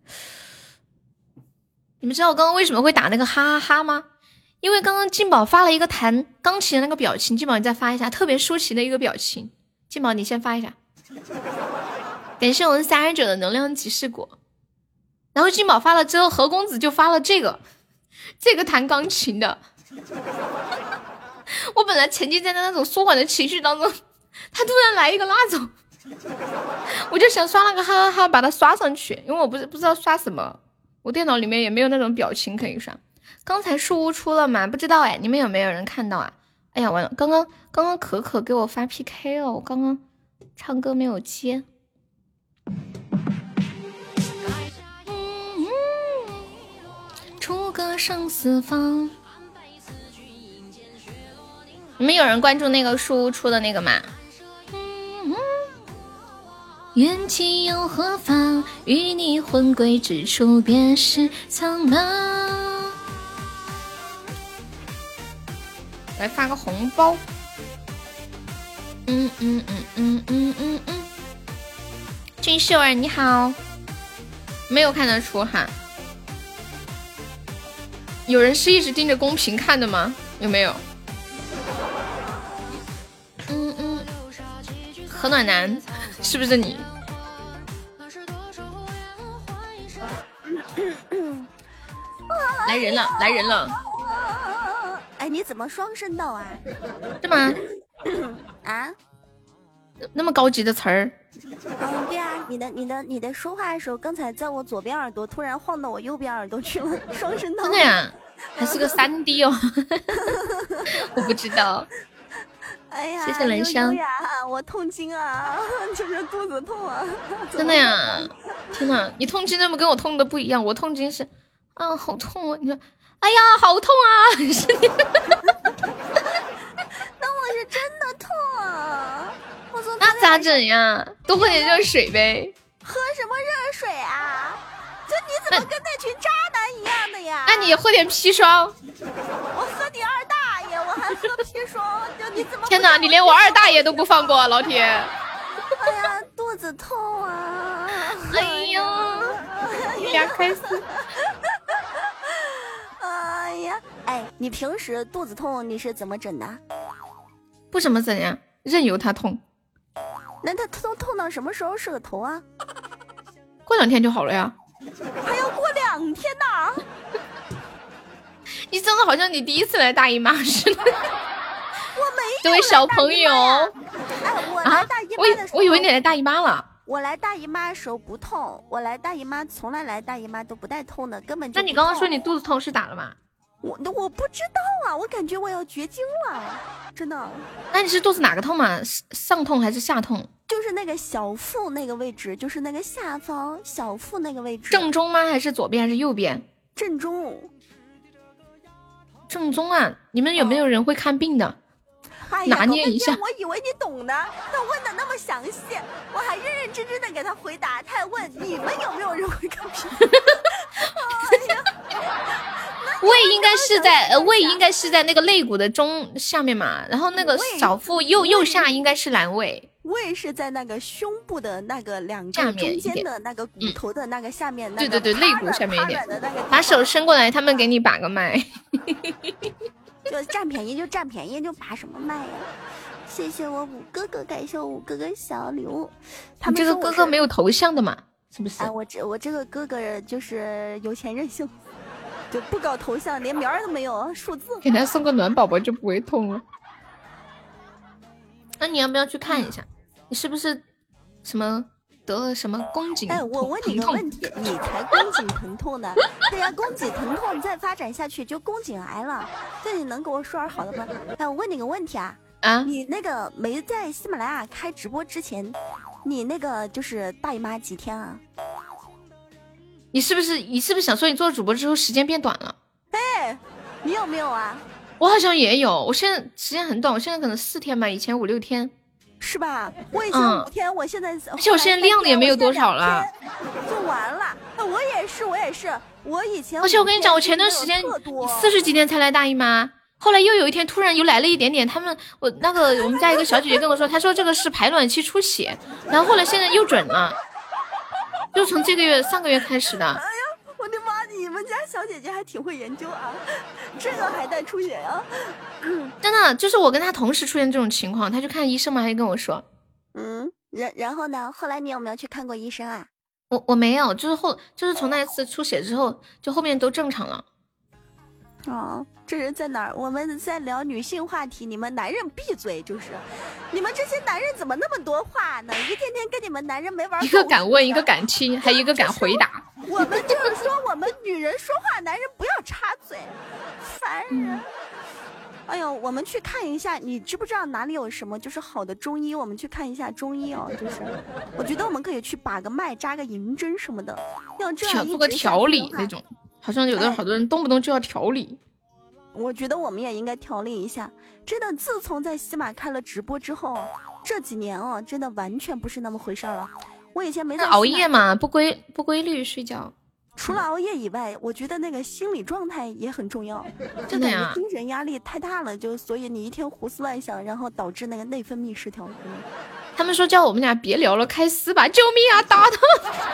你们知道我刚刚为什么会打那个哈哈哈吗？因为刚刚静宝发了一个弹钢琴的那个表情，静宝你再发一下，特别抒情的一个表情。静宝你先发一下，感谢我们三十九的能量骑士果。然后静宝发了之后，何公子就发了这个这个弹钢琴的。我本来沉浸在那种舒缓的情绪当中，他突然来一个拉走，我就想刷那个哈哈哈把它刷上去，因为我不是不知道刷什么，我电脑里面也没有那种表情可以刷。刚才树屋出了吗？不知道哎，你们有没有人看到啊？哎呀完了，刚刚刚刚可可给我发 P K 了，我刚刚唱歌没有接。出歌胜四方。你们有人关注那个树屋出的那个吗？缘起又何妨，与你魂归之处便是苍茫。来发个红包。嗯嗯嗯嗯嗯嗯嗯。俊秀儿你好，没有看得出哈。有人是一直盯着公屏看的吗？有没有？嗯嗯。何暖男是不是你？来人了，来人了！ 哎， 你怎么双声道啊？ 是吗？ 啊？ 那么高级的词儿？ 嗯，对啊，你的你的你的说话的时候，刚才在我左边耳朵，突然晃到我右边耳朵去了，双声道。 真的呀？还是个三 D 哦？我不知道。 哎呀， 谢谢人生呀，我痛经啊，就是肚子痛啊。 真的呀？天哪，你痛经怎么跟我痛的不一样？我痛经是啊，好痛啊！你说，哎呀，好痛啊！是你。 那我是真的痛啊！我说那咋整呀？多喝点热水呗。 喝什么热水啊？就你怎么跟那群渣男一样的呀？ 那你喝点砒霜。 我喝你二大爷，我还喝砒霜，就你怎么？ 天哪，你连我二大爷都不放过，老铁。 哎呀，肚子痛啊！ 哎呀，你俩开心。 哎呀，哎，你平时肚子痛你是怎么整的？ 不怎么整呀，任由它痛。 那它痛痛到什么时候是个头啊？ 过两天就好了呀。 还要过两天呢？ 你真的好像你第一次来大姨妈似的。 我没有。 这位小朋友， 哎，我来大姨妈的时候， 我以为你来大姨妈了。 我来大姨妈的时候不痛，我来大姨妈从来来大姨妈都不带痛的，根本就。 那你刚刚说你肚子痛是打了吗？ 我我不知道啊，我感觉我要绝经了，真的。 那你是肚子哪个痛嘛？上痛还是下痛？ 就是那个小腹那个位置，就是那个下方小腹那个位置。 正中吗？还是左边还是右边？ 正中。 正中啊！你们有没有人会看病的？ 哎、 拿捏一下。 我以为你懂的，他问的那么详细，我还认认真真的给他回答。他还问你们有没有人会看病？哎呀， 胃应该是在呃，胃应该是在那个肋骨的中下面嘛，然后那个小腹右右下应该是阑尾。 胃是在那个胸部的那个两个中间的那个骨头的那个下面， 对对对，肋骨下面一点。 那个把手伸过来，他们给你把个脉。 就占便宜就占便宜，就把什么脉呀？谢谢我五哥哥，感谢我五哥哥小礼物。他们这个哥哥没有头像的嘛？是不是？ 哎，我这我这个哥哥就是有钱任性，就不搞头像，连名儿都没有，数字。 给他送个暖宝宝就不会痛了。那你要不要去看一下？你是不是什么得了什么宫颈？ 哎，我问你个问题，你才宫颈疼痛呢？对呀、啊，宫颈疼痛再发展下去就宫颈癌了。这你能给我说点好的吗？哎，我问你个问题啊， 啊， 你那个没在喜马拉雅开直播之前，你那个就是大姨妈几天啊？ 你是不是你是不是想说你做主播之后时间变短了？ 哎，你有没有啊？ 我好像也有，我现在时间很短，我现在可能四天吧，以前五六天。 是吧？我以前五天，嗯、我现在而且我现在量也没有多少了， 就完了。我也是，我也是，我以前而且我跟你讲，我前段时间四十几天才来大姨妈，后来又有一天突然又来了一点点。他们我那个我们家一个小姐姐跟我说，她说这个是排卵期出血，然后后来现在又准了，就从这个月上个月开始的。 哎呀，我的妈！你们家小姐姐还挺会研究啊，这个还带出血呀、啊？ 真的，就是我跟她同时出现这种情况，她去看医生嘛，还跟我说， 嗯，然然后呢？后来你有没有去看过医生啊？ 我我没有，就是后就是从那一次出血之后，就后面都正常了。 哦，这是在哪儿？我们在聊女性话题，你们男人闭嘴！就是，你们这些男人怎么那么多话呢？一天天跟你们男人没玩。 一个敢问，一个敢听，还一个敢回答。 我们就是说，我们女人说话，男人不要插嘴，烦人。嗯、哎呦，我们去看一下，你知不知道哪里有什么就是好的中医？我们去看一下中医哦。就是，我觉得我们可以去把个脉、扎个银针什么的，要这样做个调理那种。好像有的好多人动不动就要调理、 哎，我觉得我们也应该调理一下。真的，自从在喜马开了直播之后，这几年哦，真的完全不是那么回事了。我以前没在熬夜嘛，不规不规律睡觉。 除了熬夜以外，我觉得那个心理状态也很重要。 真的呀， 精神压力太大了，就所以你一天胡思乱想，然后导致那个内分泌失调。 他们说叫我们俩别聊了，开撕吧！救命啊，打他！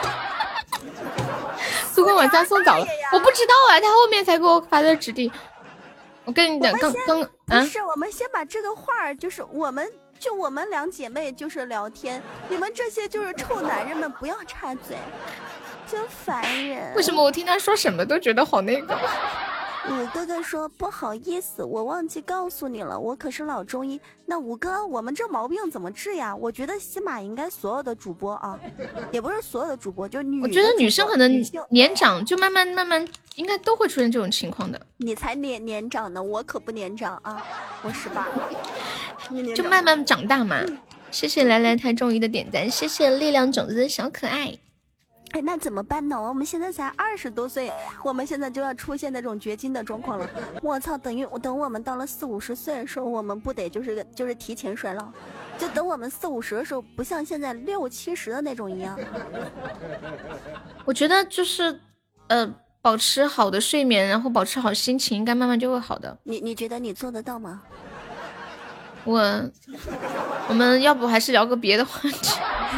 苏公晚餐送早了，我不知道啊，他后面才给我发的指令。我跟你讲，刚刚不是、啊，我们先把这个话儿，就是我们就我们两姐妹就是聊天，你们这些就是臭男人们不要插嘴，真烦人。 为什么我听他说什么都觉得好那个？ 五哥哥说不好意思，我忘记告诉你了，我可是老中医。那五哥，我们这毛病怎么治呀？我觉得起码应该所有的主播啊，也不是所有的主播，就女。 我觉得女生可能年长就慢慢慢慢应该都会出现这种情况的。 你才年年长呢，我可不年长啊，我十八。 就慢慢长大嘛。谢谢来来太中医的点赞，谢谢力量种子的小可爱。 哎，那怎么办呢？我们现在才二十多岁，我们现在就要出现那种绝经的状况了。我操，等于我等我们到了四五十岁的时候，我们不得就是就是提前衰老？就等我们四五十的时候，不像现在六七十的那种一样。 我觉得就是呃，保持好的睡眠，然后保持好心情，应该慢慢就会好的。 你你觉得你做得到吗？ 我，我们要不还是聊个别的话题？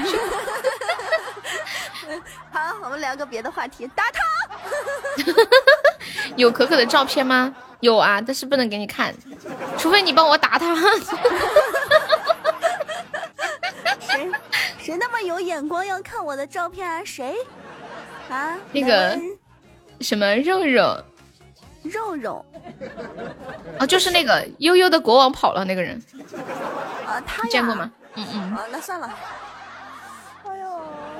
好，我们聊个别的话题。打他！ 有可可的照片吗？有啊，但是不能给你看，除非你帮我打他。 谁谁那么有眼光要看我的照片啊？谁？啊？ 那个什么肉肉。 肉肉。 哦，就是那个悠悠的国王跑了那个人。 啊，他呀见过吗？嗯嗯。 啊，那算了。哎呦。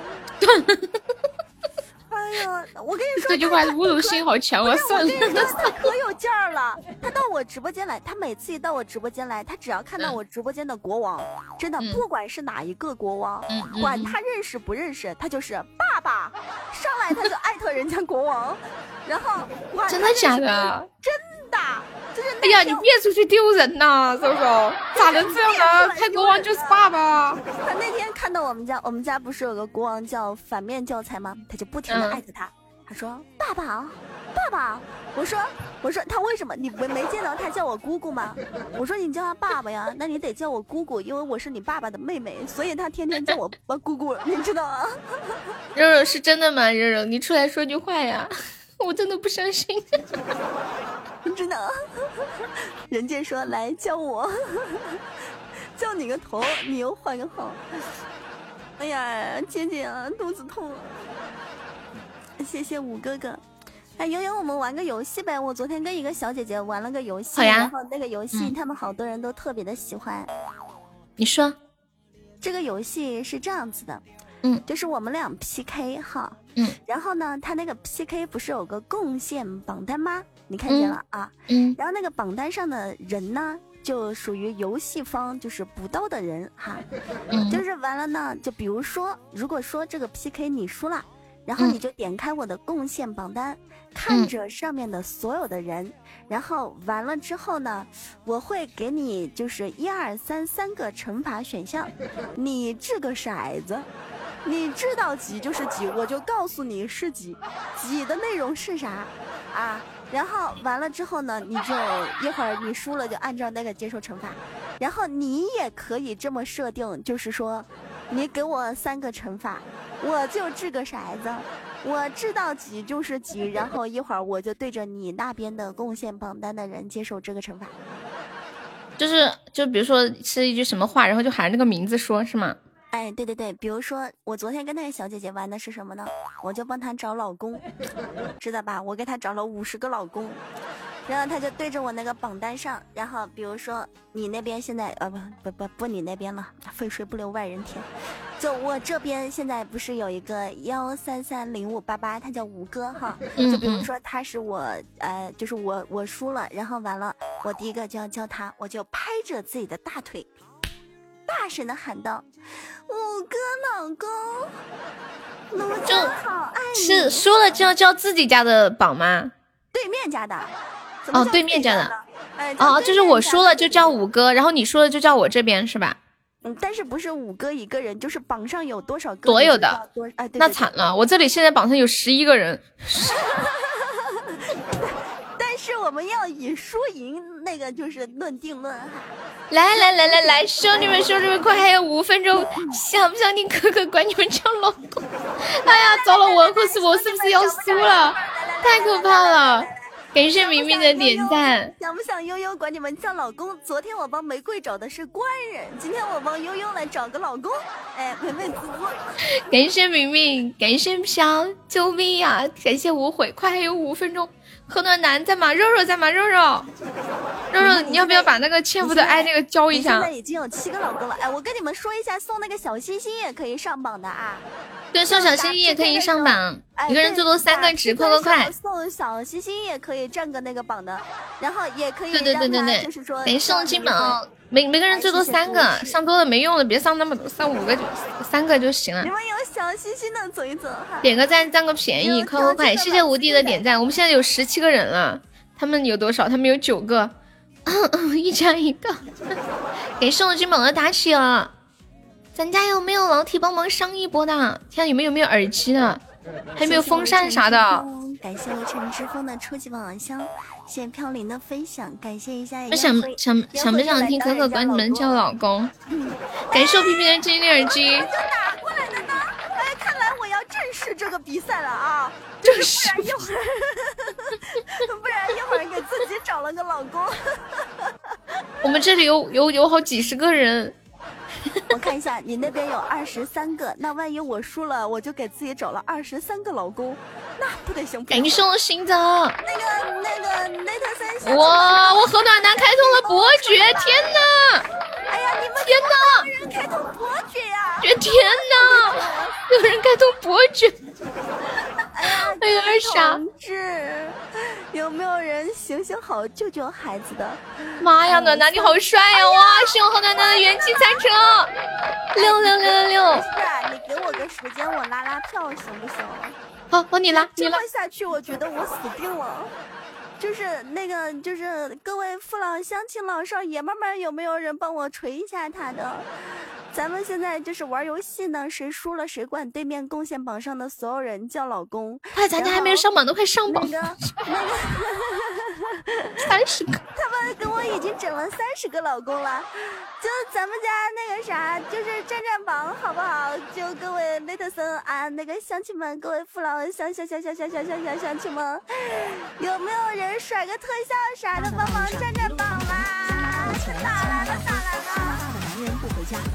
哎呀，我跟你说， 这句话侮辱性好强啊！算了， 他可有劲儿了。他到我直播间来，他每次一到我直播间来，他只要看到我直播间的国王，嗯、真的不管是哪一个国王，嗯、管他认识不认识，他就是爸爸，上来他就艾特人家国王，然后真的假的？ 真的。就是哎呀，你别出去丢人呐，搜搜，咋能这样呢？开国王就是爸爸。 他那天看到我们家，我们家不是有个国王叫反面教材吗？他就不停的艾特他，嗯、他说爸爸，爸爸。我说我说他为什么你没没见到他叫我姑姑吗？我说你叫他爸爸呀，那你得叫我姑姑，因为我是你爸爸的妹妹，所以他天天叫我姑姑，你知道吗？ 肉肉是真的吗？肉肉，你出来说句话呀！我真的不相信。 真的，人家说来叫我，叫你个头，你又换个号。哎呀，姐姐啊，肚子痛了。谢谢五哥哥。哎，悠悠，我们玩个游戏呗。我昨天跟一个小姐姐玩了个游戏， 好呀。 然后那个游戏、嗯、他们好多人都特别的喜欢。 你说， 这个游戏是这样子的。 嗯， 就是我们俩 P K 哈， 嗯， 然后呢，他那个 P K 不是有个贡献榜单吗？你看见了、嗯、啊， 嗯， 然后那个榜单上的人呢，就属于游戏方，就是补刀的人哈， 嗯， 就是完了呢，就比如说，如果说这个 P K 你输了，然后你就点开我的贡献榜单，嗯、看着上面的所有的人，然后完了之后呢，我会给你就是一二三三个惩罚选项，你掷个骰子。你知道几就是几，我就告诉你是几，几的内容是啥啊？然后完了之后呢，你就一会儿你输了就按照那个接受惩罚，然后你也可以这么设定，就是说，你给我三个惩罚，我就掷个骰子，我知道几就是几，然后一会儿我就对着你那边的贡献榜单的人接受这个惩罚。 就是就比如说是一句什么话，然后就喊那个名字说，是吗？ 哎，对对对，比如说我昨天跟那个小姐姐玩的是什么呢？我就帮她找老公，知道吧？我给她找了五十个老公，然后她就对着我那个榜单上，然后比如说你那边现在呃不不不不你那边了，肥水不流外人田，就我这边现在不是有一个幺三三零五八八，他叫吴哥哈，就比如说他是我呃就是我我输了，然后完了我第一个就要叫他，我就拍着自己的大腿。大声的喊道：“五哥老公，奴家好爱你。” 是输了就要叫自己家的榜吗？ 对面家的。 哦，对面家的。 哎， 哦，就是我输了就叫五哥，然后你输了就叫我这边是吧？ 嗯，但是不是五哥一个人，就是榜上有多少个所有的。 多哎，对对对， 那惨了，我这里现在榜上有十一个人。 但是我们要以输赢那个就是论定论。 来来来来来，兄弟们兄弟们，快还有五分钟，想不想听哥哥管你们叫老公？哎呀，糟了，我可是我是不是要输了？太可怕了！感谢明明的点赞。 想不想悠悠管你们叫老公？昨天我帮玫瑰找的是官人，今天我帮悠悠来找个老公。哎，美美滋滋。 感谢明明，感谢飘，救命呀！感谢无悔，快还有五分钟。 何暖男在吗？肉肉在吗？肉肉，肉肉，你要不要把那个欠付的爱那个交一下？ 现在已经有七个老公了，哎，我跟你们说一下，送那个小心心也可以上榜的啊。 对，送小心心也可以上榜， 哎、 一个人最多三个值，快快快！ 送小心心也可以占个那个榜的，然后也可以对对对对对， 就是说没送金榜，每每个人最多三个，哎、上多了没用的，别上那么多，上五个就三个就行了。 你们有小心心的走一走哈， 点个赞，占个便宜，快快快！谢谢无敌的点赞，我们现在有十七个人了，他们有多少？他们有九个，一加一个，给送了金榜的打起了。咱家有没有老铁帮忙上一波的？看有没有没有耳机的，还有没有风扇啥的？ 感谢我陈之风的初级宝箱，谢谢飘零的分享，感谢一下。 我想想想不想听可可管你们叫老公？感谢我皮皮的精灵耳机。 打过来的呢？哎，看来我要正视这个比赛了啊！ 正视， 不然一会儿，不然一会儿给自己找了个老公。 我们这里有有有好几十个人。 我看一下，你那边有二十三个，那万一我输了，我就给自己找了二十三个老公，那不得行？ 感谢我心脏。 那个那个内特三小。 哇！我和暖男开通了伯爵，天哪！ 哎呀，你们天哪！ 有人开通伯爵呀！ 天哪！有人开通伯爵。 哎呀， 哎呀，傻！ 同志，有没有人行行好救救孩子的？ 妈呀，暖男你好帅呀！哇，是我和暖男的元气餐车，六六六六六。 是啊，你给我个时间，我拉拉票行不行？ 好，好，你拉，你拉。 这么下去，我觉得我死定了。就是那个，就是各位父老乡亲老少爷们们，有没有人帮我锤一下他的？咱们现在就是玩游戏呢，谁输了谁管对面贡献榜上的所有人叫老公。 快，咱家还没有上榜，都快上榜。 那个那个三十个， 他们跟我已经整了三十个老公了。就咱们家那个啥，就是占占榜好不好？就各位雷特森啊，那个乡亲们，各位父老乡乡乡乡乡乡乡乡乡亲们，有没有人甩个特效啥的帮忙占占榜啦？打来了，打来了！男人不回家。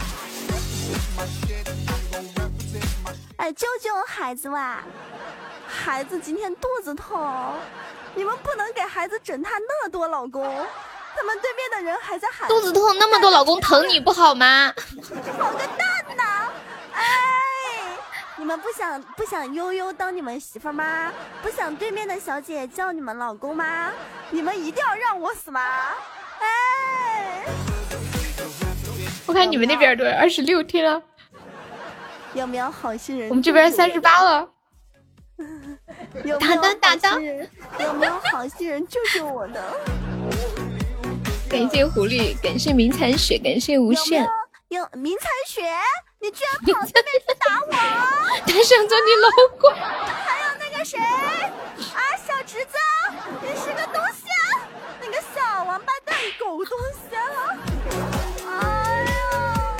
哎，救救孩子吧！孩子今天肚子痛，你们不能给孩子整他那么多老公。他们对面的人还在喊肚子痛，那么多老公疼你不好吗？ 好个蛋呐！哎，你们不想不想悠悠当你们媳妇吗？不想对面的小姐叫你们老公吗？你们一定要让我死吗？哎， 我看你们那边多二十六天了， 有没有好心人？ 我们这边三十八了。 有没有打的打的，有没有好心人救救我的？ 感谢狐狸，感谢明残雪，感谢无限。 有明残雪，你居然跑这边去打我！ 他想做你老公。 还有那个谁啊，小侄子，你是个东西啊！那个小王八蛋狗东西啊！哎呀！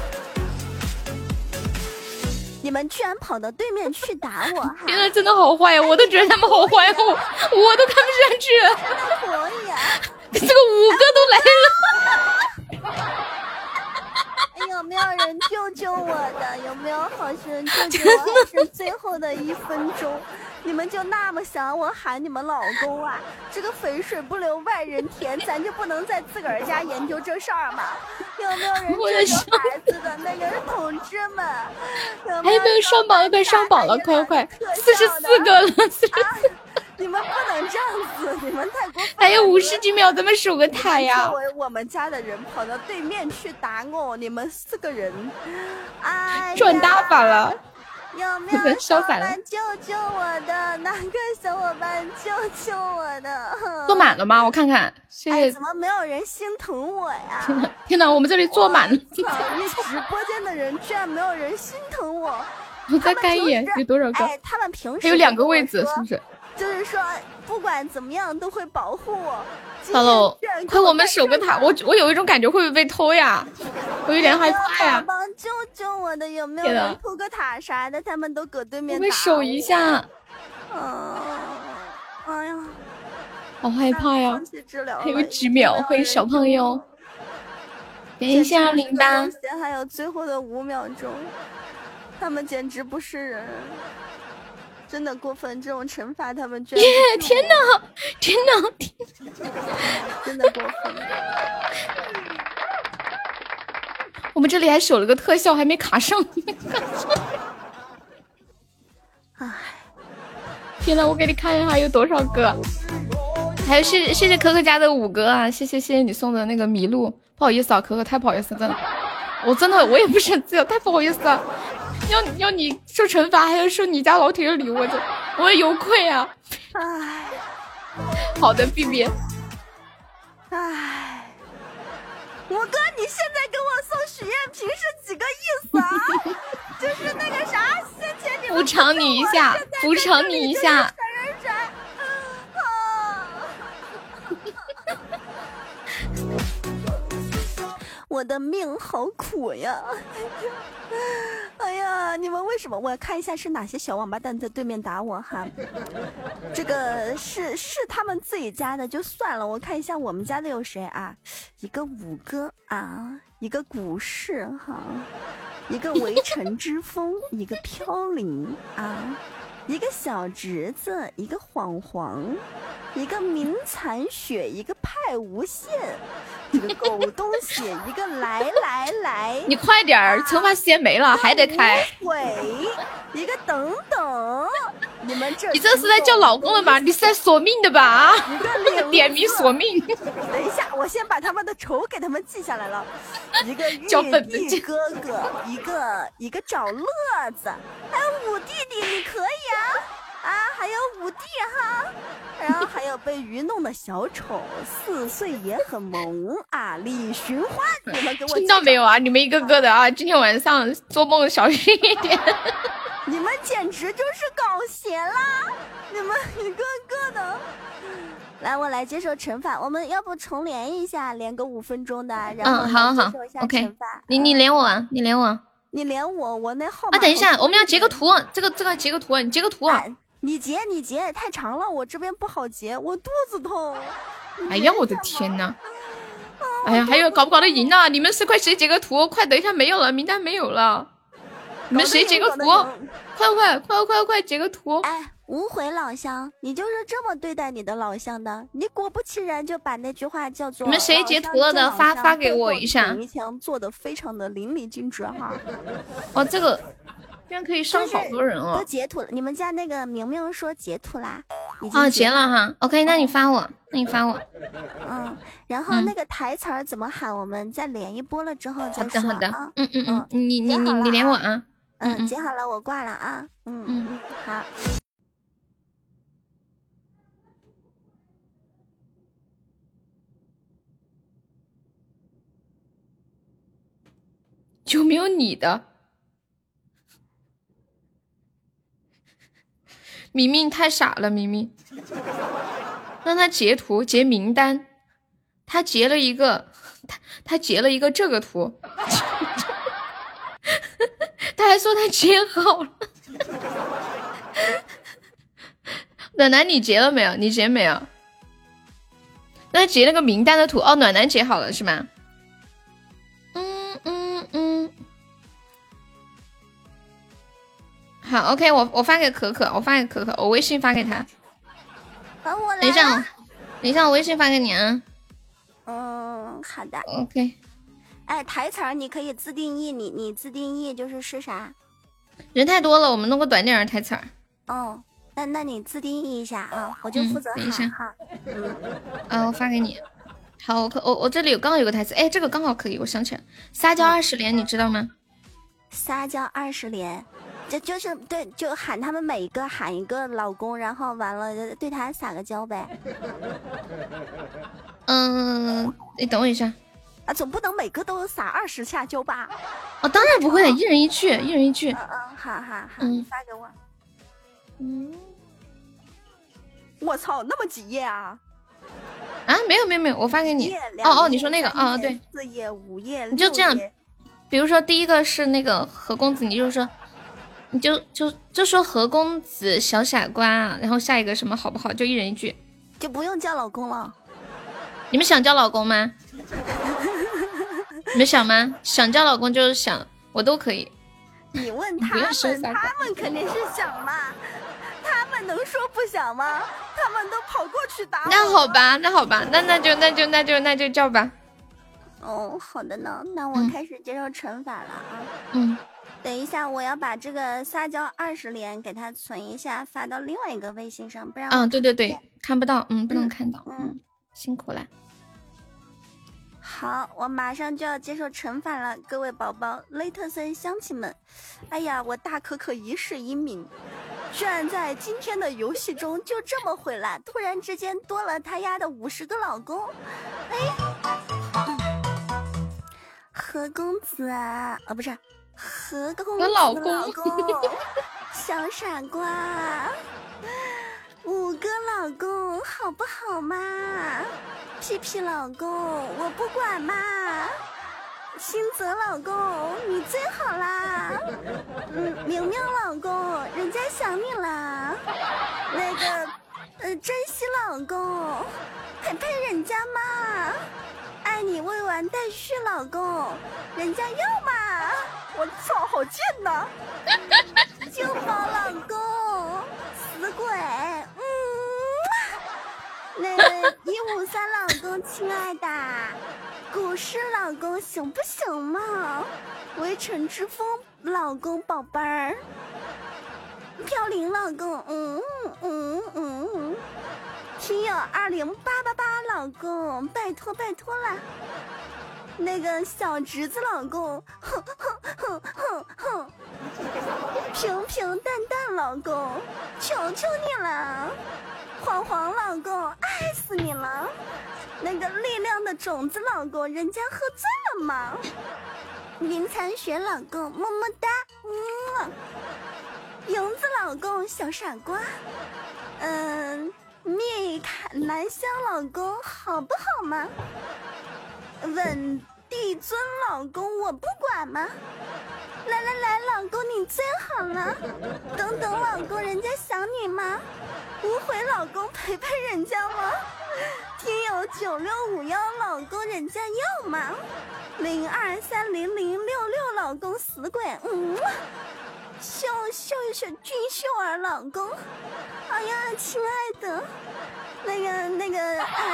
你们居然跑到对面去打我！ 天呐，真的好坏呀！我都觉得他们好坏，我我都看不上去了。 真的可以啊！ 这个五个都来了。 哎，有没有人救救我的？有没有好心人救救我？是最后的一分钟，你们就那么想我喊你们老公啊？这个肥水不流外人田，咱就不能在自个儿家研究这事儿吗？有没有人救救孩子的那个同志们？有没有还有上榜了？快上榜了！快快，四十四个了，四十四。 你们不能这样子，你们太过分了。 还有五十几秒，咱们守个塔呀！ 作为我们家的人跑到对面去打我，你们四个人，哎， 赚大发了！ 有没有小伙伴救救我的？哪个小伙伴救救我的？ 坐满了吗？我看看。 哎，怎么没有人心疼我呀？ 天哪！天哪！我们这里坐满了。 你直播间的人居然没有人心疼我！ 我再看一眼，有多少个？ 哎，他们平时还有两个位子，是不是？ 就是说，不管怎么样都会保护我。 Hello， 快我们守个塔！我我有一种感觉会不会被偷呀？我有点害怕呀！ 帮救救我的，有没有人偷个塔啥的？他们都搁对面打。 我们守一下。 嗯，哎呀， 好害怕呀！还有几秒，欢迎小胖友。等一下，零八。 还有最后的五秒钟，他们简直不是人。 真的过分，这种惩罚他们居然。 耶！天哪！天哪！天真的过分。 我们这里还守了个特效，还没卡上。 唉， 天哪！我给你看一下有多少个。还有谢谢谢可可家的五哥啊！谢谢谢谢你送的那个麋鹿，不好意思啊，可可太不好意思，真的，我真的我也不是这太不好意思了。要要你受惩罚，还要收你家老铁的礼物，这我也有愧啊！ 唉， 好的 ，B B。 唉，五哥，你现在给我送许愿瓶是几个意思啊？就是那个啥，先前你们补偿你一下，补偿你一下。 我的命好苦呀！哎呀，你们为什么？我要看一下是哪些小王八蛋在对面打我哈。这个是是他们自己家的就算了，我看一下我们家的有谁啊？一个五哥啊，一个股市哈，一个围城之风，一个飘零啊，一个小侄子，一个晃晃，一个明残雪，一个派无限。这个狗东西，一个来来来， 你快点儿，惩罚时间没了，还得开。 鬼，一个等等，你们这你这是在叫老公了吗？你是在索命的吧？ 一个点名索命。 等一下，我先把他们的仇给他们记下来了。一个玉帝哥哥，一个一个找乐子，还有五弟弟，你可以啊啊，还有五弟哈。然后还有被愚弄的小丑，四岁也很萌啊！李寻欢，你们给我听到没有啊？你们一个个的啊，今天晚上做梦小心一点。 你们简直就是搞邪啦！你们一个个的。来，我来接受惩罚。我们要不重连一下，连个五分钟的，然后嗯，好好好 ，OK。你你连我啊，你连我。 你连我，我那号码。 啊，等一下，我们要截个图，这个这个截个图，你截个图啊。 你截你截太长了，我这边不好截，我肚子痛。 哎呀，我的天哪！哎呀，还有搞不搞得赢啊？你们是快谁截个图？快等一下没有了，名单没有了。你们谁截个图？快快快快快截个图！ 哎，无悔老乡，你就是这么对待你的老乡的？你果不其然就把那句话叫做…… 你们谁截图了的发发给我一下。 一枪做的非常的淋漓尽致哈。 哦，这个。这样可以伤好多人哦！ 都截图了，你们家那个明明说截图啦， 哦，截了哈。OK， 那你发我，那你发我。 嗯，然后那个台词儿怎么喊？我们再连一波了之后再说。 好的，好的。 啊、 嗯嗯嗯，你你你你连我啊。 嗯，截好了，我挂了啊。嗯嗯嗯，好。 有没有你的？明明太傻了，明明让他截图截名单，他截了一个，他他截了一个这个图，他还说他截好了。暖男你截了没有？你截没有？那截那个名单的图哦，暖男截好了是吗？嗯嗯嗯。好 ，OK， 我我发给可可，我发给可可，我微信发给他。 好，我来。 等一下，等一下，我微信发给你啊。 嗯，好的。 OK。 哎，台词儿你可以自定义，你你自定义就是是啥？ 人太多了，我们弄个短点的台词儿。 哦，那那你自定义一下啊，我就负责喊哈。嗯。 啊，我发给你。好，我可我我这里有刚好有个台词，哎，这个刚好可以，我想起来，撒娇二十连，你知道吗？ 撒娇二十连。这就是对，就喊他们每一个喊一个老公，然后完了对他撒个娇呗。 嗯，你等我一下啊，总不能每个都撒二十下娇吧？ 哦，当然不会，一人一句，一人一句。 嗯嗯，好好好， 嗯， 你发给我。 嗯， 我操，那么几页啊？ 啊，没有没有没有，我发给你。哦哦，你说那个啊，对， 四页五页， 你就这样。比如说第一个是那个何公子，你就说。你就就就说何公子小傻瓜，然后下一个什么好不好？就一人一句， 就不用叫老公了。 你们想叫老公吗？你们想吗？想叫老公就是想，我都可以。 你问他们，他们肯定是想嘛。 们能说不想吗？他们都跑过去打我。 那好吧，那好吧，那那就那就那就那就叫吧。 哦，好的呢，那我开始接受惩罚了啊。 嗯， 等一下，我要把这个撒娇二十连给他存一下，发到另外一个微信上，不然嗯，对对对，看不到，嗯，不能看到， 嗯， 嗯辛苦了。 好，我马上就要接受惩罚了，各位宝宝、雷特森乡亲们。哎呀，我大可可一世英名，居然在今天的游戏中就这么毁了，突然之间多了他丫的五十个老公。哎，何公子啊，哦不是，何公子我老公， 老公小傻瓜，五个老公好不好嘛？屁屁老公我不管嘛，新泽老公你最好啦，嗯，明明老公人家想你啦，那个呃珍惜老公陪陪人家嘛，爱你未完待续老公人家要嘛，我操好贱呐，金宝老公死鬼，嗯。那个一五三老公，亲爱的，古诗老公行不行嘛？围城之风老公，宝贝儿，飘零老公，嗯嗯嗯，听友二零八八八老公，拜托拜托啦！那个小侄子老公，哼哼哼哼哼，平平淡淡老公，求求你了！黄黄老公，爱死你了！那个力量的种子老公，人家喝醉了吗？林残雪老公，么么哒，嗯。影子老公，小傻瓜，嗯，蜜卡兰香老公，好不好吗？稳地尊老公，我不管吗？来来来，老公你最好了。等等，老公人家想你吗？无悔老公陪陪人家吗？听友九六五幺老公人家要吗？零二三零零六六老公死鬼，嗯，秀秀秀俊秀儿老公，哎呀，亲爱的，那个那个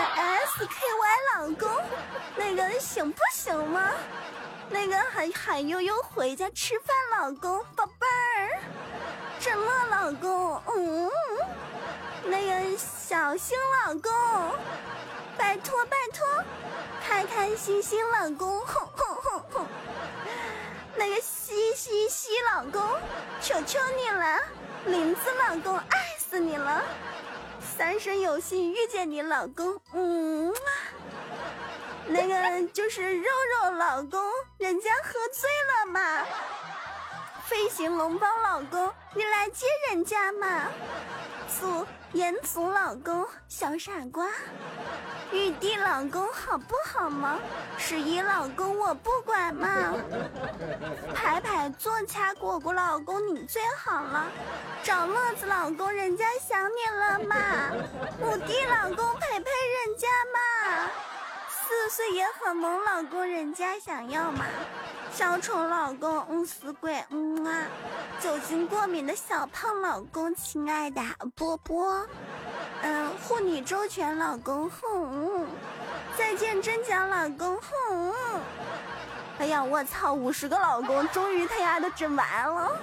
S K Y 老公，那个行不行吗？那个喊喊悠悠回家吃饭老公，宝贝儿，真乐老公，嗯，那个小星老公，拜托拜托，开开心心老公，哼哼哼哼，那个西西西老公，求求你了，林子老公，爱死你了，三生有幸遇见你老公，嗯。那个就是肉肉老公，人家喝醉了嘛。飞行龙包老公，你来接人家嘛。祖彦祖老公，小傻瓜。玉帝老公好不好嘛？十一老公我不管嘛。排排坐掐果果老公你最好了。找乐子老公人家想你了嘛。五弟老公陪陪人家嘛。四岁也很萌老公人家想要嘛。小丑老公嗯死鬼嗯啊。酒精过敏的小胖老公亲爱的波波，嗯护你周全老公哼，再见真假老公哼。哎呀我操，五十个老公终于他丫的整完了。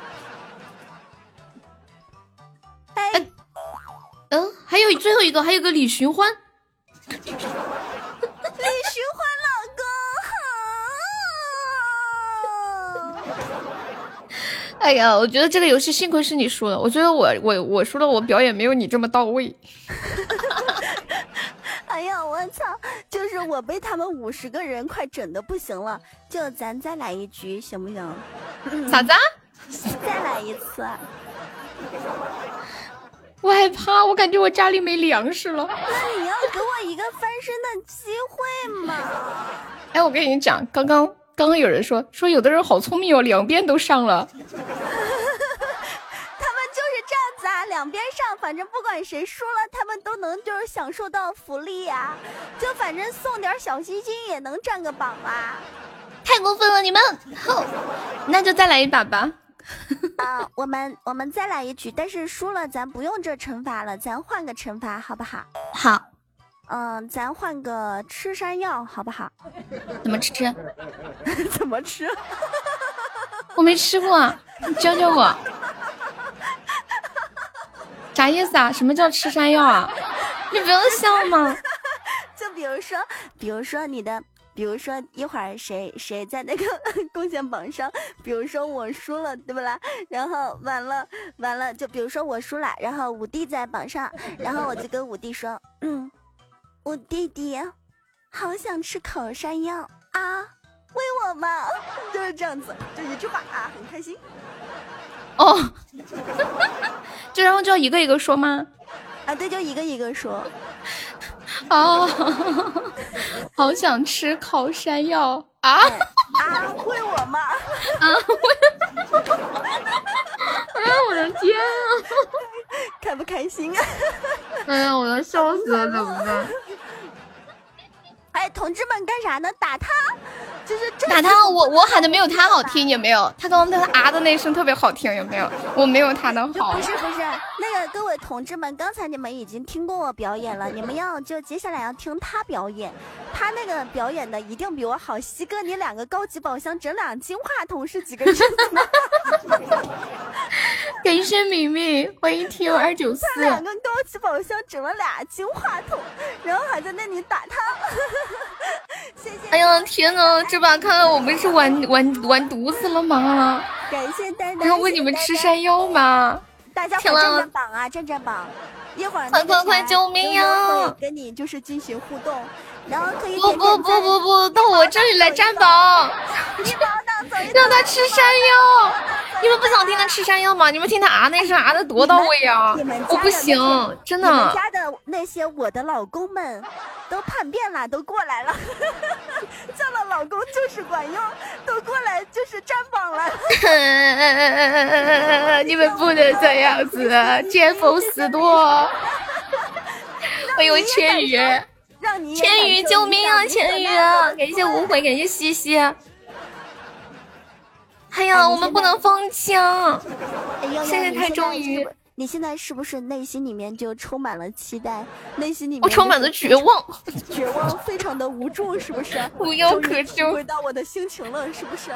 哎、呃、 嗯还有最后一个，还有个李寻欢。 李寻欢老公， 哎呀，我觉得这个游戏幸亏是你输了，我觉得我我我输了，我表演没有你这么到位。 哎呀，我操！就是我被他们五十个人快整的不行了，就咱再来一局行不行？ 啥子？ 再来一次。 我害怕，我感觉我家里没粮食了。 那你要给我一个翻身的机会嘛？ 哎，我跟你讲，刚刚刚刚有人说说有的人好聪明哦，两边都上了。 他们就是这样子啊，两边上，反正不管谁输了，他们都能就是享受到福利呀、啊，就反正送点小心心也能占个榜啊。 太过分了，你们！吼，那就再来一把吧。 啊，我们我们再来一局，但是输了咱不用这惩罚了，咱换个惩罚好不好？ 好。 嗯，咱换个吃山药好不好？ 怎么吃？ 怎么吃？ 我没吃过，你教教我。啥意思啊？什么叫吃山药啊？你不用笑吗？ 就比如说，比如说你的，比如说一会儿谁谁在那个贡献榜上，比如说我输了，对不啦？然后完了完了，就比如说我输了，然后五弟在榜上，然后我就跟五弟说，嗯。我弟弟好想吃烤山药啊，喂我嘛，就是这样子，就一句话啊，很开心。 哦，就然后就要一个一个说吗？ 啊，对，就一个一个说。 哦，好想吃烤山药啊！ 啊，喂我嘛！ 啊，喂！哎呀，我的天啊！ 开不开心啊？ 哎呀，我要笑死了，怎么办？ 哎，同志们干啥呢？打他，就是打他！我我喊的没有他好听，有没有？他刚刚他啊的那声特别好听，有没有？我没有他的好。 不是不是，那个各位同志们，刚才你们已经听过我表演了，你们要就接下来要听他表演，他那个表演的一定比我好。西哥，你两个高级宝箱整两金话筒是几个人？ 感谢敏敏，欢迎 T O 二九四。 他两个高级宝箱整了俩金话筒，然后还在那里打他。谢谢。 哎呀天哪，这把看来我们是玩玩玩犊子了吗？ 感谢丹丹。 要喂你们吃山药吗？ 大家快站站榜啊，站站榜！一会儿快快快，救命呀！ 跟你就是进行互动，然后可以不不不不不，到我这里来站榜。 你把我当走一走， 让他吃山药。你们不想听他吃山药吗？你们听他啊那声啊的多到位啊！我不行，真的。 你们家的那些我的老公们都叛变了，都过来了，叫了老公就是管用，都过来就是站榜了。 你们不能这样子，见风使舵。哎呦，千羽，千羽救命啊！千羽，感谢无悔，感谢西西。哎呀，我们不能放弃啊！现在太终于， 你现在是不是内心里面就充满了期待？内心里面我充满了绝望， 绝望，非常的无助，是不是？ 无药可救， 回到我的心情了，是不是？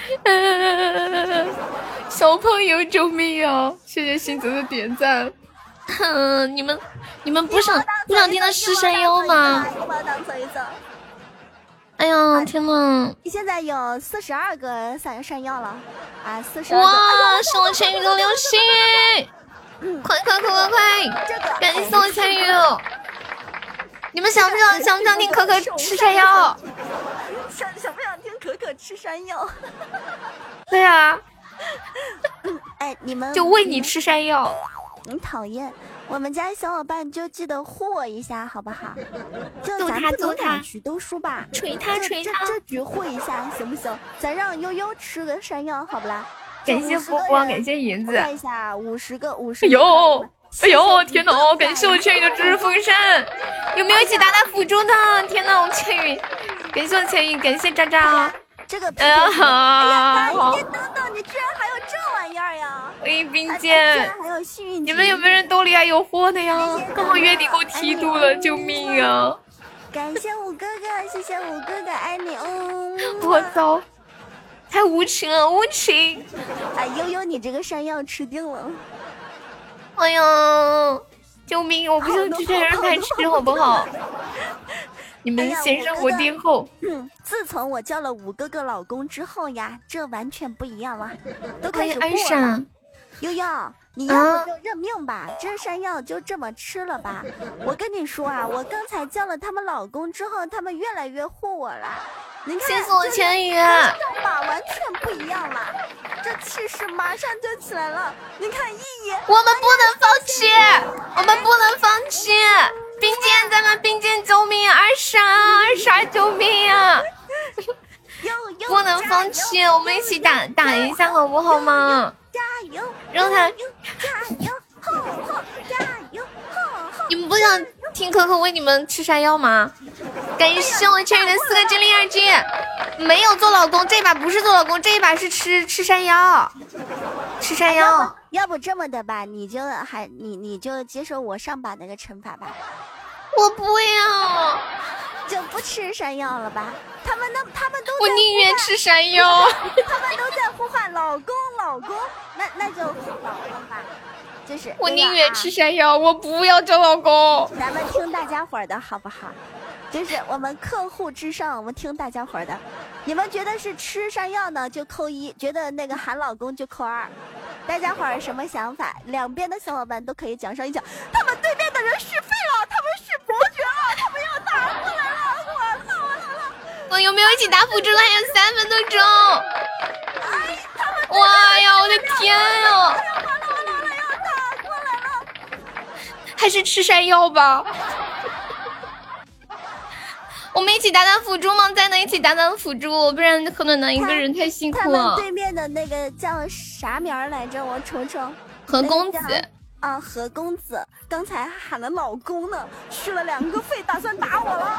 小朋友救命啊！谢谢星泽的点赞。你们你们不想不想听他吃山药吗？ 我把当走一走。 哎呀，天呐！ 你现在有四十二个山山药了啊！四十哇！送我千羽的流星，快快快快快！赶紧送我千羽！你们想不想想不想听可可吃山药？ 想想不想听可可吃山药？ 对啊。 哎，你们就喂你吃山药。 你讨厌。我们家小伙伴就记得护我一下，好不好？就揍他揍他， 局都输吧， 捶他捶他， 这局护一下行不行？咱让悠悠吃个山药，好不啦？ 感谢波光，感谢银子。 看一下，五十个，五十。 哎呦，哎呦，天哪！感谢我千羽的知识风扇，有没有一起打打辅助的？天哪，我千羽，感谢我千羽，感谢渣渣。 这个， 哎呀好， 哎呀，等等，你居然还有这玩意儿呀！ 欢迎冰剑， 还有幸运， 你们有没有人兜里还有货的呀？刚好月底给我梯度了，救命啊！ 感谢五哥哥，谢谢五哥哥，爱你，嗯。 我操，太无情了，无情！ 哎，悠悠，你这个山药吃定了。 哎呀，救命！我不想吃这人太吃，好不好？你们先生我殿后。 嗯，自从我叫了五哥哥老公之后呀，这完全不一样了，都开始过了。悠悠，你要不就认命吧，这山药就这么吃了吧。我跟你说啊，我刚才叫了他们老公之后，他们越来越护我了。您看， 谢谢我千羽， 把完全不一样了，这气势马上就起来了。您看意义， 我们不能放弃，我们不能放弃。冰剑在吗？冰剑救命！二傻，二傻救命啊！不能放弃，我们一起打打一下好不好吗？ 加油！ 让他加油！吼吼！加油！吼吼！ 你们不想听可可喂你们吃山药吗？感谢我千羽的四个精灵二 G， 没有做老公，这把不是做老公，这一把是吃吃山药。 吃山药。 要不要不这么的吧，你就还你你就接受我上把那个惩罚吧。 我不要， 就不吃山药了吧？他们那他们都我宁愿吃山药。 他们都在呼唤老公老公，那那就老公吧。就是我宁愿吃山药，我不要找老公。 咱们听大家伙的好不好？就是我们客户至上，我们听大家伙的。你们觉得是吃山药呢，就扣一；觉得那个喊老公就扣二。大家伙儿什么想法？两边的小伙伴都可以讲上一讲。他们对面的人续费了，他们续伯爵了，他们要打过来了！我操我操！ 我有没有一起打辅助？还有三分多钟。哇呀！我的天呀！还是吃山药吧。我们一起打打辅助吗？再能一起打打辅助，不然何暖暖一个人太辛苦了。 他们对面的那个叫啥名来着？我瞅瞅。 何公子。 啊，何公子，刚才喊了老公呢，续了两个费，打算打我了。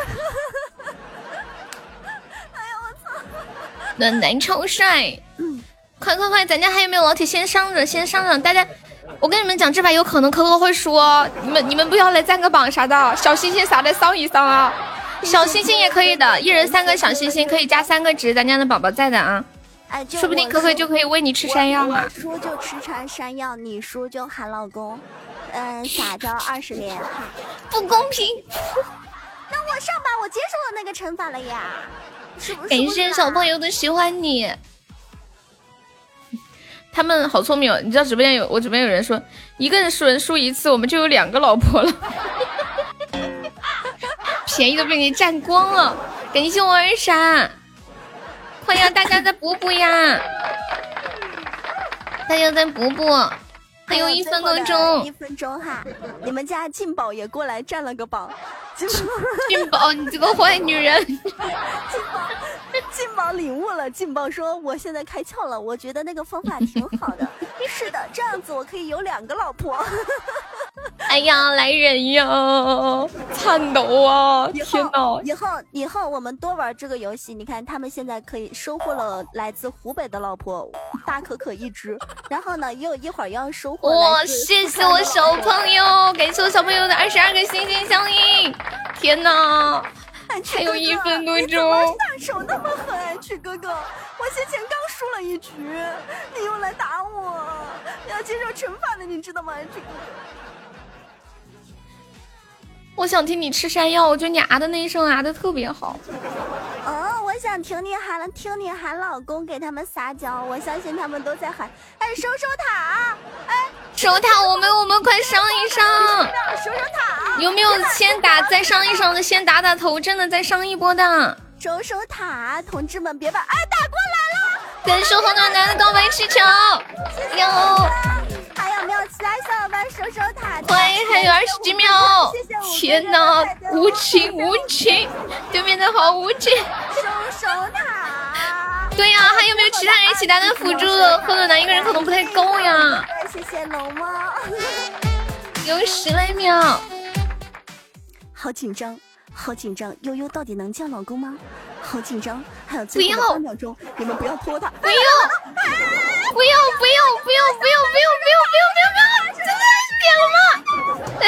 哎呀，我操！ 暖男超帅。嗯，快快快，咱家还有没有老铁？先上着，先上着，大家。我跟你们讲，这把有可能可可会输哦，你们你们不要来占个榜啥的，小心心啥的上一上啊，小心心也可以的，一人三个小心心，可以加三个值，咱家的宝宝在的啊， 哎， 说不定可可就可以喂你吃山药啊。 我输就吃山山药，你输就喊老公，嗯，撒娇二十连， 不公平。 那我上把我接受了那个惩罚了呀，是不是？ 感谢小朋友的喜欢你。他们好聪明哦！你知道直播间有我直播间有人说，一个人输人输一次，我们就有两个老婆了，便宜都被你占光了。感谢我二傻，欢迎大家再补补呀！大家再补补，还有一分多钟， 一分钟哈！你们家劲宝也过来占了个榜， 劲宝，你这个坏女人！劲宝。劲宝领悟了，劲宝说我现在开窍了，我觉得那个方法挺好的。是的，这样子我可以有两个老婆。 哎呀，来人呀，颤抖啊！天哪！ 以后以后我们多玩这个游戏，你看他们现在可以收获了来自湖北的老婆大可可一只，然后呢又一会儿要收获。 哇，谢谢我小朋友，感谢我小朋友的二十二个心心相印。天哪！还有一分多钟， 下手那么狠，曲哥哥，我先前刚输了一局，你又来打我，你要接受惩罚的，你知道吗，曲哥哥？ 我想听你吃山药，我觉得你啊的那一声啊的特别好。 哦，我想听你喊，听你喊老公，给他们撒娇，我相信他们都在喊，哎，收收塔，哎， 收塔，我们我们快上一上， 收收塔， 有没有先打再上一上的？先打打头阵的，再上一波的。 收收塔，同志们别把，哎，打过来了！ 感谢何暖男的告白气球，有。 还有没有其他小伙伴收收塔？ 欢迎，还有二十几秒。天哪，无情无情，对面的好无情。 收收塔。 对呀、啊，还有没有其他人一起打打辅助的？何暖男一个人可能不太够呀。 谢谢龙猫。 有十来秒。 好紧张，好紧张！悠悠到底能叫老公吗？好紧张！还有最后八秒钟，你们不要拖他！ 不要！不要！不要！不要！不要！不要！不要！不要！不要！不要！真的点了吗？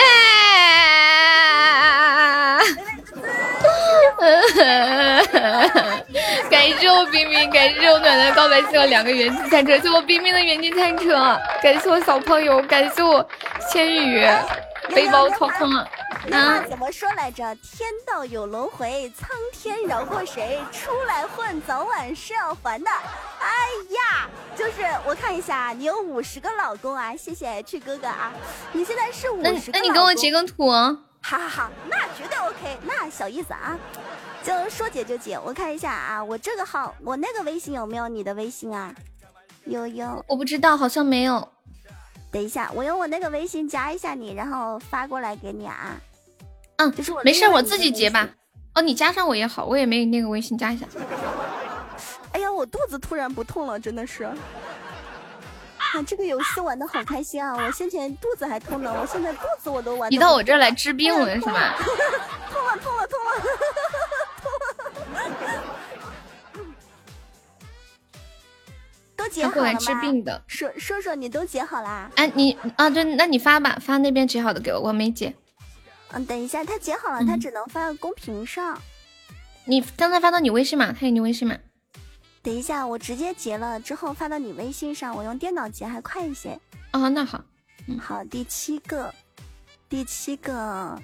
哎！感谢我冰冰，感谢我暖暖告白送了两个元气餐车，谢我冰冰的元气餐车，感谢我小朋友，感谢我千羽背包掏空了。 那话怎么说来着？天道有轮回，苍天饶过谁？出来混，早晚是要还的。哎呀，就是我看一下，你有五十个老公啊！谢谢去哥哥啊！你现在是五十个老公。 那那你给我截个图啊！ 哈哈哈，那绝对 OK， 那小意思啊，就说解就解。我看一下啊，我这个号，我那个微信有没有你的微信啊？悠悠， 我不知道，好像没有。 等一下，我用我那个微信加一下你，然后发过来给你啊。 嗯， 就是我没事，我自己截吧。哦，你加上我也好，我也没那个微信，加一下。 哎呀，我肚子突然不痛了，真的是。啊，这个游戏玩的好开心啊！我先前肚子还痛呢，我现在肚子我都玩。 你到我这儿来治病了是吧？ 痛了，痛了，痛了，痛了！都结好了吗？ 过来治病的。 说说说，你都结好啦？ 哎，你啊，对，那你发吧，发那边结好的给我，我没结。 嗯，等一下，他结好了， 嗯、 他只能发到公屏上。 你刚才发到你微信码，他有你微信码。 等一下，我直接结了之后发到你微信上，我用电脑结还快一些。 哦，那好。 嗯、好，第七个，第七个。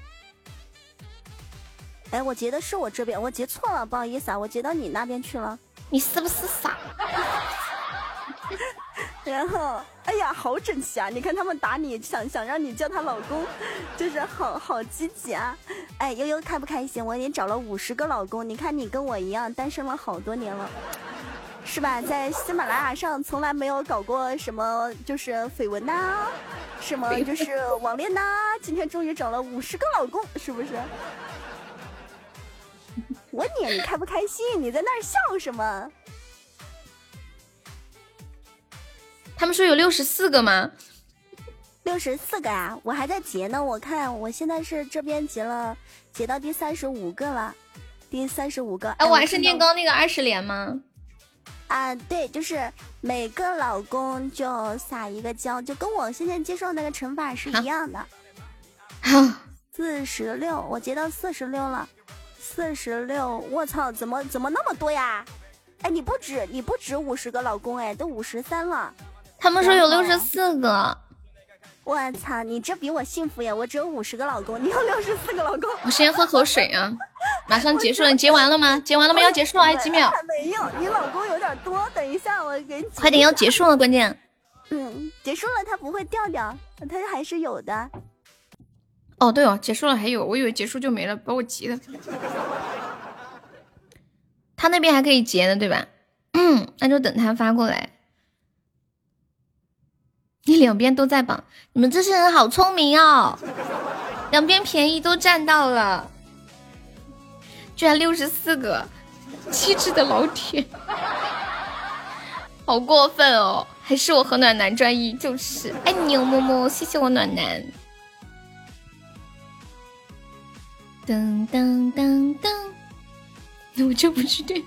哎，我截的是我这边，我截错了，不好意思啊，我截到你那边去了。 你是不是傻？ 然后，哎呀，好整齐啊！你看他们打你，想想让你叫她老公，就是好好积极啊！哎，悠悠开不开心？我已经找了五十个老公，你看你跟我一样单身了好多年了，是吧？在喜马拉雅上从来没有搞过什么就是绯闻呐，什么就是网恋呐，今天终于找了五十个老公，是不是？我你，你开不开心？你在那儿笑什么？ 他们说有六十四个吗？ 六十四个啊，我还在结呢。我看我现在是这边结了，结到第三十五个了，第三十五个。 哎，我还是念刚那个二十连吗？ 啊，对，就是每个老公就撒一个娇，就跟我现在接受那个惩罚是一样的。 好， 四十六，我结到四十六了，四十六，我操，怎么怎么那么多呀？哎，你不止你不止五十个老公哎，都五十三了。 他们说有六十四个。 我操，你这比我幸福呀！我只有五十个老公，你有六十四个老公。 我先喝口水啊，马上结束了。你结完了吗？结完了吗？要结束了，还有几秒？ 还没有，你老公有点多，等一下我给你。 快点，要结束了，关键。 嗯，结束了，它不会掉掉，它还是有的。 哦，对哦，结束了还有，我以为结束就没了，把我急的。他那边还可以结呢，对吧？嗯，那就等他发过来。你两边都在绑，你们这些人好聪明哦，两边便宜都占到了，居然六十四个，机智的老铁，好过分哦！还是我和暖男专一，就是爱你哦，么么，谢谢我暖男。噔噔噔噔，我这不是对。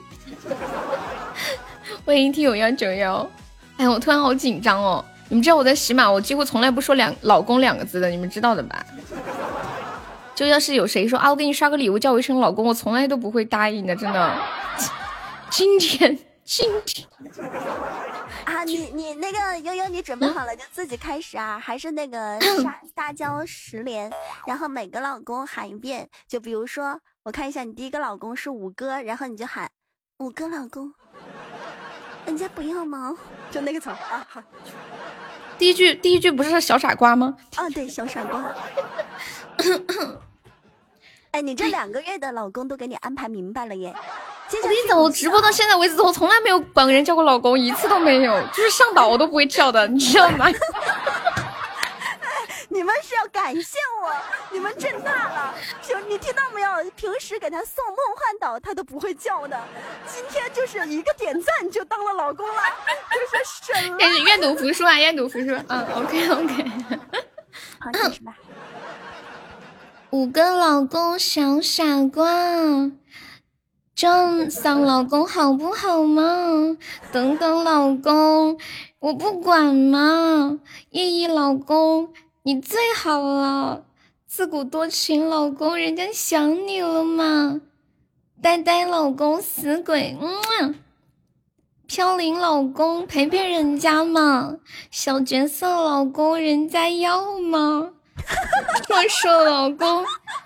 欢迎听友幺九幺，哎，我突然好紧张哦。你们知道我在喜马，我几乎从来不说两老公两个字的，你们知道的吧？就要是有谁说啊，我给你刷个礼物叫我一声老公，我从来都不会答应的，真的。今天，今天啊，你你那个悠悠，你准备好了就自己开始啊，还是那个撒撒娇十连，然后每个老公喊一遍，就比如说我看一下，你第一个老公是五哥，然后你就喊五哥老公，人家不要吗？就那个词啊，好。 第一句第一句不是小傻瓜吗？ 啊，对，小傻瓜。哎，你这两个月的老公都给你安排明白了耶。 我跟你讲，我直播到现在为止，我从来没有帮人叫过老公，一次都没有，就是上岛我都不会叫的，你知道吗？ 你们是要感谢我，你们挣大了。就你听到没有？平时给他送梦幻岛，他都不会叫的。今天就是一个点赞就当了老公了，就是神了。 开始愿赌服输啊，愿赌服输。嗯 ，OK OK。 好，开始吧。 五个老公小傻瓜，正丧老公好不好嘛？等等老公，我不管嘛。依依老公。你最好了，自古多情老公，人家想你了嘛。呆呆老公死鬼，嗯，飘零老公陪陪人家嘛。小角色老公人家要吗？怪兽老公，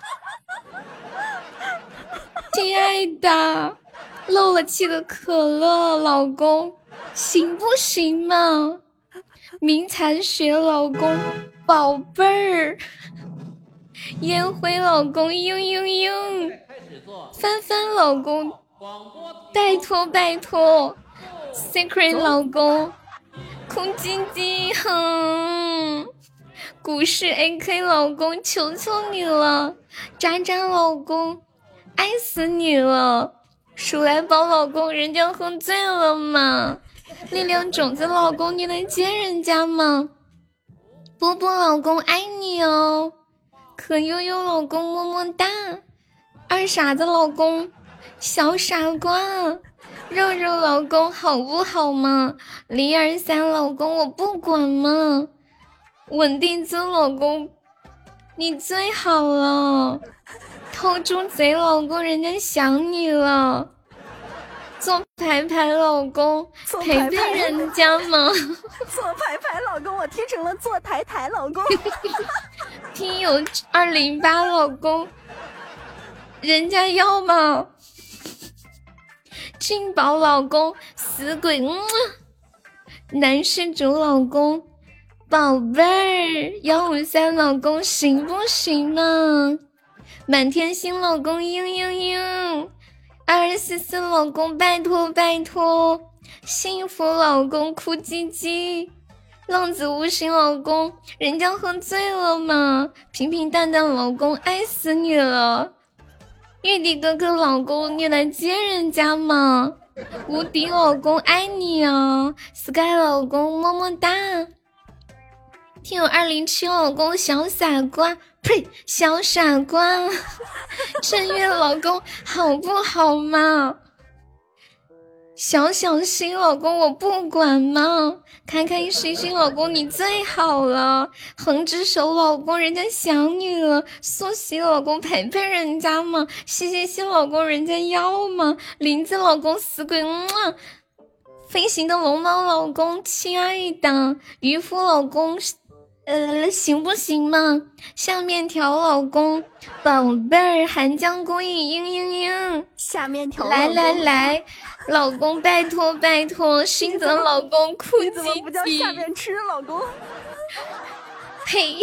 亲爱的，漏了气的可乐老公，行不行嘛？明残雪老公。宝贝儿，烟灰老公，嘤嘤嘤，帆帆老公，拜托拜托 ，Secret 老公，空晶晶，哼，股市 A K 老公，求求你了，渣渣老公，爱死你了，鼠来宝老公，人家喝醉了吗？力量种子老公，你能接人家吗？波波老公爱你哦，可悠悠老公么么哒，二傻子老公小傻瓜， 肉肉老公好不好嘛？零二三老公我不管嘛。稳定尊老公你最好了。偷猪贼老公人家想你了。做牌牌老公陪陪人家吗？ 做牌牌老公我听成了做台台老公。 听友二零八老公人家要吗？金宝老公死鬼、嗯、男施主老公宝贝儿幺五三老公行不行嘛？满天星老公嘤嘤嘤，二二四四老公拜托拜托，幸福老公哭唧唧，浪子无形老公人家喝醉了嘛？平平淡淡老公爱死你了。玉帝哥哥老公你来接人家嘛？无敌老公爱你啊 Sky 老公么么哒。听友二零七老公小傻瓜呸小傻瓜。正月老公好不好嘛？小小心老公我不管嘛。开开心心老公你最好了。横指手老公人家想你了。苏西老公陪陪人家嘛。西西西老公人家要吗？林子老公死鬼、嗯啊、飞行的龙猫老公亲爱的。渔夫老公呃行不行嘛？下面条老公宝贝儿寒江孤影嘤嘤嘤，下面条来来来老公拜托拜托，心疼老公哭唧唧。你怎么不叫下面吃老公？呸！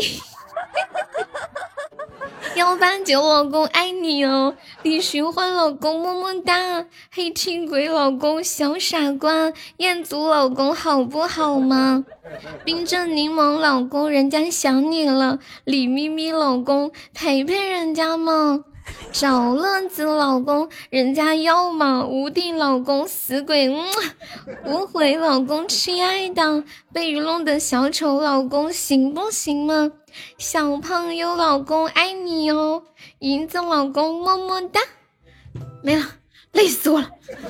幺八九老公爱你哦，李寻欢老公么么哒，黑青鬼老公小傻瓜，彦祖老公好不好吗？冰镇柠檬老公人家想你了，李咪咪老公陪陪人家吗？找乐子老公人家要吗？无敌老公死鬼、嗯、无悔老公亲爱的，被愚弄的小丑老公行不行吗？小胖友老公爱你哦，银子老公么么哒。没了，累死我了。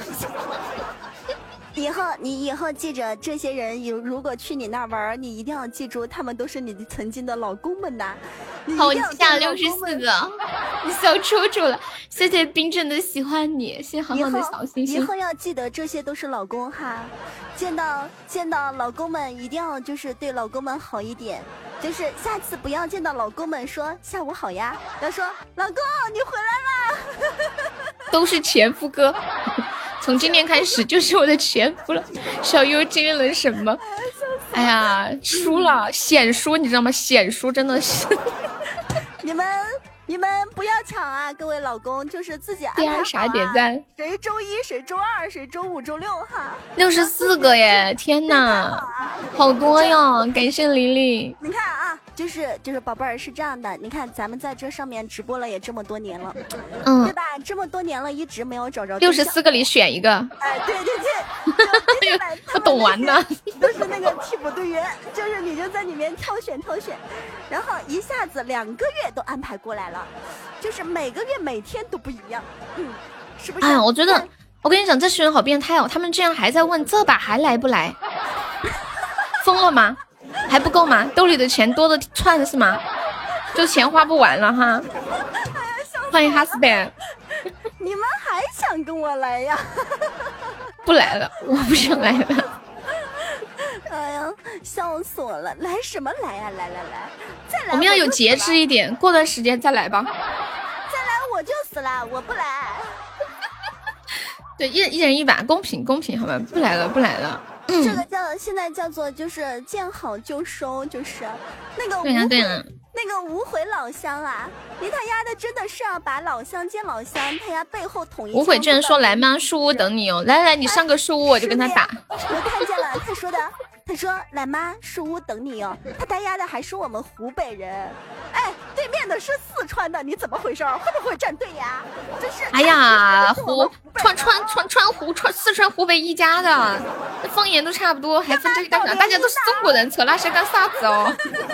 以后你以后记着，这些人有如果去你那玩，你一定要记住，他们都是你曾经的老公们呐。 好下六十四个，你小楚楚了。谢谢冰镇的喜欢你，谢谢好好的小星星。 以后要记得，这些都是老公哈。见到见到老公们，一定要就是对老公们好一点。就是下次不要见到老公们说下午好呀，要说老公你回来啦。 都是前夫哥。从今天开始就是我的前夫了。小优今天能什么？哎呀，输了，险输，你知道吗？险输真的是。 你们你们不要抢啊，各位老公，就是自己安排好、啊。 第二傻点赞。 谁周一，谁周二，谁周五、周六哈。 六十四个耶！天哪，好多呀！感谢琳琳。 你看啊，就是就是宝贝儿是这样的，你看咱们在这上面直播了也这么多年了，嗯，对吧？这么多年了，一直没有找着。 六十四个里选一个。 哎，对对对， 不懂玩的。 都是那个替补队员，就是你就在里面挑选挑选，然后一下子两个月都安排过来了，就是每个月每天都不一样，嗯，是不是？ 哎，我觉得我跟你讲，这群人好变态哦，他们居然还在问这把还来不来？疯了吗？还不够吗？兜里的钱多的窜是吗？就钱花不完了哈。欢迎哈斯贝。 你们还想跟我来呀？ 不来了，我不想来了。 哎呀，笑死我了！来什么来呀、啊？来来来，再来！ 我们要有节制一点，过段时间再来吧。 再来我就死了，我不来。 对，一人一人一把，公平公平，好吧？不来了，不来了。 嗯、这个叫现在叫做就是见好就收，就是那个对呀、啊、对呀、啊。 那个无悔老乡啊，你他丫的真的是要把老乡见老乡，他丫背后捅一。 无悔居然说来吗？树屋等你哦，来来，你上个树屋我就跟他打。 我看见了，他说的，他说来吗？树屋等你哦，他他丫的还是我们湖北人，哎，对面的是四川的，你怎么回事？会不会站队呀？真是。 哎呀，湖川川川川湖川四川湖北一家的，方言都差不多，还分这个干啥？大家都是中国人，扯那些干啥子哦？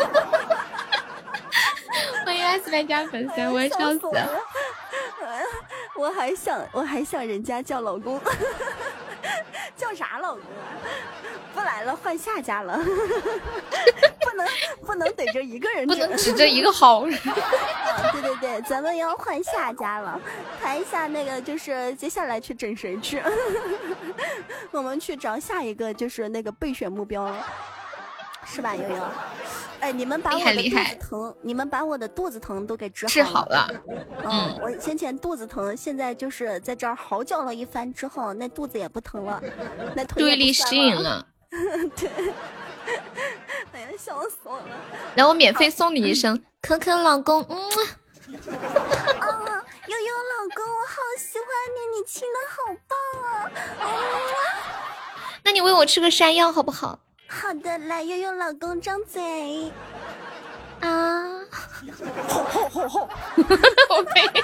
欢迎阿斯白加粉丝，我要笑死了。 我还想，我还想人家叫老公。 叫啥老公？不来了，换下家了。不能不能逮着一个人， 不能指着一个好。 啊，对对对，咱们要换下家了，谈一下那个就是接下来去整谁去。我们去找下一个就是那个备选目标了，是吧，悠悠？哎，你们把我的肚子疼，你们把我的肚子疼都给治好了。 治好了。 嗯，我先前肚子疼，现在就是在这儿嚎叫了一番之后，那肚子也不疼了，那腿注意力吸引了。 对。哎呀，笑死我了！ 然后我免费送你一声，可可老公，嗯。 啊，悠悠老公，我好喜欢你，你亲的好棒啊！啊， 那你喂我吃个山药好不好？ 好的，来，悠悠老公张嘴。 啊！ 吼吼吼吼！ 我没。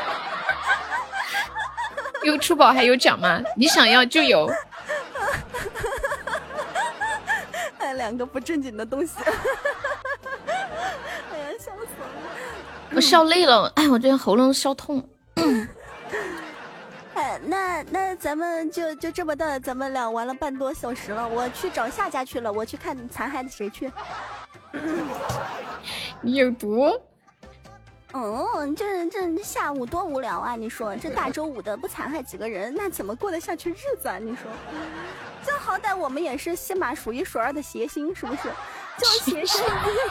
有出宝还有奖吗？你想要就有。 哎，两个不正经的东西。哎呀，笑死了！ 我笑累了，哎，我这个喉咙笑痛。 哎，那那咱们就就这么的，咱们俩玩了半多小时了，我去找下家去了，我去看残害的谁去。 你有毒。 嗯，这这下午多无聊啊！你说这大周五的不残害几个人，那怎么过得下去日子啊？你说，就好歹我们也是西马数一数二的谐星，是不是？就谐星，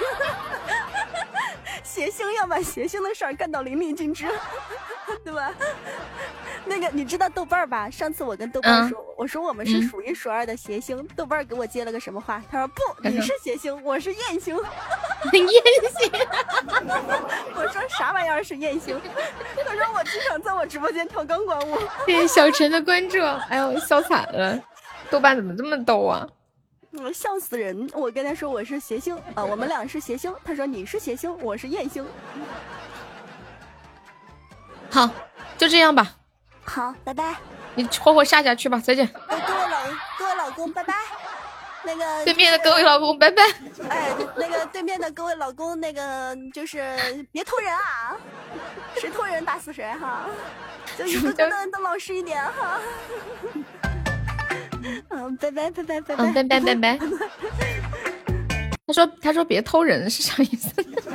谐星要把谐星的事儿干到淋漓尽致，对吧？那个你知道豆瓣儿吧？上次我跟豆瓣说，嗯、我说我们是数一数二的谐星，嗯、豆瓣儿给我接了个什么话？他说不，你是谐星，我是艳星。 艳星， 我说啥玩意儿是艳星？他说我经常在我直播间跳钢管舞。 谢谢小陈的关注，哎呦笑惨了，豆瓣怎么这么逗啊？ 我笑死人！我跟他说我是谐星啊，我们俩是谐星。他说你是谐星，我是艳星。 好，就这样吧。 好，拜拜。 你活活下下去吧，再见。 各位老各位老公，拜拜。那个对面的各位老公，拜拜。 哎，那个对面的各位老公，那个就是别偷人啊，谁偷人打死谁哈，就一个个的都老实一点哈。嗯，拜拜拜拜拜拜， 嗯，拜拜拜拜。他说他说别偷人是啥意思？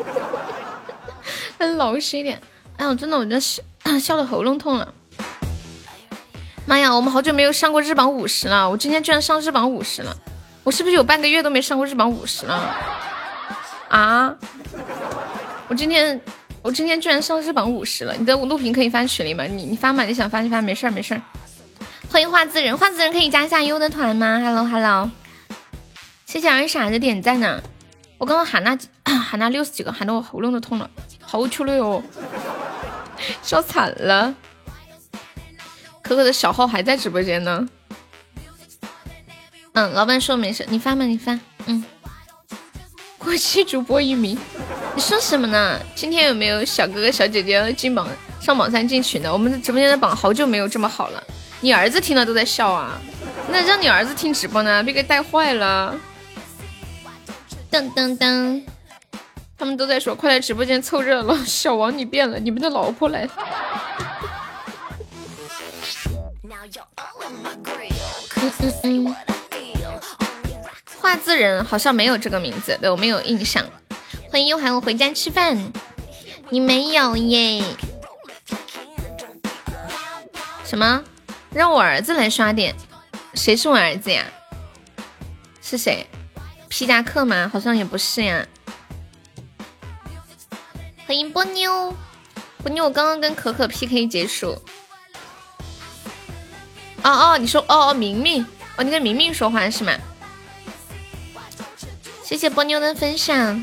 他老实一点。哎呦，真的，我真笑笑的喉咙痛了。妈呀，我们好久没有上过日榜五十了，我今天居然上日榜五十了。我是不是有半个月都没上过日榜五十了？啊！我今天我今天居然上日榜五十了！你的录屏可以发群里吗？你你发嘛，你想发就发，没事儿没事儿。欢迎画字人，画字人可以加一下优的团吗 ？Hello Hello， 谢谢二傻的点赞呢。我刚刚喊那喊那六十几个，喊得我喉咙都痛了，好出来哦，笑惨了。可可的小号还在直播间呢。嗯，老板说没事，你发吗？你发。嗯，过期主播一名，你说什么呢？今天有没有小哥哥小姐姐进榜上榜三进群的？我们的直播间的榜好久没有这么好了。你儿子听了都在笑啊，那让你儿子听直播呢，别给带坏了。噔噔噔，他们都在说快来直播间凑热闹，小王你变了，你们的老婆来了。嗯嗯嗯。画字人好像没有这个名字，对我没有印象。欢迎又喊我回家吃饭，你没有耶？什么？让我儿子来刷点？谁是我儿子呀？是谁？皮夹克吗？好像也不是呀。欢迎波妞，波妞，我刚刚跟可可 P K 结束。哦哦，你说哦哦，明明，哦，你跟明明说话是吗？谢谢波妞的分享。嗯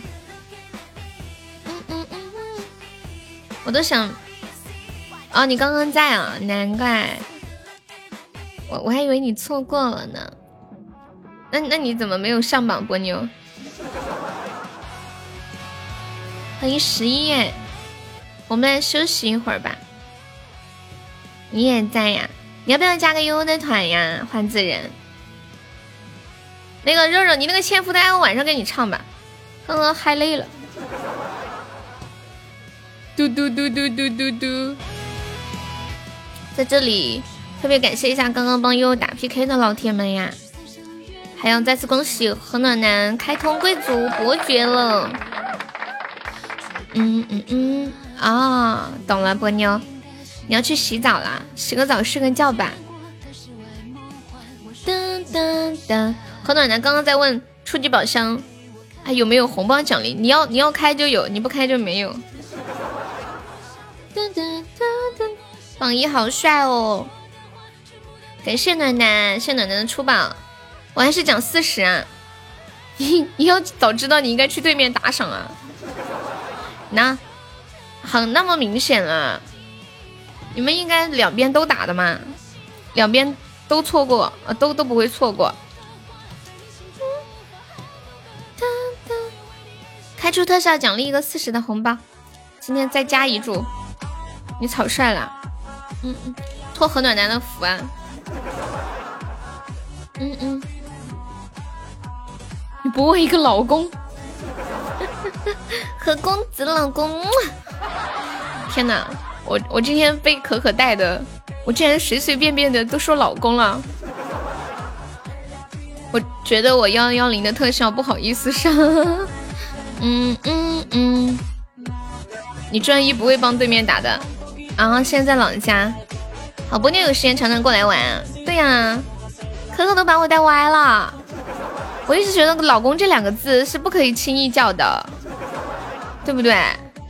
嗯嗯嗯，我都想，哦，你刚刚在啊，难怪，我我还以为你错过了呢。那那你怎么没有上榜，波妞？欢迎十一月，我们来休息一会儿吧。你也在呀？你要不要加个悠悠的团呀，换字人？那个热热，你那个纤夫带我晚上给你唱吧，刚刚嗨累了。嘟嘟嘟嘟嘟嘟嘟，在这里特别感谢一下刚刚帮悠悠打 P K 的老铁们呀，还要再次恭喜何暖男开通贵族伯爵了。嗯嗯嗯啊、哦，懂了，波妞，你要去洗澡啦，洗个澡睡个觉吧。噔噔噔，何暖男刚刚在问初级宝箱还有没有红包奖励，你要你要开就有，你不开就没有。噔噔噔噔，榜一好帅哦！感谢暖男，谢暖男的出榜，我还是讲四十啊！你你要早知道，你应该去对面打赏啊！那很那么明显了，你们应该两边都打的嘛，两边都错过，呃，都都不会错过。开出特效奖励一个四十的红包，今天再加一注，你草率了，嗯嗯，托何暖男的福啊，嗯嗯，你不为一个老公，何公子老公，天哪，我我今天被可可带的，我竟然随随便便的都说老公了，我觉得我幺幺零的特效不好意思上。嗯嗯嗯，你专一不会帮对面打的，然后现在在老家，好不妞有时间常常过来玩。对呀、啊，可可都把我带歪了。我一直觉得老公这两个字是不可以轻易叫的，对不对？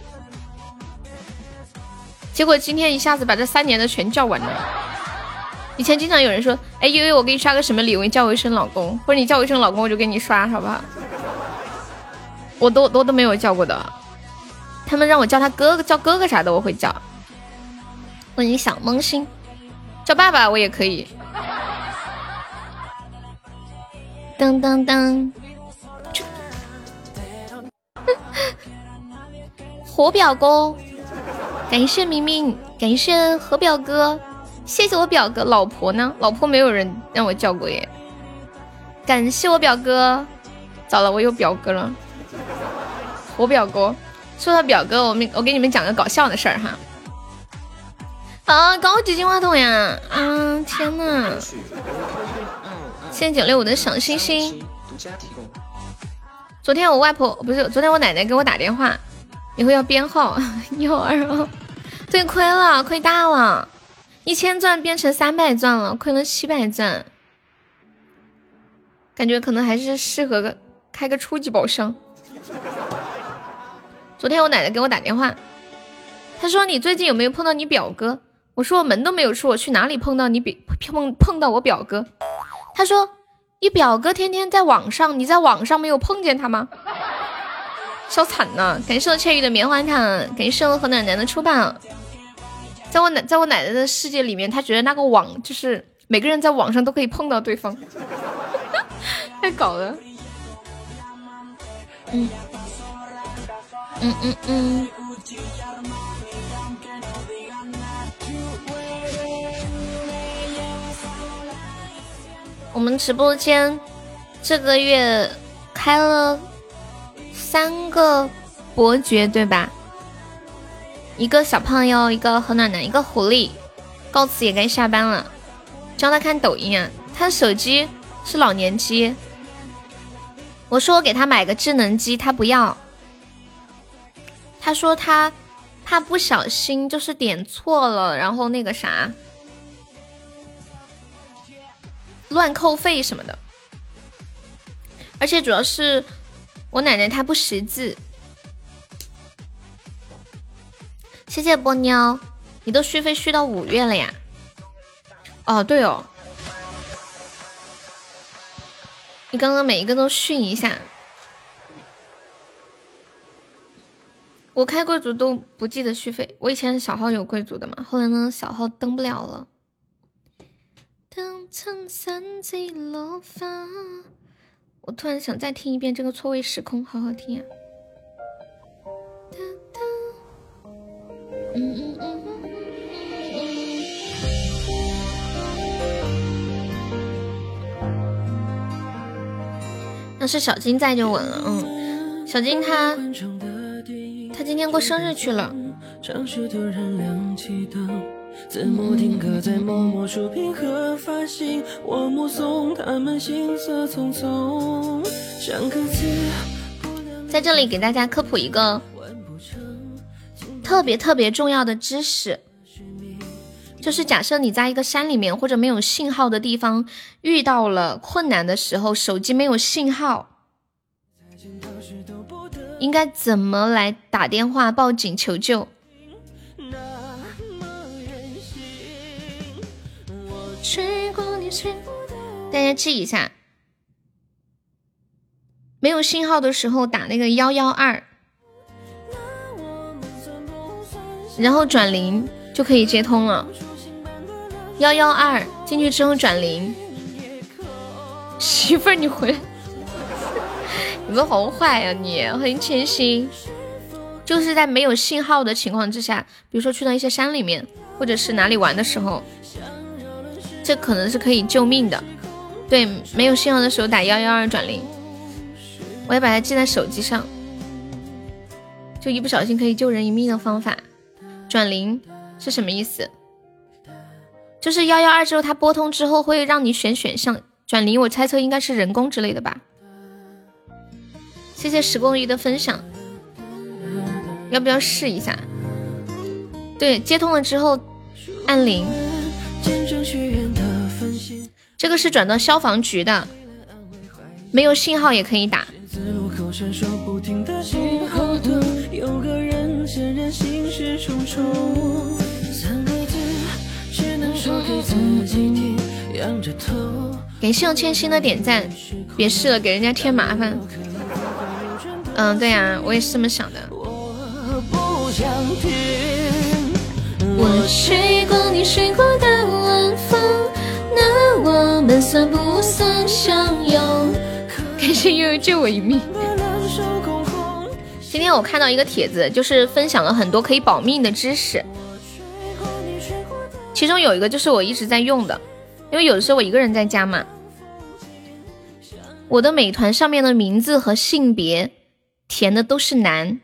结果今天一下子把这三年的全叫完了。以前经常有人说，哎悠悠我给你刷个什么礼物，你叫我一声老公，或者你叫我一声老公我就给你刷，好不好？我都都都没有叫过的，他们让我叫他哥哥，叫哥哥啥的我会叫。问你小萌新，叫爸爸我也可以。噔噔噔，火表哥，感谢明明，感谢何表哥，谢谢我表哥。老婆呢？老婆没有人让我叫过耶。感谢我表哥，糟了，我有表哥了。我表哥，说到表哥，我们我给你们讲个搞笑的事儿哈。啊，高级金话筒呀！啊，天哪！谢谢九六五的小星星。昨天我外婆不是，昨天我奶奶给我打电话，以后要编号幺二二。对，亏了，亏大了，一千钻变成三百钻了，亏了七百钻。感觉可能还是适合个开个初级宝箱。昨天我奶奶给我打电话，她说你最近有没有碰到你表哥？我说我门都没有出，我去哪里碰到你比碰碰到我表哥？她说你表哥天天在网上，你在网上没有碰见他吗？笑惨了！感谢我千羽的棉花糖，感谢我和奶奶的出版。在我奶在我奶奶的世界里面，她觉得那个网就是每个人在网上都可以碰到对方，太搞了。嗯。嗯嗯嗯，我们直播间这个月开了三个伯爵，对吧？一个小胖友，一个何暖暖，一个狐狸。告辞也该下班了，教他看抖音啊，他手机是老年机。我说我给他买个智能机，他不要。他说他怕不小心就是点错了，然后那个啥乱扣费什么的，而且主要是我奶奶她不识字。谢谢波妞，你都续费续到五月了呀？哦，对哦，你刚刚每一个都续一下。我开贵族都不记得续费，我以前小号有贵族的嘛，后来呢小号登不了了。当衬衫起落发，我突然想再听一遍这个错位时空，好好听啊！嗯嗯嗯嗯，要是小金在就稳了，嗯，小金他。他今天过生日去了。 字幕定格在默默触屏和发信，我目送他们行色匆匆，像个字。 在这里给大家科普一个特别特别重要的知识，就是假设你在一个山里面或者没有信号的地方遇到了困难的时候，手机没有信号，应该怎么来打电话报警求救？大家记一下，没有信号的时候打那个一一二，然后转零就可以接通了。一一二进去之后转零。媳妇儿你回来，你们好坏呀、啊、你，很谦心。就是在没有信号的情况之下，比如说去到一些山里面或者是哪里玩的时候，这可能是可以救命的。对，没有信号的时候打一一二转零，我也把它记在手机上，就一不小心可以救人一命的方法。转零是什么意思？就是一一二之后它拨通之后会让你选选项，转零我猜测应该是人工之类的吧。谢谢时光鱼的分享，要不要试一下？对，接通了之后按零。这个是转到消防局的，没有信号也可以打。感谢用千心的点赞，别试了，给人家添麻烦。嗯，对呀、啊，我也是这么想的。我睡过你睡过的晚风，那我们算不算相拥？感谢悠悠救我一命。今天我看到一个帖子，就是分享了很多可以保命的知识，其中有一个就是我一直在用的，因为有的时候我一个人在家嘛，我的美团上面的名字和性别填的都是男。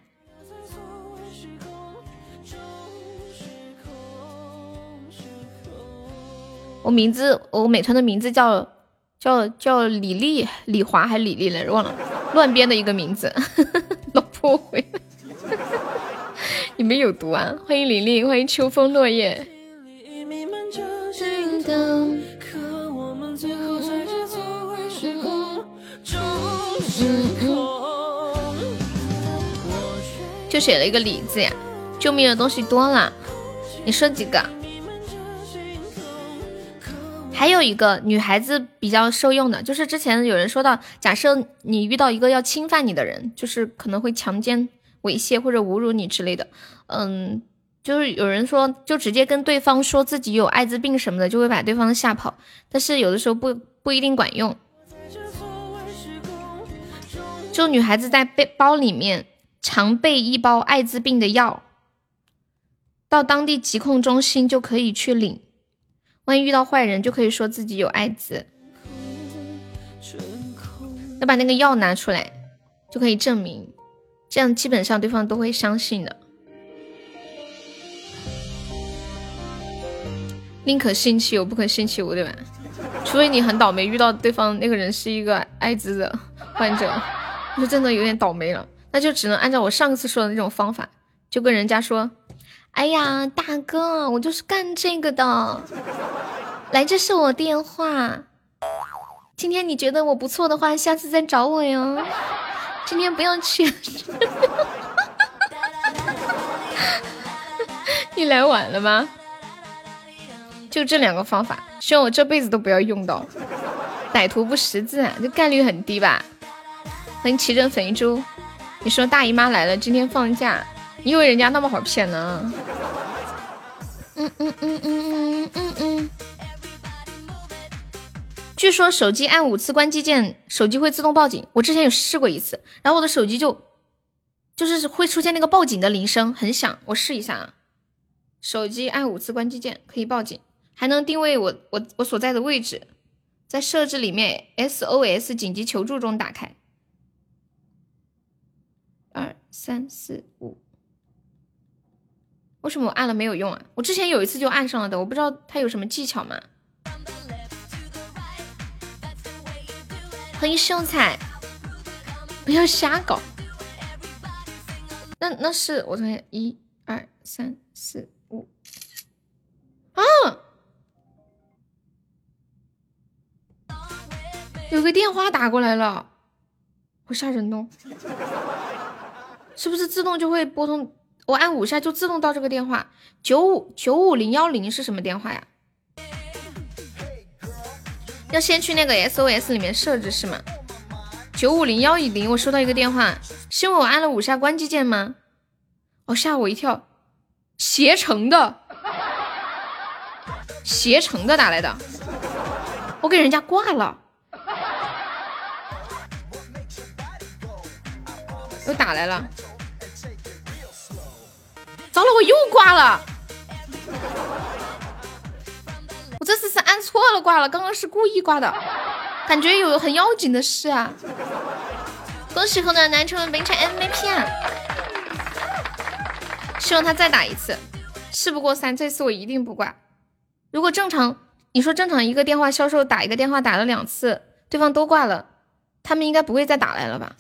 我名字，我美团的名字叫叫叫李丽、李华还是李丽来着，忘了，乱编的一个名字。老婆回来，你们有毒啊！欢迎李丽，欢迎秋风落叶。就写了一个李字呀，救命的东西多了，你说几个？还有一个女孩子比较受用的，就是之前有人说到，假设你遇到一个要侵犯你的人，就是可能会强奸、猥亵或者侮辱你之类的，嗯，就是有人说就直接跟对方说自己有艾滋病什么的，就会把对方吓跑，但是有的时候不不一定管用。就女孩子在背包里面常备一包艾滋病的药，到当地疾控中心就可以去领。万一遇到坏人，就可以说自己有艾滋，要把那个药拿出来，就可以证明，这样基本上对方都会相信的。宁可信其有，不可信其无，对吧？除非你很倒霉，遇到对方那个人是一个艾滋的患者，就真的有点倒霉了，那就只能按照我上次说的那种方法，就跟人家说，哎呀，大哥，我就是干这个的，来，这是我电话，今天你觉得我不错的话，下次再找我哟，今天不要去。你来晚了吗？就这两个方法，希望我这辈子都不要用到，歹徒不识字啊，这概率很低吧。欢迎奇珍肥猪，你说大姨妈来了，今天放假，你以为人家那么好骗呢？嗯嗯嗯嗯嗯嗯嗯。据说手机按五次关机键，手机会自动报警。我之前有试过一次，然后我的手机就就是会出现那个报警的铃声，很响。我试一下啊，手机按五次关机键可以报警，还能定位我我我所在的位置，在设置里面 S O S 紧急求助中打开。二三四五， 为什么我按了没有用啊？我之前有一次就按上了的，我不知道它有什么技巧吗？欢迎秀才，不要瞎搞。那那是我昨天一二三四五啊，有个电话打过来了，好吓人哦！是不是自动就会拨通？我按五下就自动到这个电话。九五九五零幺零是什么电话呀？要先去那个 S O S 里面设置是吗？九五零幺一零，我收到一个电话，是因为我按了五下关机键吗？哦，吓我一跳，携程的，携程的打来的，我给人家挂了，又打来了，糟了，我又挂了，我这次是按错了挂了，刚刚是故意挂的，感觉有很要紧的事啊！恭喜河南南城本场 M V P 啊！希望他再打一次，事不过三，这次我一定不挂。如果正常，你说正常一个电话销售打一个电话打了两次，对方都挂了，他们应该不会再打来了吧？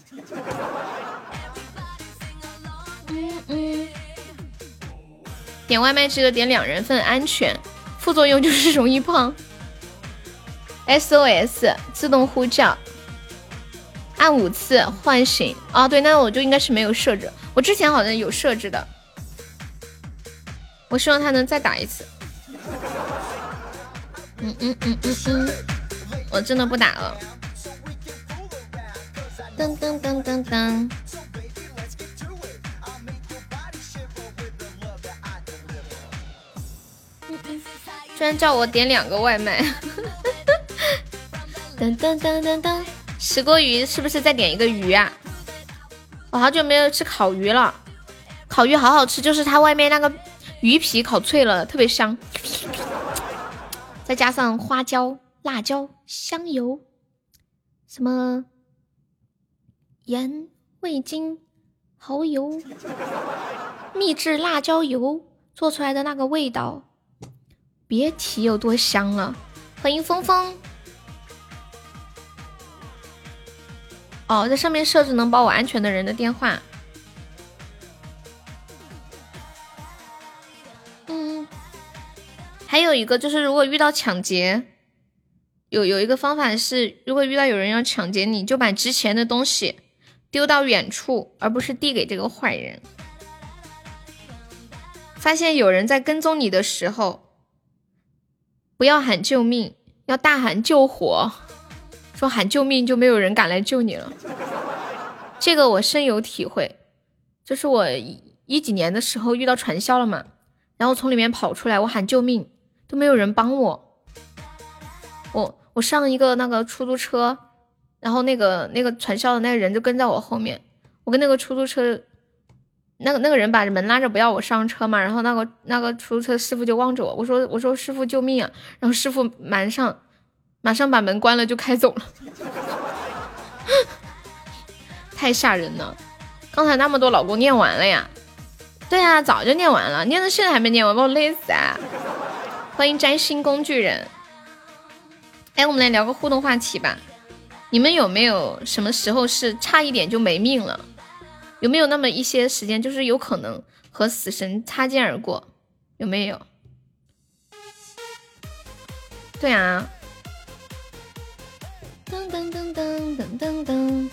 嗯嗯。点外卖记得点两人份，安全，副作用就是容易胖。S O S 自动呼叫，按五次唤醒。哦，对，那我就应该是没有设置，我之前好像有设置的。我希望他能再打一次。嗯嗯嗯嗯嗯，我真的不打了。噔噔噔噔噔。居然叫我点两个外卖。噔噔噔噔噔，石锅鱼是不是再点一个鱼啊？我好久没有吃烤鱼了，烤鱼好好吃，就是它外面那个鱼皮烤脆了，特别香，再加上花椒、辣椒、香油，什么盐、味精、蚝油、秘制辣椒油做出来的那个味道，别提有多香了。欢迎峰峰。哦，在上面设置能保我安全的人的电话。嗯，还有一个就是如果遇到抢劫，有有一个方法是，如果遇到有人要抢劫你，就把值钱的东西丢到远处，而不是递给这个坏人。发现有人在跟踪你的时候，不要喊救命，要大喊救火。说喊救命就没有人敢来救你了，这个我深有体会。就是我一几年的时候遇到传销了嘛，然后从里面跑出来，我喊救命都没有人帮我。我我上一个那个出租车，然后那个那个传销的那个人就跟在我后面，我跟那个出租车那个那个人把门拉着不要我上车嘛，然后那个那个出租车师傅就望着我，我说我说师傅救命啊，然后师傅马上马上把门关了就开走了。太吓人了，刚才那么多老公念完了呀？对啊，早就念完了，念到现在还没念完，把我累死啊！欢迎摘星工具人。哎，我们来聊个互动话题吧，你们有没有什么时候是差一点就没命了？有没有那么一些时间就是有可能和死神擦肩而过？有没有？对啊，噔噔噔噔噔噔噔，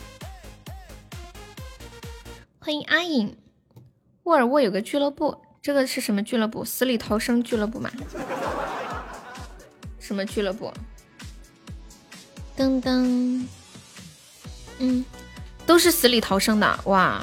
欢迎阿颖。沃尔沃有个俱乐部，这个是什么俱乐部？死里逃生俱乐部吗？什么俱乐部？噔噔，嗯，都是死里逃生的哇！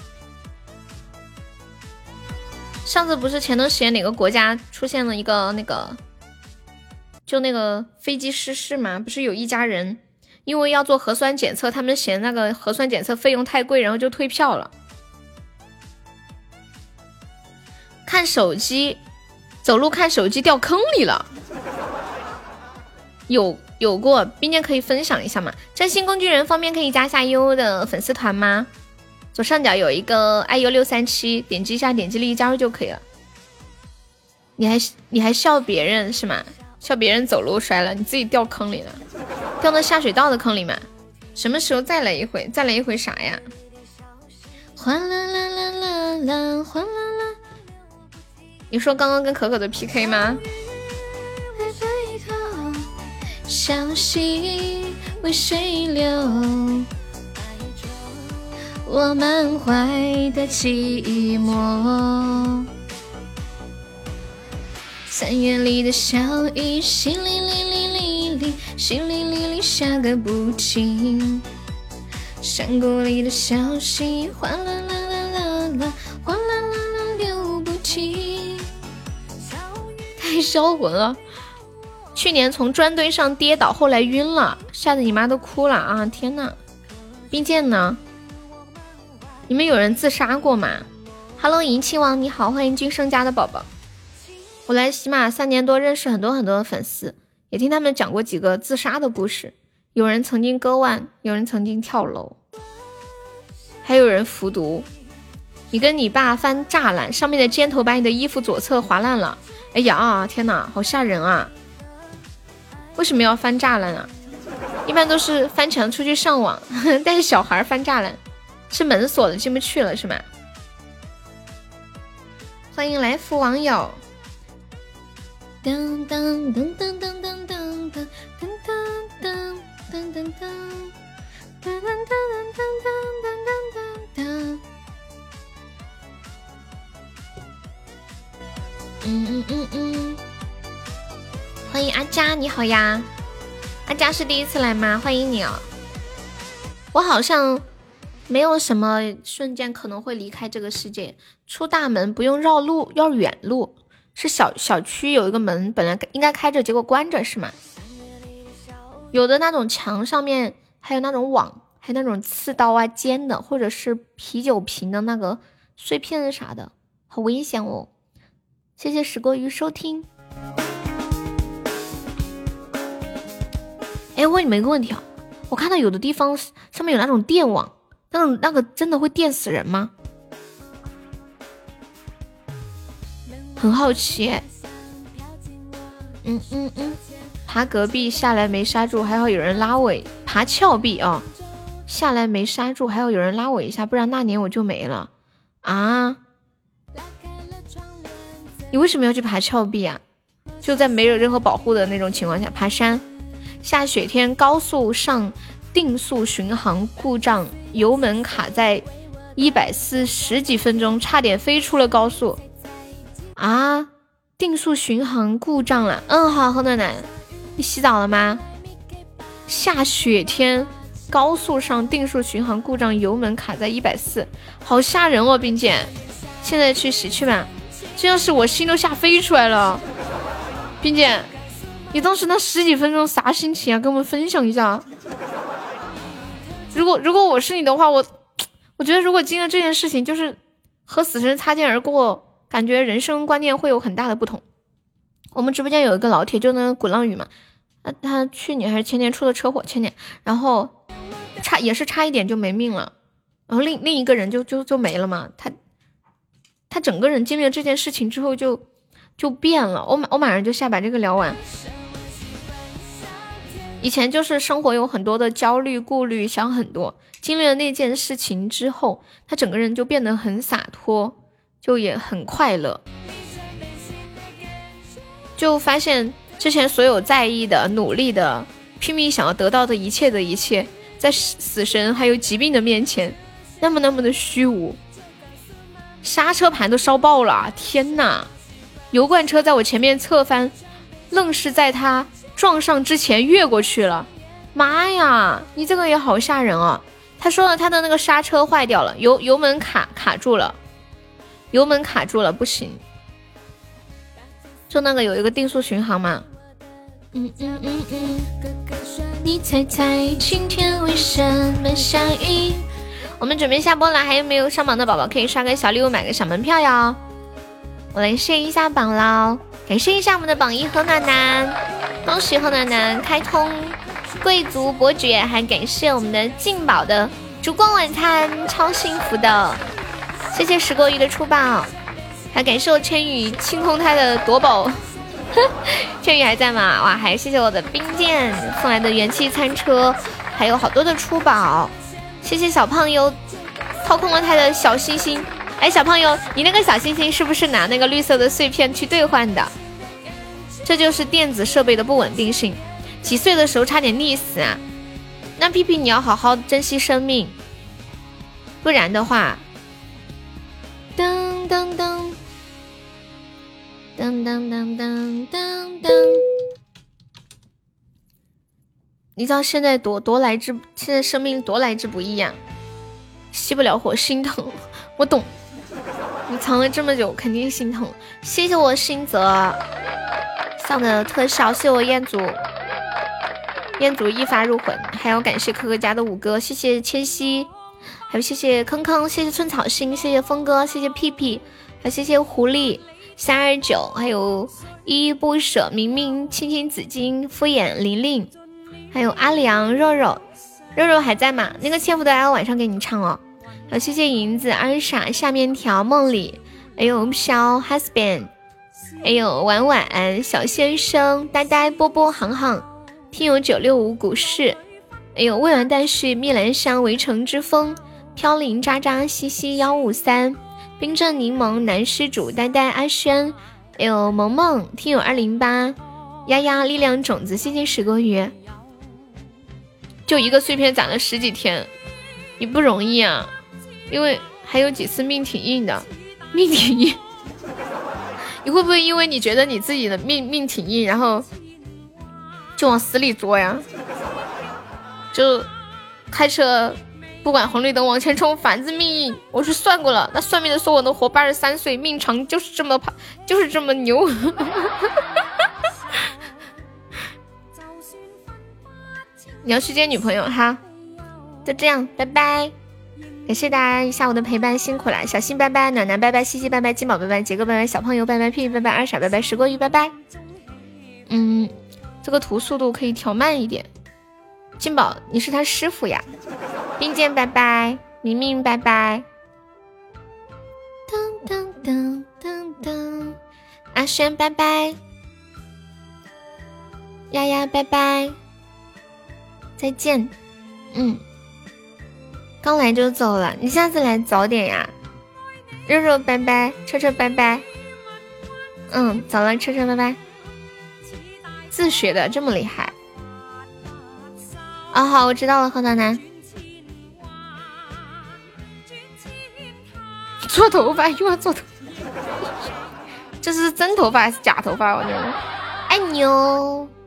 上次不是前段时间哪个国家出现了一个那个，就那个飞机失事嘛？不是有一家人因为要做核酸检测，他们嫌那个核酸检测费用太贵，然后就退票了。看手机，走路看手机掉坑里了，有有过，并且可以分享一下嘛？占星工具人方面可以加下优的粉丝团吗？左上角有一个爱优六三七，点击一下，点击立即加入就可以了。 你还你还笑别人是吗？笑别人走路摔了，你自己掉坑里了，掉到下水道的坑里嘛？什么时候再来一回？再来一回啥呀？哗啦啦啦啦啦，哗啦啦。你说刚刚跟可可的 P K 吗？小溪为谁流？我满怀的寂寞。三月里的小雨，淅沥沥沥沥沥，淅沥沥沥下个不停。山谷里的小溪，哗啦啦啦啦啦，哗啦啦啦流不停。太销魂了！去年从砖堆上跌倒，后来晕了，吓得你妈都哭了啊！天哪！冰剑呢？你们有人自杀过吗 ？Hello， 银气王你好，欢迎君生家的宝宝。我来喜马三年多，认识很多很多的粉丝，也听他们讲过几个自杀的故事。有人曾经割腕，有人曾经跳楼，还有人服毒。你跟你爸翻栅栏，上面的尖头把你的衣服左侧划烂了。哎呀，天哪，好吓人啊！为什么要翻栅栏啊？一般都是翻墙出去上网，但是小孩翻栅栏是门锁了进不去了是吗？欢迎来福网友。噔噔噔噔噔噔噔噔噔噔噔噔噔噔噔噔噔噔。嗯嗯嗯嗯，欢迎阿佳，你好呀，阿佳是第一次来吗？欢迎你哦。我好像没有什么瞬间可能会离开这个世界，出大门不用绕路，要远路。是小小区有一个门，本来应该开着，结果关着是吗？有的那种墙上面还有那种网，还有那种刺刀啊、尖的，或者是啤酒瓶的那个碎片啥的，好危险哦！谢谢石锅鱼收听。哎，问你们一个问题啊，我看到有的地方上面有那种电网，那种那个真的会电死人吗？很好奇。嗯嗯嗯，爬隔壁下来没刹住，还好有人拉我。爬峭壁啊、哦，下来没刹住，还好有人拉我一下，不然那年我就没了啊！你为什么要去爬峭壁啊？就在没有任何保护的那种情况下爬山。下雪天高速上定速巡航故障，油门卡在一百四十几分钟，差点飞出了高速。啊，定速巡航故障了。嗯，好，何暖暖，你洗澡了吗？下雪天高速上定速巡航故障，油门卡在一百四，好吓人哦，并且现在去洗去吧。这要是我心都吓飞出来了。并且你当时那十几分钟啥心情啊？跟我们分享一下。如果如果我是你的话，我我觉得如果经历这件事情，就是和死神擦肩而过。感觉人生观念会有很大的不同。我们直播间有一个老铁，就那个鼓浪屿嘛，他他去年还是前年出的车祸，前年，然后差也是差一点就没命了，然后另另一个人就就就没了嘛。他他整个人经历了这件事情之后就就变了。我马我马上就下把这个聊完。以前就是生活有很多的焦虑顾虑，想很多，经历了那件事情之后，他整个人就变得很洒脱。就也很快乐，就发现之前所有在意的、努力的、拼命想要得到的一切的一切，在死神还有疾病的面前，那么那么的虚无。刹车盘都烧爆了，天哪！油罐车在我前面侧翻，愣是在他撞上之前越过去了。妈呀，你这个也好吓人啊！他说了，他的那个刹车坏掉了，油油门卡卡住了。油门卡住了，不行。就那个有一个定速巡航嘛。嗯嗯嗯嗯。你猜猜今天为什么下雨？我们准备下播了，还有没有上榜的宝宝可以刷个小礼物，买个小门票哟。我来试一下榜喽，感谢一下我们的榜一何暖暖，恭喜何暖暖开通贵族伯爵，还感谢我们的静宝的烛光晚餐，超幸福的。谢谢石锅鱼的出宝， 还感谢我千羽清空他的夺宝。千羽还在吗？哇，还谢谢我的冰剑送来的元气餐车，还有好多的出宝。谢谢小胖优掏空了他的小星星。哎，小胖优，你那个小星星是不是拿那个绿色的碎片去兑换的？这就是电子设备的不稳定性。几岁的时候差点溺死啊？那屁屁你要好好珍惜生命，不然的话，噔噔噔。噔噔噔噔噔噔，你知道现在多多来之，现在生命多来之不易呀、啊，熄不了火心疼，我懂。你藏了这么久，肯定心疼。谢谢我新泽上的特效，谢谢我彦祖，彦祖一发入魂，还要感谢可可家的五哥，谢谢千玺，还有谢谢坑坑，谢谢春草心，谢谢峰哥，谢谢屁屁，还谢谢狐狸。三二九，还有依依不舍、明明、青青紫金、敷衍、玲玲，还有阿良、肉肉，肉肉还在吗？那个千福的爱晚上给你唱哦。还有谢谢银子、二傻、下面条、梦里，还有飘 husband， 还有婉婉、小先生、呆呆、波波、航航，听友九六五股市，还有未完待续、蜜兰香、围城之风、飘零、渣渣、西西幺五三。冰镇柠檬、男施主、呆呆、阿轩，还有萌萌、听友二零八、丫丫、力量种子，谢谢十个月。就一个碎片攒了十几天，你不容易啊！因为还有几次命挺硬的，命挺硬。你会不会因为你觉得你自己的命命挺硬，然后就往死里作呀？就开车。不管红绿灯往前冲，反正命硬。我去算过了，那算命的说我能活八十三岁，命长就是这么胖，就是这么牛。你要去接女朋友哈，就这样，拜拜。感谢大家一下午的陪伴，辛苦了。小新拜拜，暖暖拜拜，西西拜拜，金宝拜拜，杰哥拜拜，小胖友拜拜，屁屁拜拜，二傻拜拜，石锅鱼拜拜。嗯，这个图速度可以调慢一点。金宝，你是他师傅呀。冰剑拜拜，明明拜拜，噔噔噔噔噔，阿轩拜拜，丫丫拜拜，再见。嗯，刚来就走了，你下次来早点呀。肉肉拜拜，车车拜拜。嗯，走了，车车拜拜。自学的这么厉害啊、哦！好，我知道了，何暖男。做头发又要做头发，这是真头发还是假头发？我觉得，爱你哦。